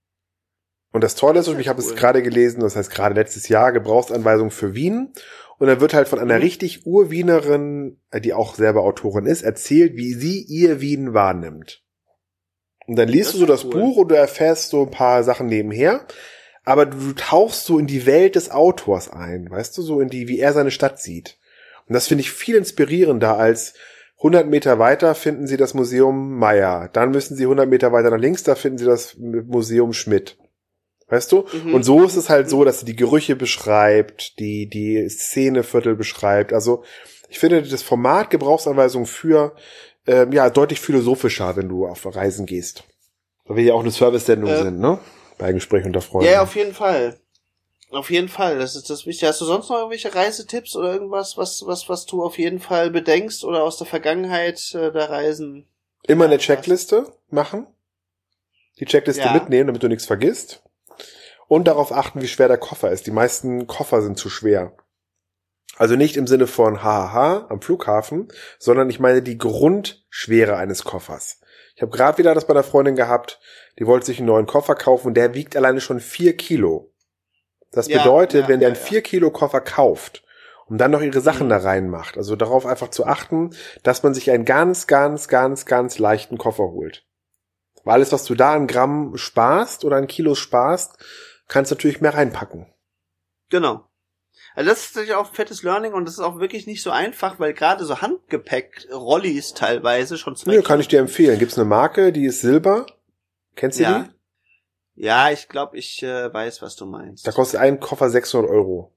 Und das Tolle ist, Das ist ich habe es cool. gerade gelesen, das heißt gerade letztes Jahr, Gebrauchsanweisung für Wien. Und dann wird halt von einer Mhm. richtig Urwienerin, die auch selber Autorin ist, erzählt, wie sie ihr Wien wahrnimmt. Und dann liest Das du so ist das cool. Buch und du erfährst so ein paar Sachen nebenher. Aber du tauchst so in die Welt des Autors ein, weißt du, so in die, wie er seine Stadt sieht. Und das finde ich viel inspirierender als hundert Meter weiter finden sie das Museum Meyer. Dann müssen sie hundert Meter weiter nach links, da finden sie das Museum Schmidt. Weißt du? Mhm. Und so ist es halt so, dass sie die Gerüche beschreibt, die, die Szeneviertel beschreibt. Also, ich finde das Format Gebrauchsanweisung für, ähm, ja, deutlich philosophischer, wenn du auf Reisen gehst. Weil wir ja auch eine Service-Sendung Äh, sind, ne? Bei Gespräch unter Freunden. Ja, ja, auf jeden Fall. Auf jeden Fall, das ist das Wichtige. Hast du sonst noch irgendwelche Reisetipps oder irgendwas, was was was du auf jeden Fall bedenkst oder aus der Vergangenheit äh, der Reisen? Immer eine Ja, Checkliste machen. Die Checkliste Ja. mitnehmen, damit du nichts vergisst. Und darauf achten, wie schwer der Koffer ist. Die meisten Koffer sind zu schwer. Also nicht im Sinne von hahaha am Flughafen, sondern ich meine die Grundschwere eines Koffers. Ich habe gerade wieder das bei einer Freundin gehabt, die wollte sich einen neuen Koffer kaufen und der wiegt alleine schon vier Kilo. Das Ja, bedeutet, ja, wenn der ja, einen ja. vier Kilo Koffer kauft und dann noch ihre Sachen Mhm. da reinmacht, also darauf einfach zu achten, dass man sich einen ganz, ganz, ganz, ganz leichten Koffer holt. Weil alles, was du da an Gramm sparst oder an Kilos sparst, kannst du natürlich mehr reinpacken. Genau. Also das ist natürlich auch ein fettes Learning und das ist auch wirklich nicht so einfach, weil gerade so Handgepäck-Rollis teilweise schon zwei Ja, kann Kilo- ich dir empfehlen. Gibt's eine Marke, die ist Silber. Kennst du Ja. die? Ja, ich glaube, ich äh, weiß, was du meinst. Da kostet ein Koffer sechshundert Euro.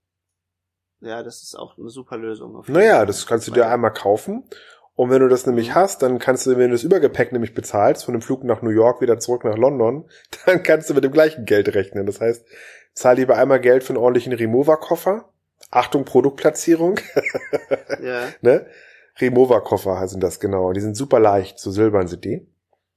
Ja, das ist auch eine super Lösung. Auf jeden Naja, Fall. das kannst du dir einmal kaufen. Und wenn du das nämlich Mhm. hast, dann kannst du, wenn du das Übergepäck nämlich bezahlst, von dem Flug nach New York wieder zurück nach London, dann kannst du mit dem gleichen Geld rechnen. Das heißt, zahl lieber einmal Geld für einen ordentlichen Remover-Koffer. Achtung, Produktplatzierung. Ja. Ne? Remover-Koffer sind das, genau. Die sind super leicht, so silbern sind die.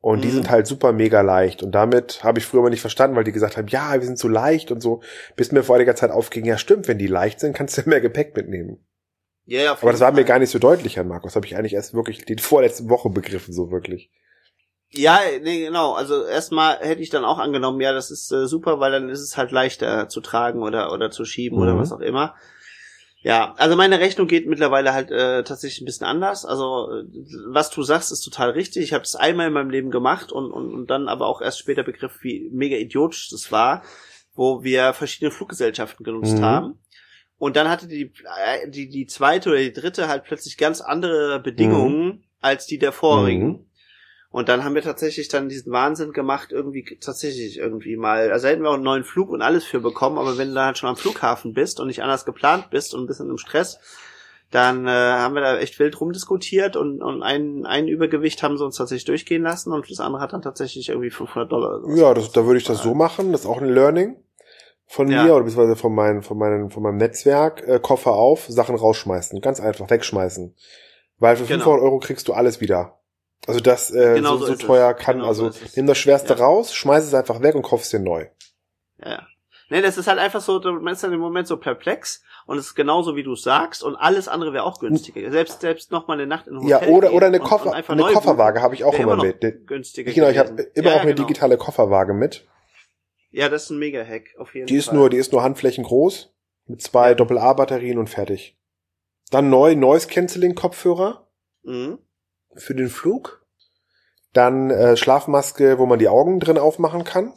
Und die Mhm. sind halt super mega leicht. Und damit habe ich früher mal nicht verstanden, weil die gesagt haben, ja, wir sind so leicht und so. Bis mir vor einiger Zeit aufging, ja stimmt, wenn die leicht sind, kannst du ja mehr Gepäck mitnehmen. Ja, ja, auf Aber jeden das war mir Fall. gar nicht so deutlich, Herr Markus. Das habe ich eigentlich erst wirklich die vorletzte Woche begriffen, so wirklich. Ja, nee, genau. Also erstmal hätte ich dann auch angenommen, ja, das ist äh, super, weil dann ist es halt leichter zu tragen oder oder zu schieben Mhm. oder was auch immer. Ja, also meine Rechnung geht mittlerweile halt äh, tatsächlich ein bisschen anders. Also äh, was du sagst, ist total richtig. Ich habe das einmal in meinem Leben gemacht und, und und dann aber auch erst später begriffen, wie mega idiotisch das war, wo wir verschiedene Fluggesellschaften genutzt Mhm. haben. Und dann hatte die äh, die die zweite oder die dritte halt plötzlich ganz andere Bedingungen als die der vorigen. Mhm. Und dann haben wir tatsächlich dann diesen Wahnsinn gemacht, irgendwie tatsächlich irgendwie mal, also hätten wir auch einen neuen Flug und alles für bekommen, aber wenn du dann halt schon am Flughafen bist und nicht anders geplant bist und ein bisschen im Stress, dann äh, haben wir da echt wild rumdiskutiert und, und ein, ein Übergewicht haben sie uns tatsächlich durchgehen lassen und das andere hat dann tatsächlich irgendwie fünfhundert Dollar oder sowas. Ja, das, da würde ich das so machen. Das ist auch ein Learning von Ja. mir oder beziehungsweise von meinem, von meinem, von meinem Netzwerk. Äh, Koffer auf, Sachen rausschmeißen. Ganz einfach, wegschmeißen. Weil für Genau. fünfhundert Euro kriegst du alles wieder. Also das äh, Genau so, so so ist es. teuer kann, Genau also so ist es. nimm das Schwerste Ja. raus, schmeiß es einfach weg und kaufst dir neu. Ja, ja. Nee, das ist halt einfach so, man ist dann im Moment so perplex und es ist genauso, wie du es sagst und alles andere wäre auch günstiger. Selbst selbst noch mal eine Nacht in ein Ja, Hotel oder gehen oder eine und- Koffer, und einfach eine neu Kofferwaage buchen, habe ich auch wäre immer noch mit. Ne- günstiger Genau, ich habe gewesen. immer Ja, auch eine genau. digitale Kofferwaage mit. Ja, das ist ein Mega-Hack, auf jeden Die ist Fall. nur, die ist nur handflächen groß mit zwei Ja. Doppel-A-Batterien und fertig. Dann neu Noise Cancelling Kopfhörer Mhm. für den Flug. Dann äh, Schlafmaske, wo man die Augen drin aufmachen kann,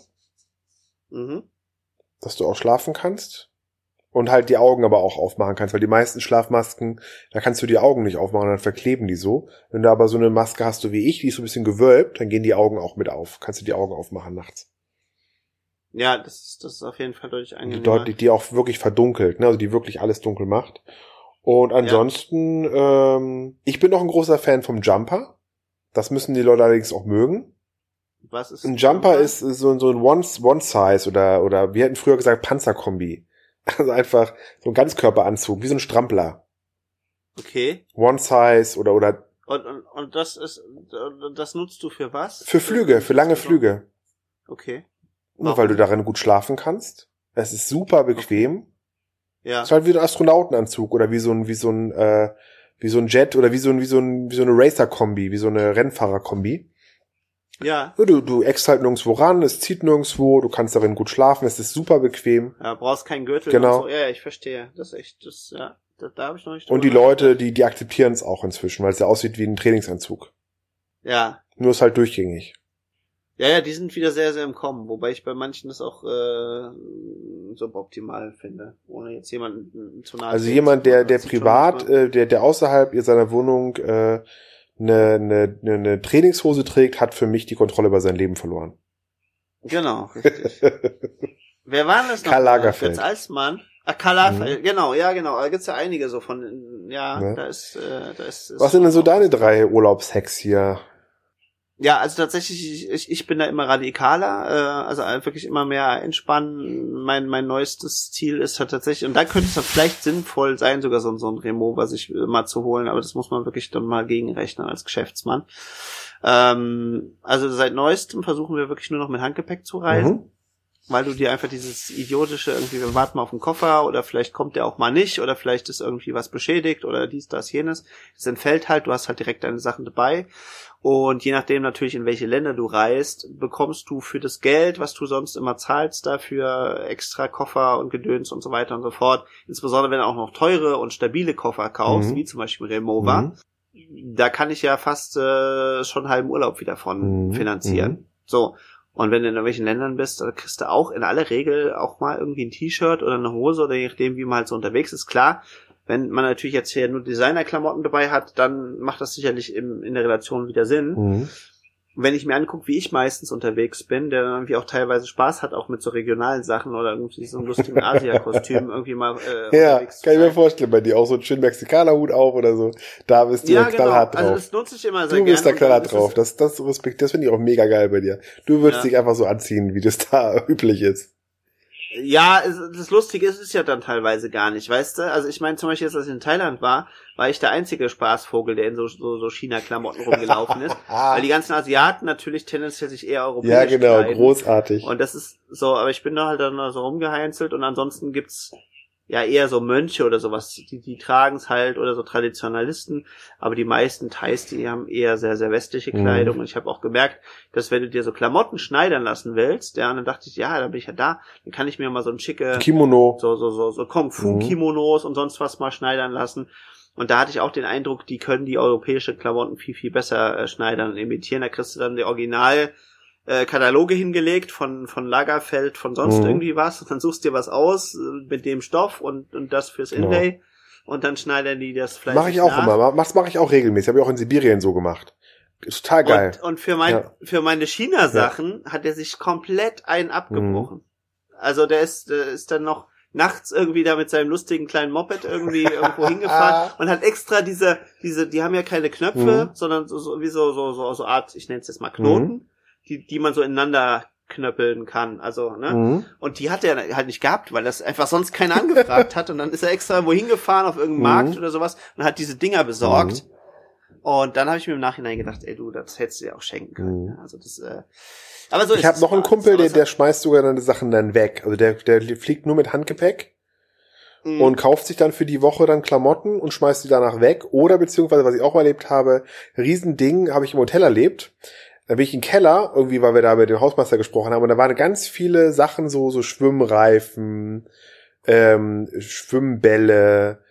Mhm. dass du auch schlafen kannst. Und halt die Augen aber auch aufmachen kannst, weil die meisten Schlafmasken, da kannst du die Augen nicht aufmachen, dann verkleben die so. Wenn du aber so eine Maske hast, so wie ich, die ist so ein bisschen gewölbt, dann gehen die Augen auch mit auf. Kannst du die Augen aufmachen nachts. Ja, das ist, das ist auf jeden Fall deutlich Die, angenehmer. deutlich, die auch wirklich verdunkelt, ne? Also die wirklich alles dunkel macht. Und ansonsten, ähm, ich bin auch ein großer Fan vom Jumper. Das müssen die Leute allerdings auch mögen. Was ist Ein Jumper ist so, so ein One, One Size oder, oder wir hätten früher gesagt Panzerkombi. Also einfach so ein Ganzkörperanzug, wie so ein Strampler. Okay. One Size oder, oder Und, und, und das ist, das nutzt du für was? für Flüge, für lange Flüge. Okay. Nur weil du darin gut schlafen kannst. Es ist super bequem. Ja. Es ist halt wie ein Astronautenanzug oder wie so ein, wie so ein, äh, wie so ein Jet oder wie so ein, wie so ein, wie so eine Racer-Kombi, wie so eine Rennfahrer-Kombi. Ja. Ja, Du, du eckst halt nirgendwo ran, es zieht nirgendwo, du kannst darin gut schlafen, es ist super bequem. Ja, brauchst keinen Gürtel. Genau. Und so. Ja, ja, ich verstehe. Das ist echt, das, ja, da, da habe ich noch nicht Und die drüber Leute, nachgedacht. die, die akzeptieren es auch inzwischen, weil es ja aussieht wie ein Trainingsanzug. Ja. Nur ist halt durchgängig. Ja, ja, die sind wieder sehr, sehr im Kommen, wobei ich bei manchen das auch äh, suboptimal finde, ohne jetzt jemanden zu nahe Also treten jemand, zu der, wollen. der Das sieht schon privat, manchmal- äh, der, der außerhalb seiner Wohnung äh, eine, eine, eine Trainingshose trägt, hat für mich die Kontrolle über sein Leben verloren. Genau, richtig. Wer war denn das noch? Karl Lagerfeld. Fritz Alsmann? Ah, Karl Lagerfeld, genau, ja, genau. Da gibt's ja einige so von, ja, Ja. da ist, äh, da ist, ist Was sind denn so deine drei Urlaubshacks hier? Ja, also tatsächlich, ich, ich bin da immer radikaler, äh, also wirklich immer mehr entspannen. Mein mein neuestes Ziel ist halt tatsächlich, und da könnte es dann vielleicht sinnvoll sein, sogar so, so ein Remover sich mal zu holen, aber das muss man wirklich dann mal gegenrechnen als Geschäftsmann. Ähm, also seit neuestem versuchen wir wirklich nur noch mit Handgepäck zu reisen. Mhm. Weil du dir einfach dieses idiotische irgendwie, wir warten mal auf den Koffer oder vielleicht kommt der auch mal nicht oder vielleicht ist irgendwie was beschädigt oder dies, das, jenes. Es entfällt halt, du hast halt direkt deine Sachen dabei und je nachdem natürlich, in welche Länder du reist, bekommst du für das Geld, was du sonst immer zahlst, dafür extra Koffer und Gedöns und so weiter und so fort. Insbesondere wenn du auch noch teure und stabile Koffer kaufst, Mhm. wie zum Beispiel Remover, Mhm. da kann ich ja fast äh, schon einen halben Urlaub wieder von Mhm. finanzieren. Mhm. So. Und wenn du in irgendwelchen Ländern bist, dann kriegst du auch in aller Regel auch mal irgendwie ein T-Shirt oder eine Hose oder je nachdem, wie man halt so unterwegs ist. Klar, wenn man natürlich jetzt hier nur Designerklamotten dabei hat, dann macht das sicherlich im, in der Relation wieder Sinn. Mhm. Wenn ich mir angucke, wie ich meistens unterwegs bin, der dann irgendwie auch teilweise Spaß hat, auch mit so regionalen Sachen oder irgendwie so einem lustigen Asia-Kostüm irgendwie mal äh, Ja, unterwegs zu kann ich mir sein. vorstellen bei dir. Auch so einen schönen Mexikanerhut auf oder so. Da bist du Ja, ja genau. knallhart drauf. Also das nutze ich immer sehr Du gerne. bist da und dann knallhart ist drauf. es- Das, das Respekt, das finde ich auch mega geil bei dir. Du würdest Ja. dich einfach so anziehen, wie das da üblich ist. Ja, das Lustige ist es ja dann teilweise gar nicht, weißt du? Also ich meine zum Beispiel, jetzt, als ich in Thailand war, war ich der einzige Spaßvogel, der in so, so, so China-Klamotten rumgelaufen ist. Weil die ganzen Asiaten natürlich tendenziell sich eher europäisch Ja, genau, kleiden. großartig. Und das ist so, aber ich bin da halt dann so rumgeheinzelt und ansonsten gibt's ja eher so Mönche oder sowas, die, die tragen's halt oder so Traditionalisten, aber die meisten Thais, die haben eher sehr, sehr westliche Kleidung mhm. und ich habe auch gemerkt, dass wenn du dir so Klamotten schneidern lassen willst, ja, und dann dachte ich, ja, dann bin ich ja da, dann kann ich mir mal so ein schicke Kimono, so, so, so, so Kung-Fu-Kimonos mhm. und sonst was mal schneidern lassen. Und da hatte ich auch den Eindruck, die können die europäische Klamotten viel, viel besser äh, schneidern und imitieren. Da kriegst du dann die Original äh, Kataloge hingelegt von von Lagerfeld, von sonst mhm. irgendwie was. Und dann suchst dir was aus äh, mit dem Stoff und und das fürs Inlay. Ja. Und dann schneidern die das vielleicht. Mache ich auch nach. immer. Das mache ich auch regelmäßig. Habe ich auch in Sibirien so gemacht. Ist total geil. Und, und für mein ja. für meine China-Sachen ja. hat er sich komplett einen abgebrochen. Mhm. Also der ist der ist dann noch nachts irgendwie da mit seinem lustigen kleinen Moped irgendwie irgendwo hingefahren und hat extra diese, diese, die haben ja keine Knöpfe, mhm. sondern so, so, wie so, so, so, so Art, ich nenne es jetzt mal Knoten, mhm. die, die man so ineinander knöppeln kann, also, ne, mhm. und die hat er halt nicht gehabt, weil das einfach sonst keiner angefragt hat und dann ist er extra wohin gefahren auf irgendeinen mhm. Markt oder sowas und hat diese Dinger besorgt mhm. und dann habe ich mir im Nachhinein gedacht, ey du, das hättest du ja auch schenken können, mhm. also das, äh, aber so ich habe noch einen Kumpel, der, der schmeißt sogar dann die Sachen dann weg. Also der, der fliegt nur mit Handgepäck mhm. und kauft sich dann für die Woche dann Klamotten und schmeißt die danach weg. Oder beziehungsweise, was ich auch mal erlebt habe, Riesending habe ich im Hotel erlebt. Da bin ich im Keller, irgendwie, weil wir da mit dem Hausmeister gesprochen haben, und da waren ganz viele Sachen, so so Schwimmreifen, ähm, Schwimmbälle,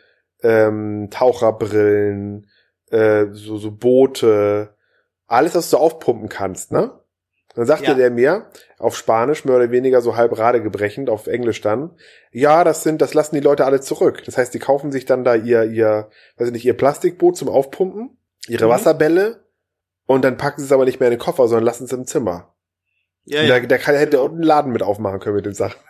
ähm, Taucherbrillen, äh, so so Boote, alles, was du aufpumpen kannst, ne? Dann sagte ja. der mir auf Spanisch, mehr oder weniger so halb radegebrechend, auf Englisch dann, ja, das sind, das lassen die Leute alle zurück. Das heißt, die kaufen sich dann da ihr, ihr, weiß ich nicht, ihr Plastikboot zum Aufpumpen, ihre mhm. Wasserbälle, und dann packen sie es aber nicht mehr in den Koffer, sondern lassen es im Zimmer. Ja, ja. Da, da kann, hätte er unten einen Laden mit aufmachen können mit den Sachen.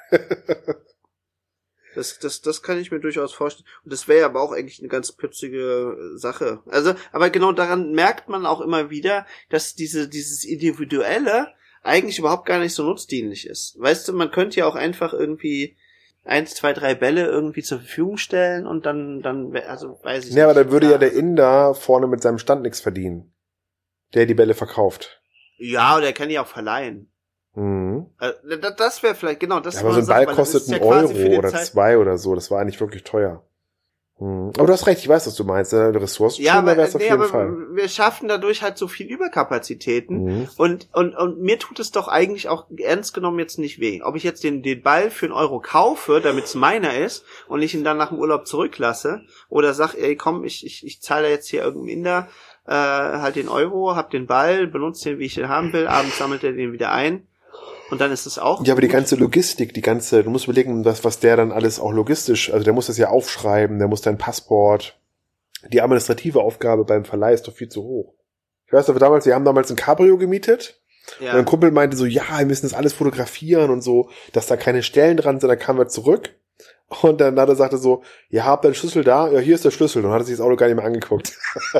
Das, das, das kann ich mir durchaus vorstellen. Und das wäre aber auch eigentlich eine ganz putzige Sache. Also, aber genau daran merkt man auch immer wieder, dass diese, dieses Individuelle eigentlich überhaupt gar nicht so nutzdienlich ist. Weißt du, man könnte ja auch einfach irgendwie eins, zwei, drei Bälle irgendwie zur Verfügung stellen und dann, dann, also, weiß ich ja, nicht. Ja, aber dann würde ja, ja der Inder vorne mit seinem Stand nichts verdienen. Der die Bälle verkauft. Ja, oder er kann die auch verleihen. Mhm. Das wäre vielleicht, genau, das ja, aber so ein Ball kostet einen Euro oder Zeit. zwei oder so, das war eigentlich wirklich teuer. Mhm. Aber du hast recht, ich weiß, was du meinst, Ressourcen ja, aber, nee, auf jeden aber Fall. Wir schaffen dadurch halt so viel Überkapazitäten mhm. und, und, und mir tut es doch eigentlich auch ernst genommen jetzt nicht weh. Ob ich jetzt den, den Ball für einen Euro kaufe, damit es meiner ist und ich ihn dann nach dem Urlaub zurücklasse oder sag, ey, komm, ich, ich, ich zahle jetzt hier irgendeinen Inder, äh, halt den Euro, hab den Ball, benutze den, wie ich den haben will, abends sammelt er den wieder ein. Und dann ist es auch. Ja, aber die ganze Logistik, die ganze, du musst überlegen, was, was der dann alles auch logistisch, also der muss das ja aufschreiben, der muss dein Passport, die administrative Aufgabe beim Verleih ist doch viel zu hoch. Ich weiß aber damals, wir haben damals ein Cabrio gemietet. Ja. Und ein Kumpel meinte so, ja, wir müssen das alles fotografieren und so, dass da keine Stellen dran sind, dann kamen wir zurück. Und dann hat er sagte so, ja, habt ihr den Schlüssel da? Ja, hier ist der Schlüssel. Und hat er sich das Auto gar nicht mehr angeguckt.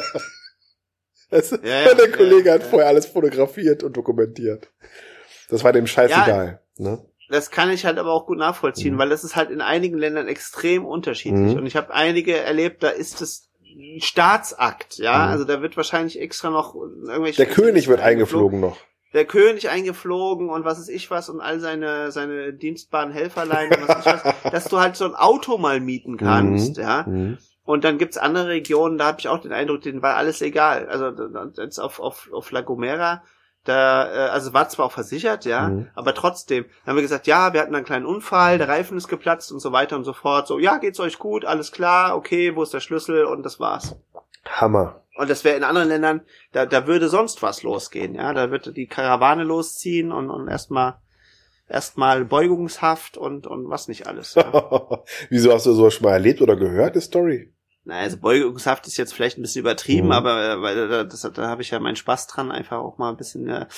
Also, ja, ja, der Kollege ja, hat ja. vorher alles fotografiert und dokumentiert. Das war dem scheißegal. Ja, ne? Das kann ich halt aber auch gut nachvollziehen, mhm. weil das ist halt in einigen Ländern extrem unterschiedlich. Mhm. Und ich habe einige erlebt, da ist es ein Staatsakt, ja. Mhm. Also da wird wahrscheinlich extra noch irgendwelche... Der König wird eingeflogen noch. Der König eingeflogen und was ist ich was und all seine seine dienstbaren Helferlein und was ist ich was, dass du halt so ein Auto mal mieten kannst, mhm. ja. Mhm. Und dann gibt's andere Regionen, da habe ich auch den Eindruck, denen war alles egal. Also jetzt auf auf auf La Gomera, da äh, also war zwar auch versichert, ja, mhm. aber trotzdem haben wir gesagt, ja, wir hatten einen kleinen Unfall, der Reifen ist geplatzt und so weiter und so fort. So, ja, geht's euch gut, alles klar, okay, wo ist der Schlüssel und das war's. Hammer. Und das wäre in anderen Ländern, da da würde sonst was losgehen, ja, da würde die Karawane losziehen und und erstmal erstmal Beugungshaft und und was nicht alles. Ja. Wieso hast du sowas schon mal erlebt oder gehört, die Story? Na, also Beugungshaft ist jetzt vielleicht ein bisschen übertrieben, mhm. aber äh, weil da, das, da habe ich ja meinen Spaß dran, einfach auch mal ein bisschen äh,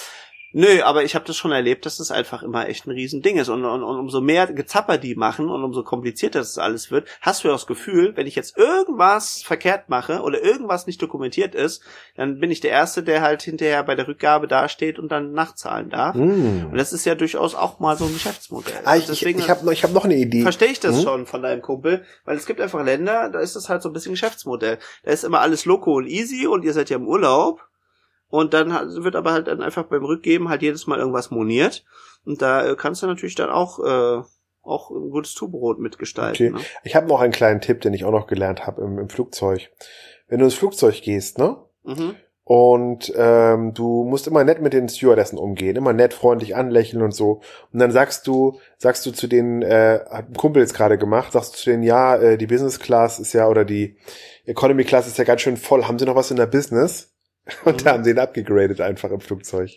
Nö, aber ich habe das schon erlebt, dass das einfach immer echt ein Riesending ist. Und, und, und umso mehr Gezapper die machen und umso komplizierter das alles wird, hast du ja das Gefühl, wenn ich jetzt irgendwas verkehrt mache oder irgendwas nicht dokumentiert ist, dann bin ich der Erste, der halt hinterher bei der Rückgabe dasteht und dann nachzahlen darf. Mm. Und das ist ja durchaus auch mal so ein Geschäftsmodell. Ah, ich deswegen ich habe noch, ich hab noch eine Idee. Verstehe ich das hm? schon von deinem Kumpel, weil es gibt einfach Länder, da ist das halt so ein bisschen Geschäftsmodell. Da ist immer alles loco und easy und ihr seid ja im Urlaub. Und dann wird aber halt dann einfach beim Rückgeben halt jedes Mal irgendwas moniert. Und da äh, kannst du natürlich dann auch äh, auch ein gutes Zubrot mitgestalten. Okay. Ne? Ich habe noch einen kleinen Tipp, den ich auch noch gelernt habe im, im Flugzeug. Wenn du ins Flugzeug gehst, ne? Mhm. Und ähm, du musst immer nett mit den Stewardessen umgehen, immer nett, freundlich anlächeln und so. Und dann sagst du, sagst du zu denen, äh, hat ein Kumpel jetzt gerade gemacht, sagst du zu denen, ja, äh, die Business Class ist ja, oder die Economy Class ist ja ganz schön voll. Haben Sie noch was in der Business? Und mhm. da haben sie ihn abgegradet einfach im Flugzeug.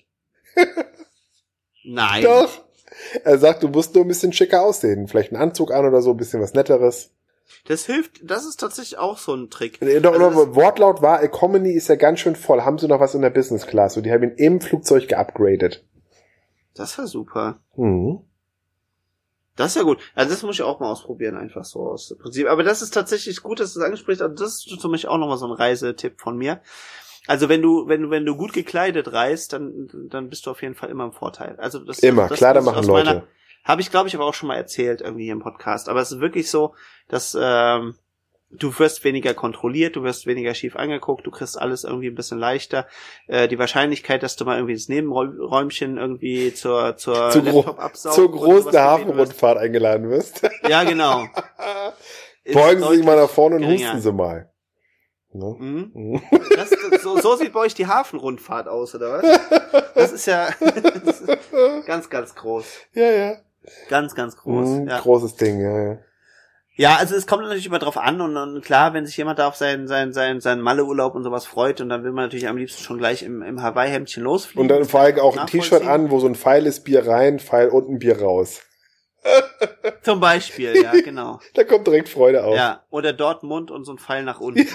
Nein. Doch. Er sagt, du musst nur ein bisschen schicker aussehen. Vielleicht einen Anzug an oder so, ein bisschen was Netteres. Das hilft, das ist tatsächlich auch so ein Trick. Doch, also Wortlaut war, Economy ist ja ganz schön voll. Haben sie noch was in der Business Class? Und die haben ihn im Flugzeug geupgradet. Das war super. Mhm. Das ist ja gut. Also das muss ich auch mal ausprobieren, einfach so aus Prinzip. Aber das ist tatsächlich gut, dass du das ansprichst. Also das ist zum Beispiel auch nochmal so ein Reisetipp von mir. Also wenn du, wenn du, wenn du gut gekleidet reist, dann, dann bist du auf jeden Fall immer im Vorteil. Also das, immer, das, Kleider machen Leute. Habe ich, glaube ich, aber auch schon mal erzählt irgendwie hier im Podcast. Aber es ist wirklich so, dass ähm, du wirst weniger kontrolliert, du wirst weniger schief angeguckt, du kriegst alles irgendwie ein bisschen leichter. Äh, die Wahrscheinlichkeit, dass du mal irgendwie ins Nebenräumchen irgendwie zur zur zu Laptop-Absaugung zur großen Hafenrundfahrt eingeladen wirst. Ja, genau. Beugen Sie sich mal nach vorne und geringer. Husten Sie mal. Ne? Mhm. Das, so, so sieht bei euch die Hafenrundfahrt aus, oder was? Das ist ja das ist ganz, ganz groß. Ja, ja. Ganz, ganz groß. Mhm, ja. Großes Ding, ja, ja. Ja, also es kommt natürlich immer drauf an und, und klar, wenn sich jemand da auf seinen seinen seinen seinen Malle-Urlaub und sowas freut und dann will man natürlich am liebsten schon gleich im, im Hawaii-Hemdchen losfliegen. Und dann vor allem auch ein T-Shirt an, wo so ein Pfeil ist, Bier rein, Pfeil und ein Bier raus. Zum Beispiel, ja, genau. Da kommt direkt Freude auf. Ja, oder Dortmund und so ein Pfeil nach unten.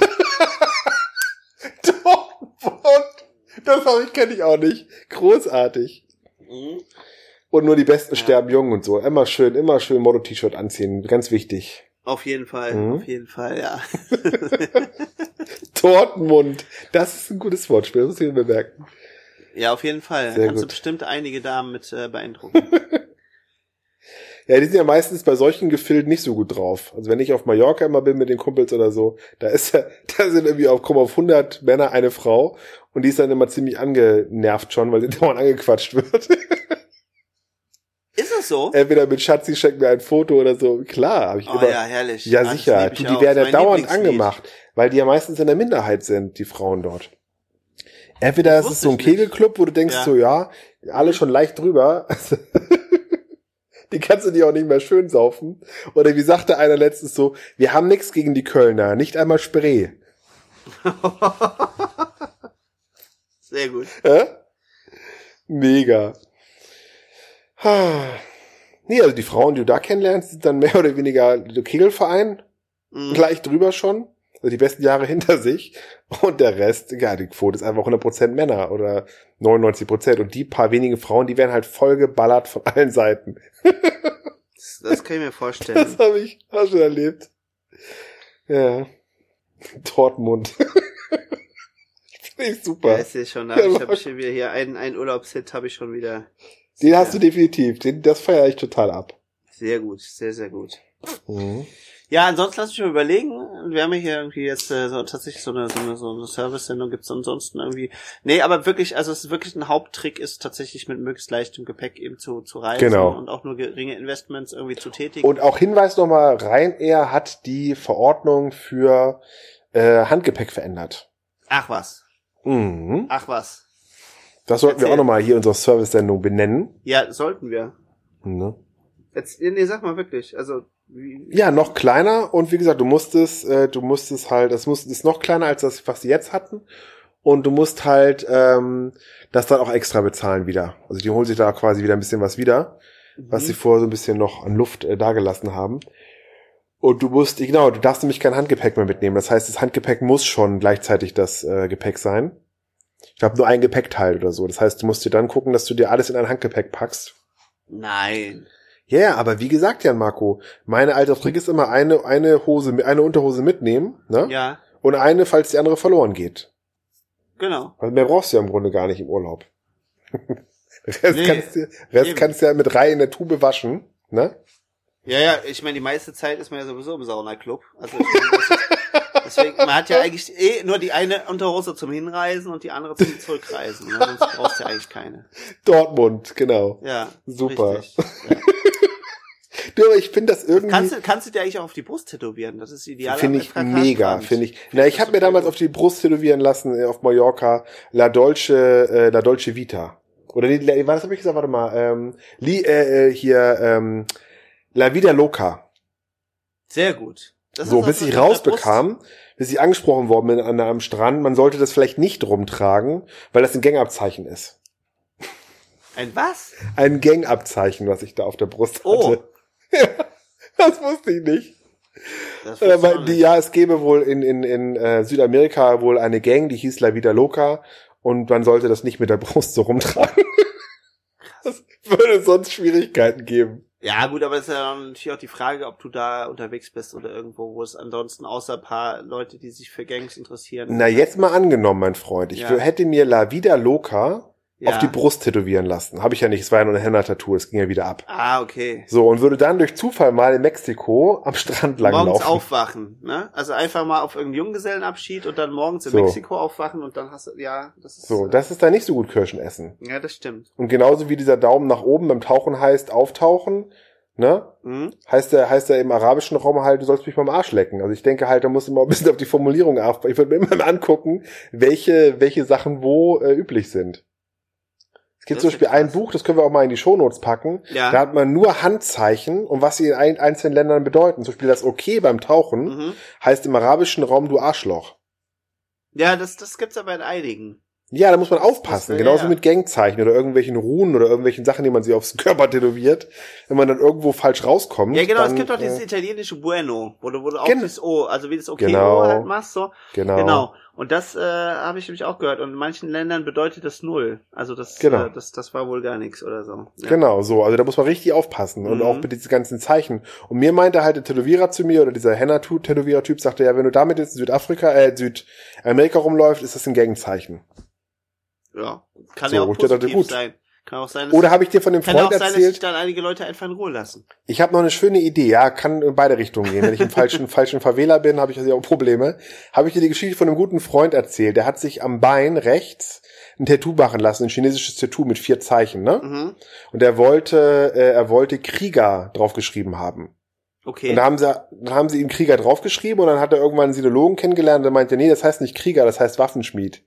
Dortmund, das habe ich, kenne ich auch nicht. Großartig. Mhm. Und nur die Besten ja. sterben jung und so. Immer schön, immer schön Motto-T-Shirt anziehen. Ganz wichtig. Auf jeden Fall, mhm. auf jeden Fall, ja. Dortmund, das ist ein gutes Wortspiel, das muss ich mir bemerken. Ja, auf jeden Fall. Sehr Kannst gut. du bestimmt einige Damen mit äh, beeindrucken. Ja, die sind ja meistens bei solchen Gefilden nicht so gut drauf. Also wenn ich auf Mallorca immer bin mit den Kumpels oder so, da ist ja, da sind irgendwie auf, kommen auf hundert Männer eine Frau und die ist dann immer ziemlich angenervt schon, weil sie dauernd angequatscht wird. Ist das so? Entweder mit Schatzi, schenk mir ein Foto oder so. Klar, habe ich oh, immer. Ja, herrlich. Ja, ja, sicher. Du, die werden ja dauernd angemacht, weil die ja meistens in der Minderheit sind, die Frauen dort. Entweder das ist so ein Kegelclub, wo du denkst ja. so, ja, alle schon leicht drüber. Die kannst du dir auch nicht mehr schön saufen. Oder wie sagte einer letztens so, wir haben nichts gegen die Kölner, nicht einmal Spree. Sehr gut. Äh? Mega. Nee, also die Frauen, die du da kennenlernst, sind dann mehr oder weniger der Kegelverein, mhm. gleich drüber schon, also die besten Jahre hinter sich und der Rest, ja, die Quote ist einfach hundert Prozent Männer oder neunundneunzig Prozent und die paar wenigen Frauen, die werden halt voll geballert von allen Seiten. Das, das kann ich mir vorstellen. Das habe ich auch schon erlebt. Ja. Dortmund. Finde ich super. Ja, ist ja schon, da hab ich, hab ich wieder hier einen, einen Urlaubshit habe ich schon wieder. Den hast du definitiv. Den, das feiere ich total ab. Sehr gut, sehr, sehr gut. Mhm. Ja, ansonsten lass mich mal überlegen. Wir haben ja hier irgendwie jetzt äh, so tatsächlich so eine so eine, so eine Service-Sendung. Gibt's ansonsten irgendwie. Nee, aber wirklich, also es ist wirklich ein Haupttrick ist tatsächlich mit möglichst leichtem Gepäck eben zu zu reisen genau. und auch nur geringe Investments irgendwie zu tätigen. Und auch Hinweis nochmal, Ryanair hat die Verordnung für äh, Handgepäck verändert. Ach was. Mhm. Ach was. Das sollten Erzähl. wir auch nochmal hier in unserer Service-Sendung benennen. Ja, sollten wir. Ne? Jetzt, nee, sag mal wirklich. Also wie, ja, noch kleiner und wie gesagt, du musstest, äh, du musstest halt, das muss, ist noch kleiner als das, was sie jetzt hatten. Und du musst halt ähm, das dann auch extra bezahlen wieder. Also die holen sich da quasi wieder ein bisschen was wieder, mhm. was sie vorher so ein bisschen noch an Luft äh, dagelassen haben. Und du musst, genau, du darfst nämlich kein Handgepäck mehr mitnehmen. Das heißt, das Handgepäck muss schon gleichzeitig das äh, Gepäck sein. Ich glaube, nur ein Gepäckteil oder so. Das heißt, du musst dir dann gucken, dass du dir alles in ein Handgepäck packst. Nein. Ja, yeah, aber wie gesagt, Jan Marco, meine alte Trick ist immer eine, eine Hose, eine Unterhose mitnehmen, ne? Ja. Und eine, falls die andere verloren geht. Genau. Weil mehr brauchst du ja im Grunde gar nicht im Urlaub. Rest Nee, kannst du, Rest kannst du ja mit Reihe in der Tube waschen, ne? Ja, ja, ich meine, die meiste Zeit ist man ja sowieso im Saunaclub. Also ich meine, das ist, deswegen, man hat ja eigentlich eh nur die eine Unterhose zum Hinreisen und die andere zum Zurückreisen. Ne? Sonst brauchst du ja eigentlich keine. Dortmund, genau. Ja. Super. Richtig. Ja. Du, aber ich finde das irgendwie... Kannst du, kannst du dir eigentlich auch auf die Brust tätowieren? Das ist ideal. Finde ich mega, finde ich. Na, ich habe mir damals auf die Brust tätowieren lassen, auf Mallorca, La Dolce, äh, La Dolce Vita. Oder die, was habe ich gesagt? Warte mal, ähm, Li, äh, hier, ähm, La Vida Loca. Sehr gut. Das so, ist bis also ich mit der rausbekam, bis ich angesprochen worden bin an, am Strand, man sollte das vielleicht nicht rumtragen, weil das ein Gangabzeichen ist. Ein was? Ein Gangabzeichen, was ich da auf der Brust Oh. hatte. Ja, das wusste ich nicht. Das Äh, wusste ich weil auch die, nicht. ja, es gäbe wohl in, in, in äh, Südamerika wohl eine Gang, die hieß La Vida Loca und man sollte das nicht mit der Brust so rumtragen. Das würde sonst Schwierigkeiten geben. Ja, gut, aber es ist ja natürlich auch die Frage, ob du da unterwegs bist oder irgendwo, wo es ansonsten außer ein paar Leute, die sich für Gangs interessieren. Na, jetzt mal angenommen, mein Freund. Ich Ja. wür- hätte mir La Vida Loca Ja. auf die Brust tätowieren lassen. Habe ich ja nicht, es war ja nur eine Henna-Tattoo, es ging ja wieder ab. Ah, okay. So, und würde dann durch Zufall mal in Mexiko am Strand Morgens langlaufen. aufwachen, ne? Also einfach mal auf irgendeinen Junggesellenabschied und dann morgens in So. Mexiko aufwachen und dann hast du, ja, das ist, So, das ist dann nicht so gut Kirschen essen. ja, das stimmt. Und genauso wie dieser Daumen nach oben beim Tauchen heißt auftauchen, ne? Mhm. Heißt der, heißt der im arabischen Raum halt, du sollst mich mal am Arsch lecken. Also ich denke halt, da musst du mal ein bisschen auf die Formulierung achten. Ich würde mir immer mal angucken, welche, welche Sachen wo äh, üblich sind. Es gibt Das zum ist Beispiel ja ein krass. Buch, das können wir auch mal in die Shownotes packen. Ja. Da hat man nur Handzeichen und was sie in ein, einzelnen Ländern bedeuten. Zum Beispiel das Okay beim Tauchen Mhm. heißt im arabischen Raum du Arschloch. Ja, das, das gibt's aber in einigen. Ja, da muss man Das- aufpassen. das- Genauso ja. mit Gangzeichen oder irgendwelchen Runen oder irgendwelchen Sachen, die man sich aufs Körper tätowiert. Wenn man dann irgendwo falsch rauskommt. Ja, genau, dann, es gibt auch äh, dieses italienische Bueno, wo du, wo du auch Gen- das O, also wie das Okay Genau. O halt machst, so. Genau. Genau. Und das äh, habe ich nämlich auch gehört. Und in manchen Ländern bedeutet das null. Also das, Genau. äh, das, das war wohl gar nichts oder so. Ja. Genau, so. Also da muss man richtig aufpassen. Und Mhm. auch mit diesen ganzen Zeichen. Und mir meinte halt der Tätowierer zu mir, oder dieser Henna-Tätowierer-Typ, sagte, ja, wenn du damit jetzt in Südafrika, äh, Südamerika rumläufst, ist das ein Gangzeichen. Ja. Kann So, ja auch wo ich dachte, positiv gut. sein. Kann auch sein, dass, Oder habe ich dir von dem kann ja Freund auch sein, dass erzählt? sich dann einige Leute einfach in Ruhe lassen. Ich habe noch eine schöne Idee, ja, kann in beide Richtungen gehen. Wenn ich im falschen falschen Favela bin, habe ich also auch Probleme. Habe ich dir die Geschichte von einem guten Freund erzählt. Der hat sich am Bein rechts ein Tattoo machen lassen, ein chinesisches Tattoo mit vier Zeichen, ne? Mhm. Und er wollte, äh, er wollte Krieger draufgeschrieben haben. Okay. Und da haben sie, dann haben sie ihm Krieger draufgeschrieben und dann hat er irgendwann einen Sinologen kennengelernt und der meinte, nee, das heißt nicht Krieger, das heißt Waffenschmied.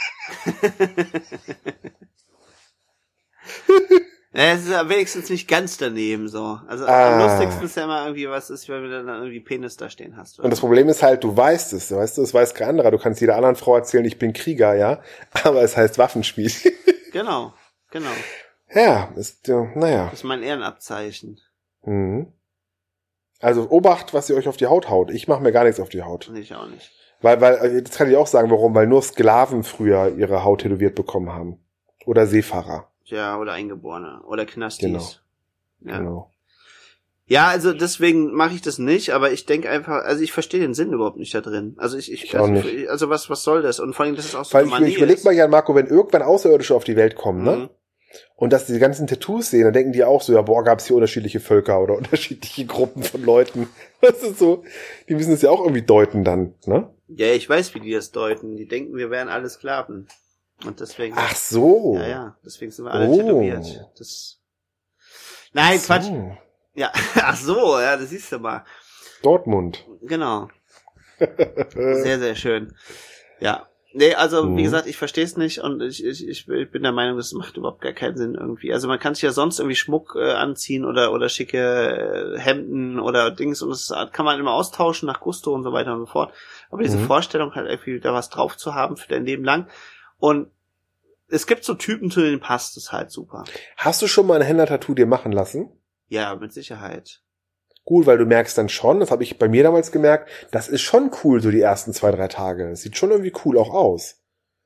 Ja, es ist ja wenigstens nicht ganz daneben so. Also Ah. am lustigsten ist ja immer irgendwie, was ist, wenn du dann irgendwie Penis da stehen hast. Und das Problem ist halt, du weißt es, weißt du, es weiß kein anderer. Du kannst jeder anderen Frau erzählen, ich bin Krieger, ja, aber es heißt Waffenschmied. Genau, genau. Ja, ist, ja, naja. Das ist mein Ehrenabzeichen. Mhm. Also Obacht, was ihr euch auf die Haut haut. Ich mache mir gar nichts auf die Haut. Ich auch nicht. Weil, weil, das kann ich auch sagen, warum, weil nur Sklaven früher ihre Haut tätowiert bekommen haben. Oder Seefahrer. Ja, oder Eingeborene. Oder Knastis. Genau. Ja. Genau. Ja, also deswegen mache ich das nicht, aber ich denke einfach, also ich verstehe den Sinn überhaupt nicht da drin. Also ich, ich, Ich auch also, nicht. also was, was soll das? Und vor allem, das ist auch so Weil eine ich, Manie ich überleg ist. mal, Jan Marco, wenn irgendwann Außerirdische auf die Welt kommen, ne? Mhm. Und dass die die ganzen Tattoos sehen, dann denken die auch so, ja, boah, gab's hier unterschiedliche Völker oder unterschiedliche Gruppen von Leuten. Das ist so, die müssen es ja auch irgendwie deuten dann, ne? Ja, ich weiß, wie die das deuten. Die denken, wir wären alle Sklaven. Und deswegen. Ach so. Ja, ja, deswegen sind wir alle Oh. tätowiert. Das. Nein, Ach Quatsch. so. Ja, ach so, ja, das siehst du mal. Dortmund. Genau. Sehr, sehr schön. Ja. Nee, also Mhm. wie gesagt, ich verstehe es nicht und ich, ich, ich bin der Meinung, das macht überhaupt gar keinen Sinn irgendwie. Also man kann sich ja sonst irgendwie Schmuck äh, anziehen oder oder schicke äh, Hemden oder Dings und das kann man immer austauschen nach Gusto und so weiter und so fort. Aber diese Mhm. Vorstellung halt irgendwie da was drauf zu haben für dein Leben lang und es gibt so Typen, zu denen passt es halt super. Hast du schon mal ein Henna-Tattoo dir machen lassen? Ja, mit Sicherheit. Gut, weil du merkst dann schon, das habe ich bei mir damals gemerkt, das ist schon cool, so die ersten zwei, drei Tage. Das sieht schon irgendwie cool auch aus.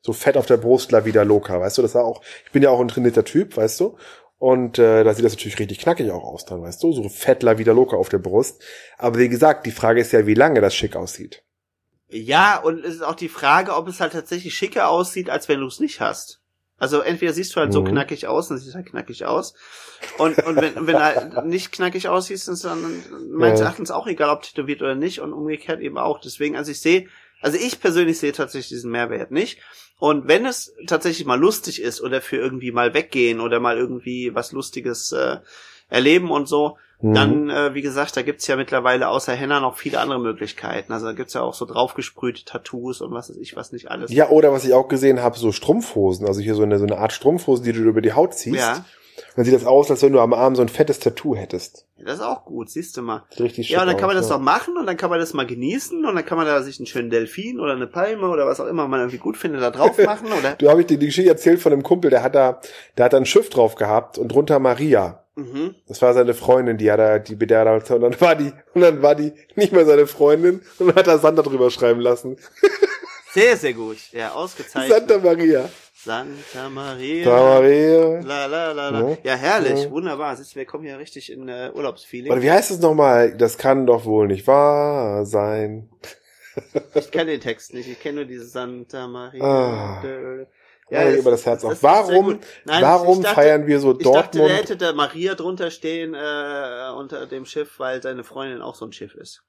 So Fett auf der Brust, La Vida Loca, weißt du, das war auch, ich bin ja auch ein trainierter Typ, weißt du, und äh, da sieht das natürlich richtig knackig auch aus dann, weißt du, so Fett La Vida Loca auf der Brust. Aber wie gesagt, die Frage ist ja, wie lange das schick aussieht. Ja, und es ist auch die Frage, ob es halt tatsächlich schicker aussieht, als wenn du es nicht hast. Also entweder siehst du halt mhm. so knackig aus, dann sieht es halt knackig aus. Und, und wenn, wenn du halt nicht knackig aussiehst, dann ist dann meines ja. Erachtens auch egal, ob tätowiert oder nicht, und umgekehrt eben auch. Deswegen, also ich sehe, also ich persönlich sehe tatsächlich diesen Mehrwert nicht. Und wenn es tatsächlich mal lustig ist oder für irgendwie mal weggehen oder mal irgendwie was Lustiges äh, erleben und so, mhm. dann, äh, wie gesagt, da gibt's ja mittlerweile außer Henna noch viele andere Möglichkeiten. Also da gibt's ja auch so draufgesprühte Tattoos und was weiß ich, was nicht alles. Ja, oder was ich auch gesehen habe, so Strumpfhosen. Also hier so eine, so eine Art Strumpfhosen, die du über die Haut ziehst. Ja. Dann sieht das aus, als wenn du am Arm so ein fettes Tattoo hättest. Ja, das ist auch gut, siehst du mal. Richtig ja, und dann kann man aus, das ja. doch machen und dann kann man das mal genießen und dann kann man da sich einen schönen Delfin oder eine Palme oder was auch immer man irgendwie gut findet da drauf machen, oder? Du, habe ich dir die Geschichte erzählt von einem Kumpel, der hat da, der hat da ein Schiff drauf gehabt und drunter Maria. Mhm. Das war seine Freundin, die hat da, die, der da, und dann war die, und dann war die nicht mehr seine Freundin und dann hat er Santa drüber schreiben lassen. Sehr, sehr gut. Ja, ausgezeichnet. Santa Maria. Santa Maria. Santa Maria. La, la, la, la. Ja, ja herrlich. Ja. Wunderbar. Siehst du, wir kommen hier richtig in äh, Urlaubsfeeling. Oder wie heißt es nochmal? Das kann doch wohl nicht wahr sein. Ich kenne den Text nicht. Ich kenne nur diese Santa Maria. Ah. Ja, ja, über das Herz auf. Warum, Nein, warum dachte, feiern wir so ich Dortmund? Ich dachte, da hätte da Maria drunter stehen, äh, unter dem Schiff, weil seine Freundin auch so ein Schiff ist.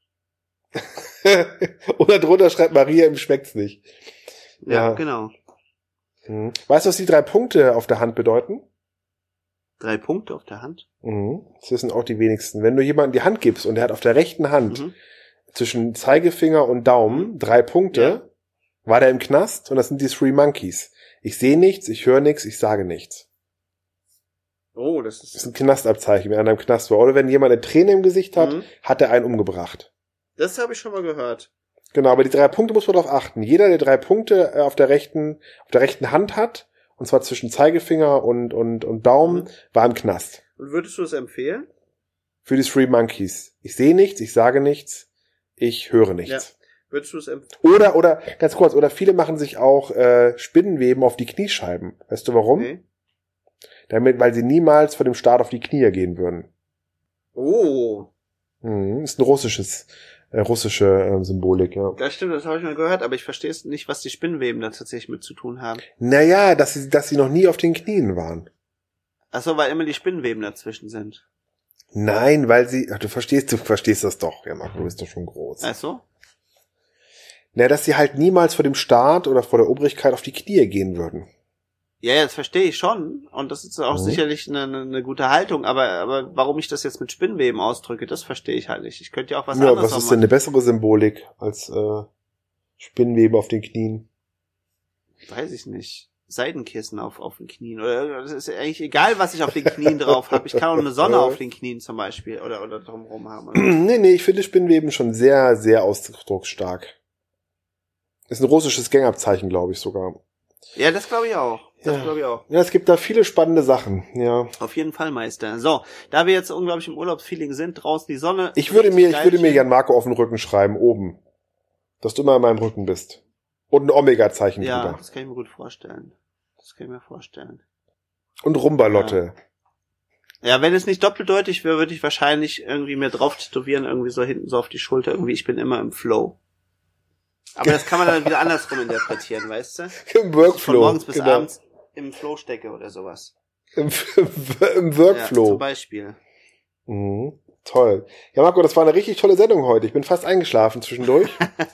Oder drunter schreibt Maria, ihm schmeckt's nicht. Ja, ja. Genau. Mhm. Weißt du, was die drei Punkte auf der Hand bedeuten? Drei Punkte auf der Hand? Mhm. Das wissen auch die wenigsten. Wenn du jemandem die Hand gibst und der hat auf der rechten Hand mhm. zwischen Zeigefinger und Daumen drei Punkte, ja. war der im Knast, und das sind die Three Monkeys. Ich sehe nichts, ich höre nichts, ich sage nichts. Oh, das ist... Das ist ein Knastabzeichen, wenn einer im Knast war. Oder wenn jemand eine Träne im Gesicht hat, mhm. hat er einen umgebracht. Das habe ich schon mal gehört. Genau, aber die drei Punkte muss man darauf achten. Jeder, der drei Punkte auf der rechten, auf der rechten Hand hat, und zwar zwischen Zeigefinger und, und, und Daumen, mhm. war im Knast. Und würdest du es empfehlen? Für die Three Monkeys. Ich sehe nichts, ich sage nichts, ich höre nichts. Ja. Würdest du es empfehlen? Oder, oder, ganz kurz, oder viele machen sich auch äh, Spinnenweben auf die Kniescheiben. Weißt du warum? Okay. Damit, weil sie niemals vor dem Start auf die Knie gehen würden. Oh. Mhm, ist ein russisches, äh, russische äh, Symbolik, ja. Das stimmt, das habe ich mal gehört, aber ich verstehe es nicht, was die Spinnenweben da tatsächlich mit zu tun haben. Naja, dass sie, dass sie noch nie auf den Knien waren. Ach so, weil immer die Spinnenweben dazwischen sind. Nein, weil sie, ach, du verstehst, du verstehst das doch. Ja, Marco, du bist doch schon groß. Ach so? Na, dass sie halt niemals vor dem Staat oder vor der Obrigkeit auf die Knie gehen würden. Ja, ja, das verstehe ich schon. Und das ist auch mhm. sicherlich eine, eine gute Haltung. Aber, aber warum ich das jetzt mit Spinnweben ausdrücke, das verstehe ich halt nicht. Ich könnte ja auch was ja, anderes machen. Was ist denn eine bessere Symbolik als äh, Spinnweben auf den Knien? Weiß ich nicht. Seidenkissen auf, auf den Knien. Oder es ist eigentlich egal, was ich auf den Knien drauf habe. Ich kann auch eine Sonne auf den Knien zum Beispiel oder, oder drumherum haben. Oder? Nee, nee, ich finde Spinnweben schon sehr, sehr ausdrucksstark. Ist ein russisches Gangabzeichen, glaube ich sogar. Ja, das glaube ich auch. Das ja. glaube ich auch. Ja, es gibt da viele spannende Sachen, ja. Auf jeden Fall, Meister. So, da wir jetzt unglaublich im Urlaubsfeeling sind, draußen die Sonne. Ich würde mir, ich würde mir Jan Marco auf den Rücken schreiben, oben. Dass du immer in meinem Rücken bist. Und ein Omega-Zeichen ja, drüber. Das kann ich mir gut vorstellen. Das kann ich mir vorstellen. Und Rumbalotte. Ja. ja, wenn es nicht doppeldeutig wäre, würde ich wahrscheinlich irgendwie mir drauf tätowieren, irgendwie so hinten so auf die Schulter, irgendwie ich bin immer im Flow. Aber das kann man dann wieder andersrum interpretieren, weißt du? Im Workflow. Von morgens bis genau. abends im Flow stecke oder sowas. Im, im Workflow. Ja, zum Beispiel. Mhm. Toll. Ja, Marco, das war eine richtig tolle Sendung heute. Ich bin fast eingeschlafen zwischendurch.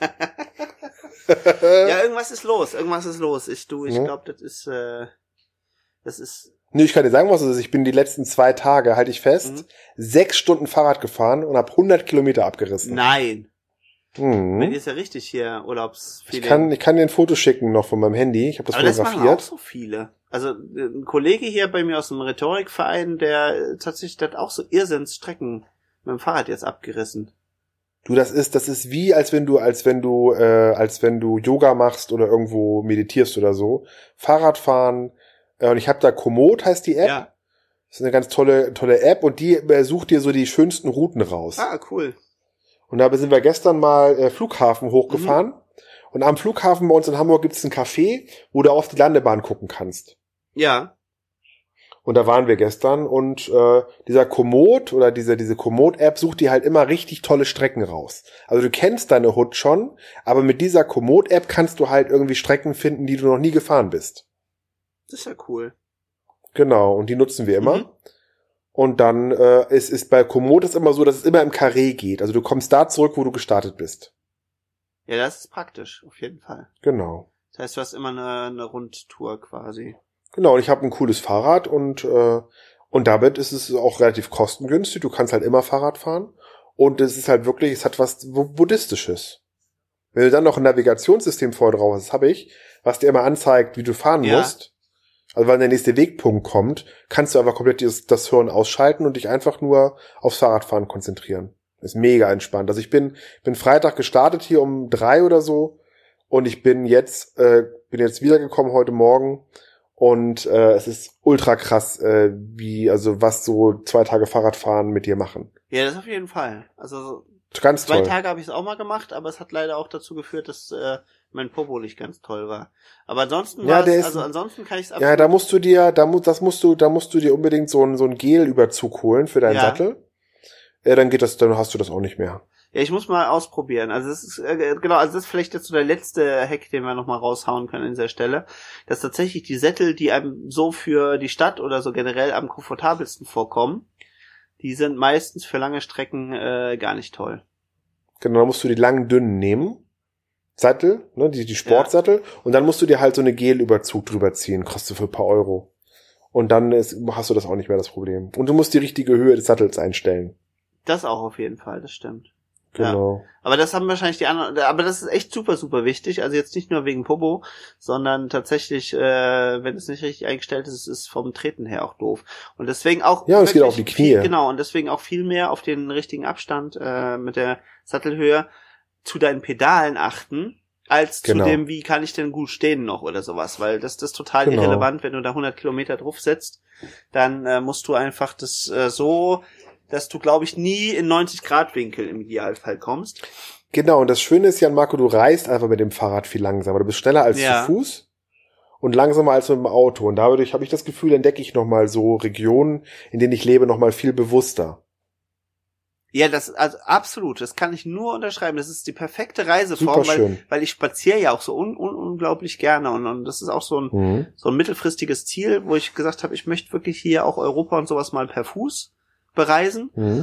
Ja, irgendwas ist los. Irgendwas ist los. Ich, du, ich mhm. glaube, das ist, äh, das ist... Nee, ich kann dir sagen, was es ist. Ich bin die letzten zwei Tage, halte ich fest, mhm. sechs Stunden Fahrrad gefahren und habe hundert Kilometer abgerissen. Nein. Mhm. Wenn ist ja richtig hier Urlaubsfeeling. Ich kann, ich kann dir ein Foto schicken noch von meinem Handy. Ich habe das Aber fotografiert. Das machen auch so viele. Also ein Kollege hier bei mir aus dem Rhetorikverein, der tatsächlich, der hat auch so Irrsinnsstrecken mit dem Fahrrad jetzt abgerissen. Du, das ist, das ist wie, als wenn du, als wenn du, äh, als wenn du Yoga machst oder irgendwo meditierst oder so. Fahrradfahren. Äh, und ich habe da Komoot, heißt die App. Ja. Das ist eine ganz tolle, tolle App und die äh, sucht dir so die schönsten Routen raus. Ah, cool. Und da sind wir gestern mal äh, Flughafen hochgefahren. Mhm. Und am Flughafen bei uns in Hamburg gibt es ein Café, wo du auf die Landebahn gucken kannst. Ja. Und da waren wir gestern und äh, dieser Komoot oder diese diese Komoot-App sucht dir halt immer richtig tolle Strecken raus. Also du kennst deine Hut schon, aber mit dieser Komoot-App kannst du halt irgendwie Strecken finden, die du noch nie gefahren bist. Das ist ja cool. Genau, und die nutzen wir immer. Mhm. Und dann äh, es ist bei Komoot ist immer so, dass es immer im Karree geht. Also du kommst da zurück, wo du gestartet bist. Ja, das ist praktisch, auf jeden Fall. Genau. Das heißt, du hast immer eine, eine Rundtour quasi. Genau, und ich habe ein cooles Fahrrad und äh, und damit ist es auch relativ kostengünstig. Du kannst halt immer Fahrrad fahren und es ist halt wirklich, es hat was Buddhistisches. Wenn du dann noch ein Navigationssystem vorher drauf hast, das habe ich, was dir immer anzeigt, wie du fahren Ja. musst, also wenn der nächste Wegpunkt kommt, kannst du einfach komplett das, das Hören ausschalten und dich einfach nur aufs Fahrradfahren konzentrieren. Ist mega entspannt. Also ich bin bin Freitag gestartet hier um drei oder so und ich bin jetzt äh, bin jetzt wiedergekommen heute Morgen. Und äh, es ist ultra krass, äh, wie, also was so zwei Tage Fahrradfahren mit dir machen. Ja, das auf jeden Fall. Also Ganz zwei toll. Tage habe ich es auch mal gemacht, aber es hat leider auch dazu geführt, dass äh, mein Popo nicht ganz toll war. Aber ansonsten Ja, war der es, ist- also ansonsten kann ich es Ja, da musst du dir, da mu das musst du, da musst du dir unbedingt so ein so ein Gelüberzug holen für deinen Ja. Sattel. Äh, dann geht das, dann hast du das auch nicht mehr. Ja, ich muss mal ausprobieren. Also das ist äh, genau, also das ist vielleicht jetzt so der letzte Hack, den wir noch mal raushauen können an dieser Stelle, dass tatsächlich die Sättel, die einem so für die Stadt oder so generell am komfortabelsten vorkommen, die sind meistens für lange Strecken äh, gar nicht toll. Genau, dann musst du die langen, dünnen nehmen. Sattel, ne, die, die Sportsattel. Und dann musst du dir halt so eine Gelüberzug drüber ziehen. Kostet für ein paar Euro. Und dann ist, hast du das auch nicht mehr das Problem. Und du musst die richtige Höhe des Sattels einstellen. Das auch auf jeden Fall, das stimmt. Genau. Aber das haben wahrscheinlich die anderen, aber das ist echt super, super wichtig. Also jetzt nicht nur wegen Popo, sondern tatsächlich, äh, wenn es nicht richtig eingestellt ist, ist es vom Treten her auch doof. Und deswegen auch Ja, und es geht wirklich auf die Knie. Viel, genau, und deswegen auch viel mehr auf den richtigen Abstand äh, mit der Sattelhöhe zu deinen Pedalen achten, als Genau. zu dem, wie kann ich denn gut stehen noch oder sowas. Weil das, das ist total Genau. irrelevant, wenn du da hundert Kilometer drauf setzt, dann äh, musst du einfach das äh, so, dass du, glaube ich, nie in neunzig Grad Winkel im Idealfall kommst. Genau, und das Schöne ist, Jan Marco, du reist einfach mit dem Fahrrad viel langsamer. Du bist schneller als Ja. zu Fuß und langsamer als mit dem Auto. Und dadurch habe ich das Gefühl, entdecke ich nochmal so Regionen, in denen ich lebe, nochmal viel bewusster. Ja, das, also absolut, das kann ich nur unterschreiben. Das ist die perfekte Reiseform, Super weil, schön. weil ich spaziere ja auch so un, un, unglaublich gerne und, und das ist auch so ein, Mhm. so ein mittelfristiges Ziel, wo ich gesagt habe, ich möchte wirklich hier auch Europa und sowas mal per Fuß bereisen. Mhm.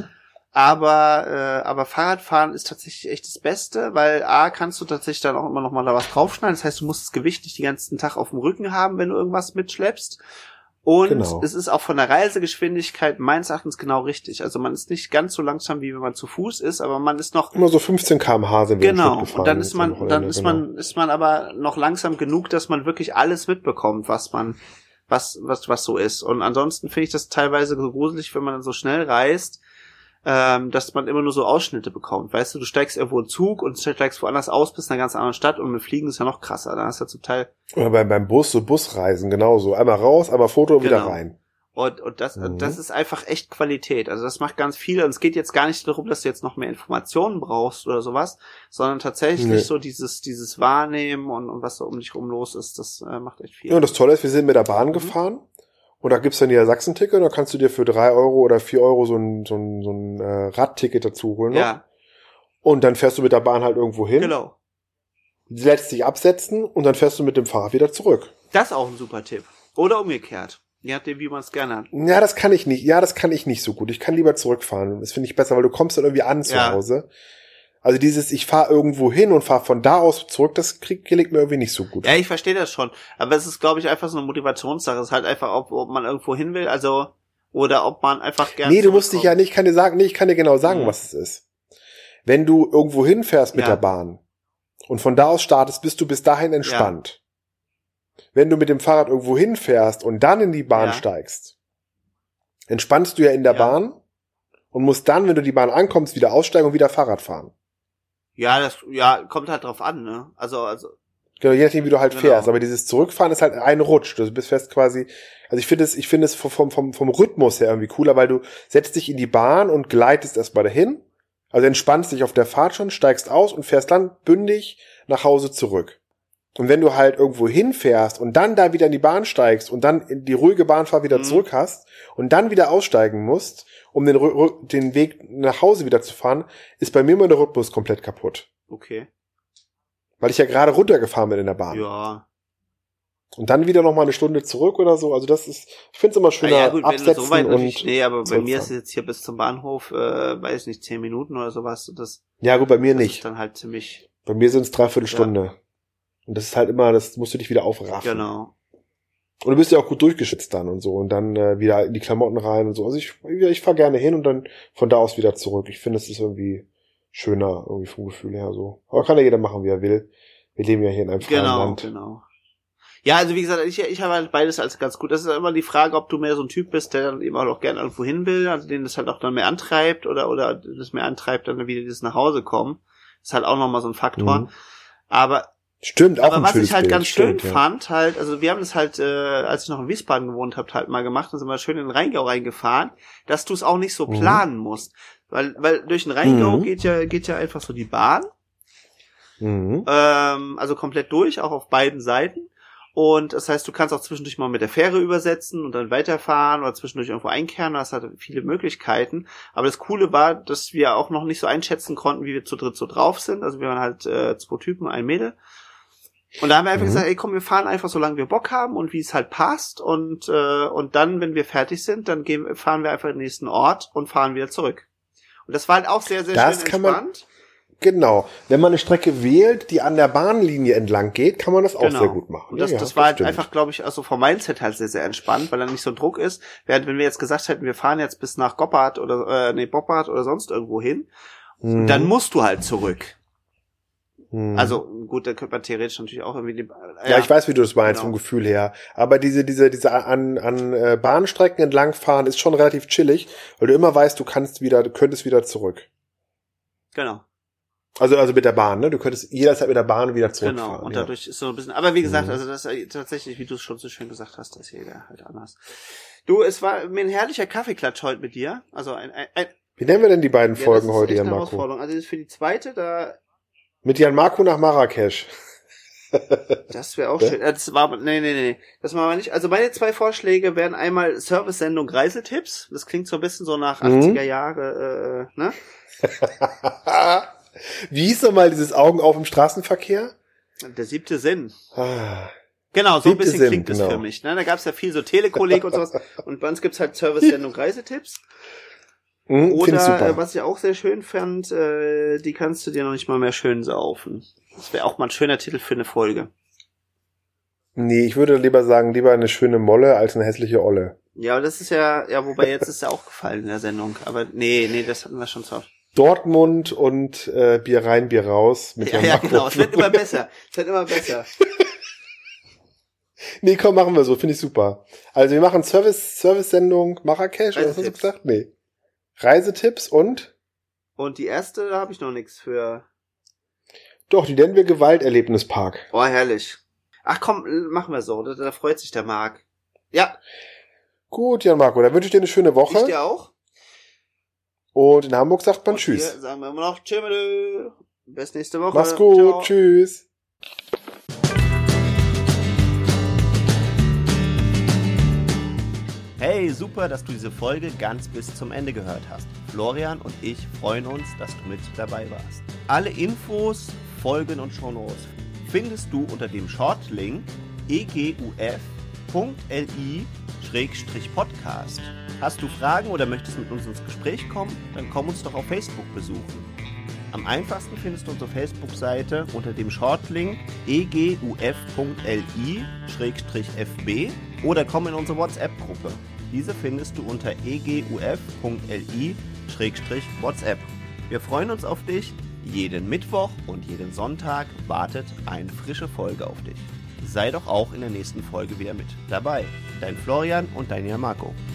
Aber äh, aber Fahrradfahren ist tatsächlich echt das Beste, weil A, kannst du tatsächlich dann auch immer noch mal da was draufschneiden. Das heißt, du musst das Gewicht nicht den ganzen Tag auf dem Rücken haben, wenn du irgendwas mitschleppst. Und Genau. es ist auch von der Reisegeschwindigkeit meines Erachtens genau richtig. Also man ist nicht ganz so langsam, wie wenn man zu Fuß ist, aber man ist noch Immer so fünfzehn Kilometer pro Stunde sind wir im genau. Schnitt gefahren. Und dann ist jetzt am man, Wochenende, dann ist genau. man, ist man aber noch langsam genug, dass man wirklich alles mitbekommt, was man, was, was, was so ist. Und ansonsten finde ich das teilweise so gruselig, wenn man dann so schnell reist, ähm, dass man immer nur so Ausschnitte bekommt. Weißt du, du steigst irgendwo in Zug und steigst woanders aus, bist in einer ganz anderen Stadt und mit Fliegen ist ja noch krasser. Da hast du zum Teil Oder beim, beim Bus, so Busreisen, genauso. Einmal raus, einmal Foto, wieder Genau. rein. Und, und das, Mhm. das ist einfach echt Qualität. Also das macht ganz viel. Und es geht jetzt gar nicht darum, dass du jetzt noch mehr Informationen brauchst oder sowas, sondern tatsächlich Nee. so dieses, dieses Wahrnehmen und, und was da um dich rum los ist, das äh, macht echt viel. Ja, und das Tolle ist, wir sind mit der Mhm. Bahn gefahren und da gibt's dann die Sachsen-Ticket, da kannst du dir für drei Euro oder vier Euro so ein, so ein, so ein äh, Radticket dazu holen. Noch. Ja, Und dann fährst du mit der Bahn halt irgendwo hin, genau. lässt dich absetzen und dann fährst du mit dem Fahrrad wieder zurück. Das ist auch ein super Tipp. Oder umgekehrt. Je nachdem, wie man es gerne hat. Ja, das kann ich nicht. Ja, das kann ich nicht so gut. Ich kann lieber zurückfahren. Das finde ich besser, weil du kommst dann irgendwie an zu Ja. Hause. Also dieses, ich fahre irgendwo hin und fahre von da aus zurück, das krieg, gelingt mir irgendwie nicht so gut. Ja, ich verstehe das schon. Aber es ist, glaube ich, einfach so eine Motivationssache. Es ist halt einfach, ob, ob man irgendwo hin will, also, oder ob man einfach gerne Nee, du musst dich ja nicht, ich kann dir sagen, nee, ich kann dir genau sagen, Mhm. was es ist. Wenn du irgendwo hinfährst mit Ja. der Bahn und von da aus startest, bist du bis dahin entspannt. Wenn du mit dem Fahrrad irgendwo hinfährst und dann in die Bahn Ja. steigst, entspannst du ja in der Ja. Bahn und musst dann, wenn du die Bahn ankommst, wieder aussteigen und wieder Fahrrad fahren. Ja, das, ja, kommt halt drauf an, ne? Also, also, Genau, je nachdem, wie du halt Genau. fährst. Aber dieses Zurückfahren ist halt ein Rutsch. Du bist fest quasi, also ich finde es, ich finde es vom, vom, vom Rhythmus her irgendwie cooler, weil du setzt dich in die Bahn und gleitest erstmal dahin, Also entspannst dich auf der Fahrt schon, steigst aus und fährst dann bündig nach Hause zurück. Und wenn du halt irgendwo hinfährst und dann da wieder in die Bahn steigst und dann in die ruhige Bahnfahrt wieder mhm. zurück hast und dann wieder aussteigen musst, um den, den Weg nach Hause wieder zu fahren, ist bei mir immer der Rhythmus komplett kaputt. Okay. Weil ich ja gerade runtergefahren bin in der Bahn. Ja. Und dann wieder noch mal eine Stunde zurück oder so. Also das ist, ich finde es immer schöner, ah, ja, gut, absetzen so weit und... Nee, aber bei mir ist es jetzt hier bis zum Bahnhof, äh, weiß nicht, zehn Minuten oder sowas. Das, ja gut, bei mir das nicht. Ist dann halt ziemlich... Bei mir sind es dreiviertel Stunde. Ja. Und das ist halt immer, das musst du dich wieder aufraffen. Genau. Und du bist ja auch gut durchgeschützt dann und so. Und dann äh, wieder in die Klamotten rein und so. Also ich, ich fahre gerne hin und dann von da aus wieder zurück. Ich finde, es ist irgendwie schöner, irgendwie vom Gefühl her so. Aber kann ja jeder machen, wie er will. Wir leben ja hier in einem freien genau, Land. Genau, genau. Ja, also wie gesagt, ich, ich habe halt beides als ganz gut. Das ist immer die Frage, ob du mehr so ein Typ bist, der dann eben auch gerne irgendwo hin will, also den das halt auch dann mehr antreibt oder oder das mehr antreibt, dann wieder dieses nach Hause kommen. Das ist halt auch nochmal so ein Faktor. Mhm. Aber Stimmt, auch aber ein was ich halt Bild. ganz schön Stimmt, ja. fand, halt, also wir haben das halt, äh, als ich noch in Wiesbaden gewohnt habe, halt mal gemacht, dann sind wir schön in den Rheingau reingefahren, dass du es auch nicht so mhm. planen musst. Weil, weil durch den Rheingau mhm. geht ja, geht ja einfach so die Bahn. Mhm. Ähm, also komplett durch, auch auf beiden Seiten. Und das heißt, du kannst auch zwischendurch mal mit der Fähre übersetzen und dann weiterfahren oder zwischendurch irgendwo einkehren. Das hat viele Möglichkeiten. Aber das Coole war, dass wir auch noch nicht so einschätzen konnten, wie wir zu dritt so drauf sind. Also wir waren halt äh, zwei Typen, ein Mädel. Und da haben wir einfach mhm. gesagt, ey komm, wir fahren einfach, solange wir Bock haben und wie es halt passt. Und äh, und dann, wenn wir fertig sind, dann gehen, fahren wir einfach in den nächsten Ort und fahren wieder zurück. Und das war halt auch sehr, sehr das schön kann entspannt. Man Genau. Wenn man eine Strecke wählt, die an der Bahnlinie entlang geht, kann man das auch genau. sehr gut machen. Und das, ja, das war halt stimmt. einfach, glaube ich, also vom Mindset halt sehr, sehr entspannt, weil dann nicht so ein Druck ist. Während wenn wir jetzt gesagt hätten, wir fahren jetzt bis nach Goppard oder äh, nee, Boppard oder sonst irgendwo hin, mhm. dann musst du halt zurück. Mhm. Also gut, da könnte man theoretisch natürlich auch irgendwie... Die, äh, ja, ich weiß, wie du das meinst, genau. vom Gefühl her. Aber diese diese diese an an äh, Bahnstrecken entlangfahren ist schon relativ chillig, weil du immer weißt, du kannst wieder, du könntest wieder zurück. Genau. Also also mit der Bahn, ne? Du könntest jederzeit mit der Bahn wieder zurückfahren. Genau, und ja. dadurch ist so ein bisschen... Aber wie gesagt, mhm. also das ist tatsächlich, wie du es schon so schön gesagt hast, das hier halt anders. Du, es war mir ein herrlicher Kaffeeklatsch heute mit dir. Also ein... ein, ein Wie nennen wir denn die beiden ja, Folgen das ist heute, echt Jan eine Marco? Herausforderung. Also das ist für die zweite, da... Mit Jan Marco nach Marrakesch. Das wäre auch schön. Das war, nee, nee, nee. Das machen wir nicht. Also meine zwei Vorschläge wären einmal Service-Sendung Reisetipps. Das klingt so ein bisschen so nach mhm. achtziger Jahre, äh, ne? Wie hieß nochmal dieses Augen auf im Straßenverkehr? Der siebte Sinn. Ah. Genau, so ein bisschen Sinn, klingt es genau. für mich. Ne? Da gab's ja viel so Telekolleg und sowas. Und bei uns gibt's halt Service-Sendung Reisetipps. Mhm, Oder, äh, was ich auch sehr schön fand, äh, die kannst du dir noch nicht mal mehr schön saufen. Das wäre auch mal ein schöner Titel für eine Folge. Nee, ich würde lieber sagen, lieber eine schöne Molle als eine hässliche Olle. Ja, aber das ist ja, ja, wobei jetzt ist ja auch gefallen in der Sendung. Aber nee, nee, das hatten wir schon so. Dortmund und äh, Bier rein, Bier raus. Mit ja, ja, genau. Es wird immer besser. Es wird immer besser. Nee, komm, machen wir so. Finde ich super. Also wir machen Service, Service-Sendung Marrakesch. Oder was hast du gesagt? Nee. Reisetipps und? Und die erste, da habe ich noch nichts für. Doch, die nennen wir Gewalterlebnispark. Oh, herrlich. Ach komm, machen wir so. Da, da freut sich der Marc. Ja. Gut, Jan Marco, dann wünsche ich dir eine schöne Woche. Ich dir auch. Und in Hamburg sagt man Und Tschüss. Hier sagen wir immer noch Tschüss. Bis nächste Woche. Mach's gut. Ciao. Tschüss. Hey, super, dass du diese Folge ganz bis zum Ende gehört hast. Florian und ich freuen uns, dass du mit dabei warst. Alle Infos, Folgen und Shownotes findest du unter dem Shortlink e g u f punkt l i Schrägstrich podcast. Hast du Fragen oder möchtest mit uns ins Gespräch kommen? Dann komm uns doch auf Facebook besuchen. Am einfachsten findest du unsere Facebook-Seite unter dem Shortlink e g u f punkt l i Schrägstrich f b oder komm in unsere WhatsApp-Gruppe. Diese findest du unter e g u f punkt l i Schrägstrich WhatsApp. Wir freuen uns auf dich. Jeden Mittwoch und jeden Sonntag wartet eine frische Folge auf dich. Sei doch auch in der nächsten Folge wieder mit dabei. Dein Florian und dein Jan Marco.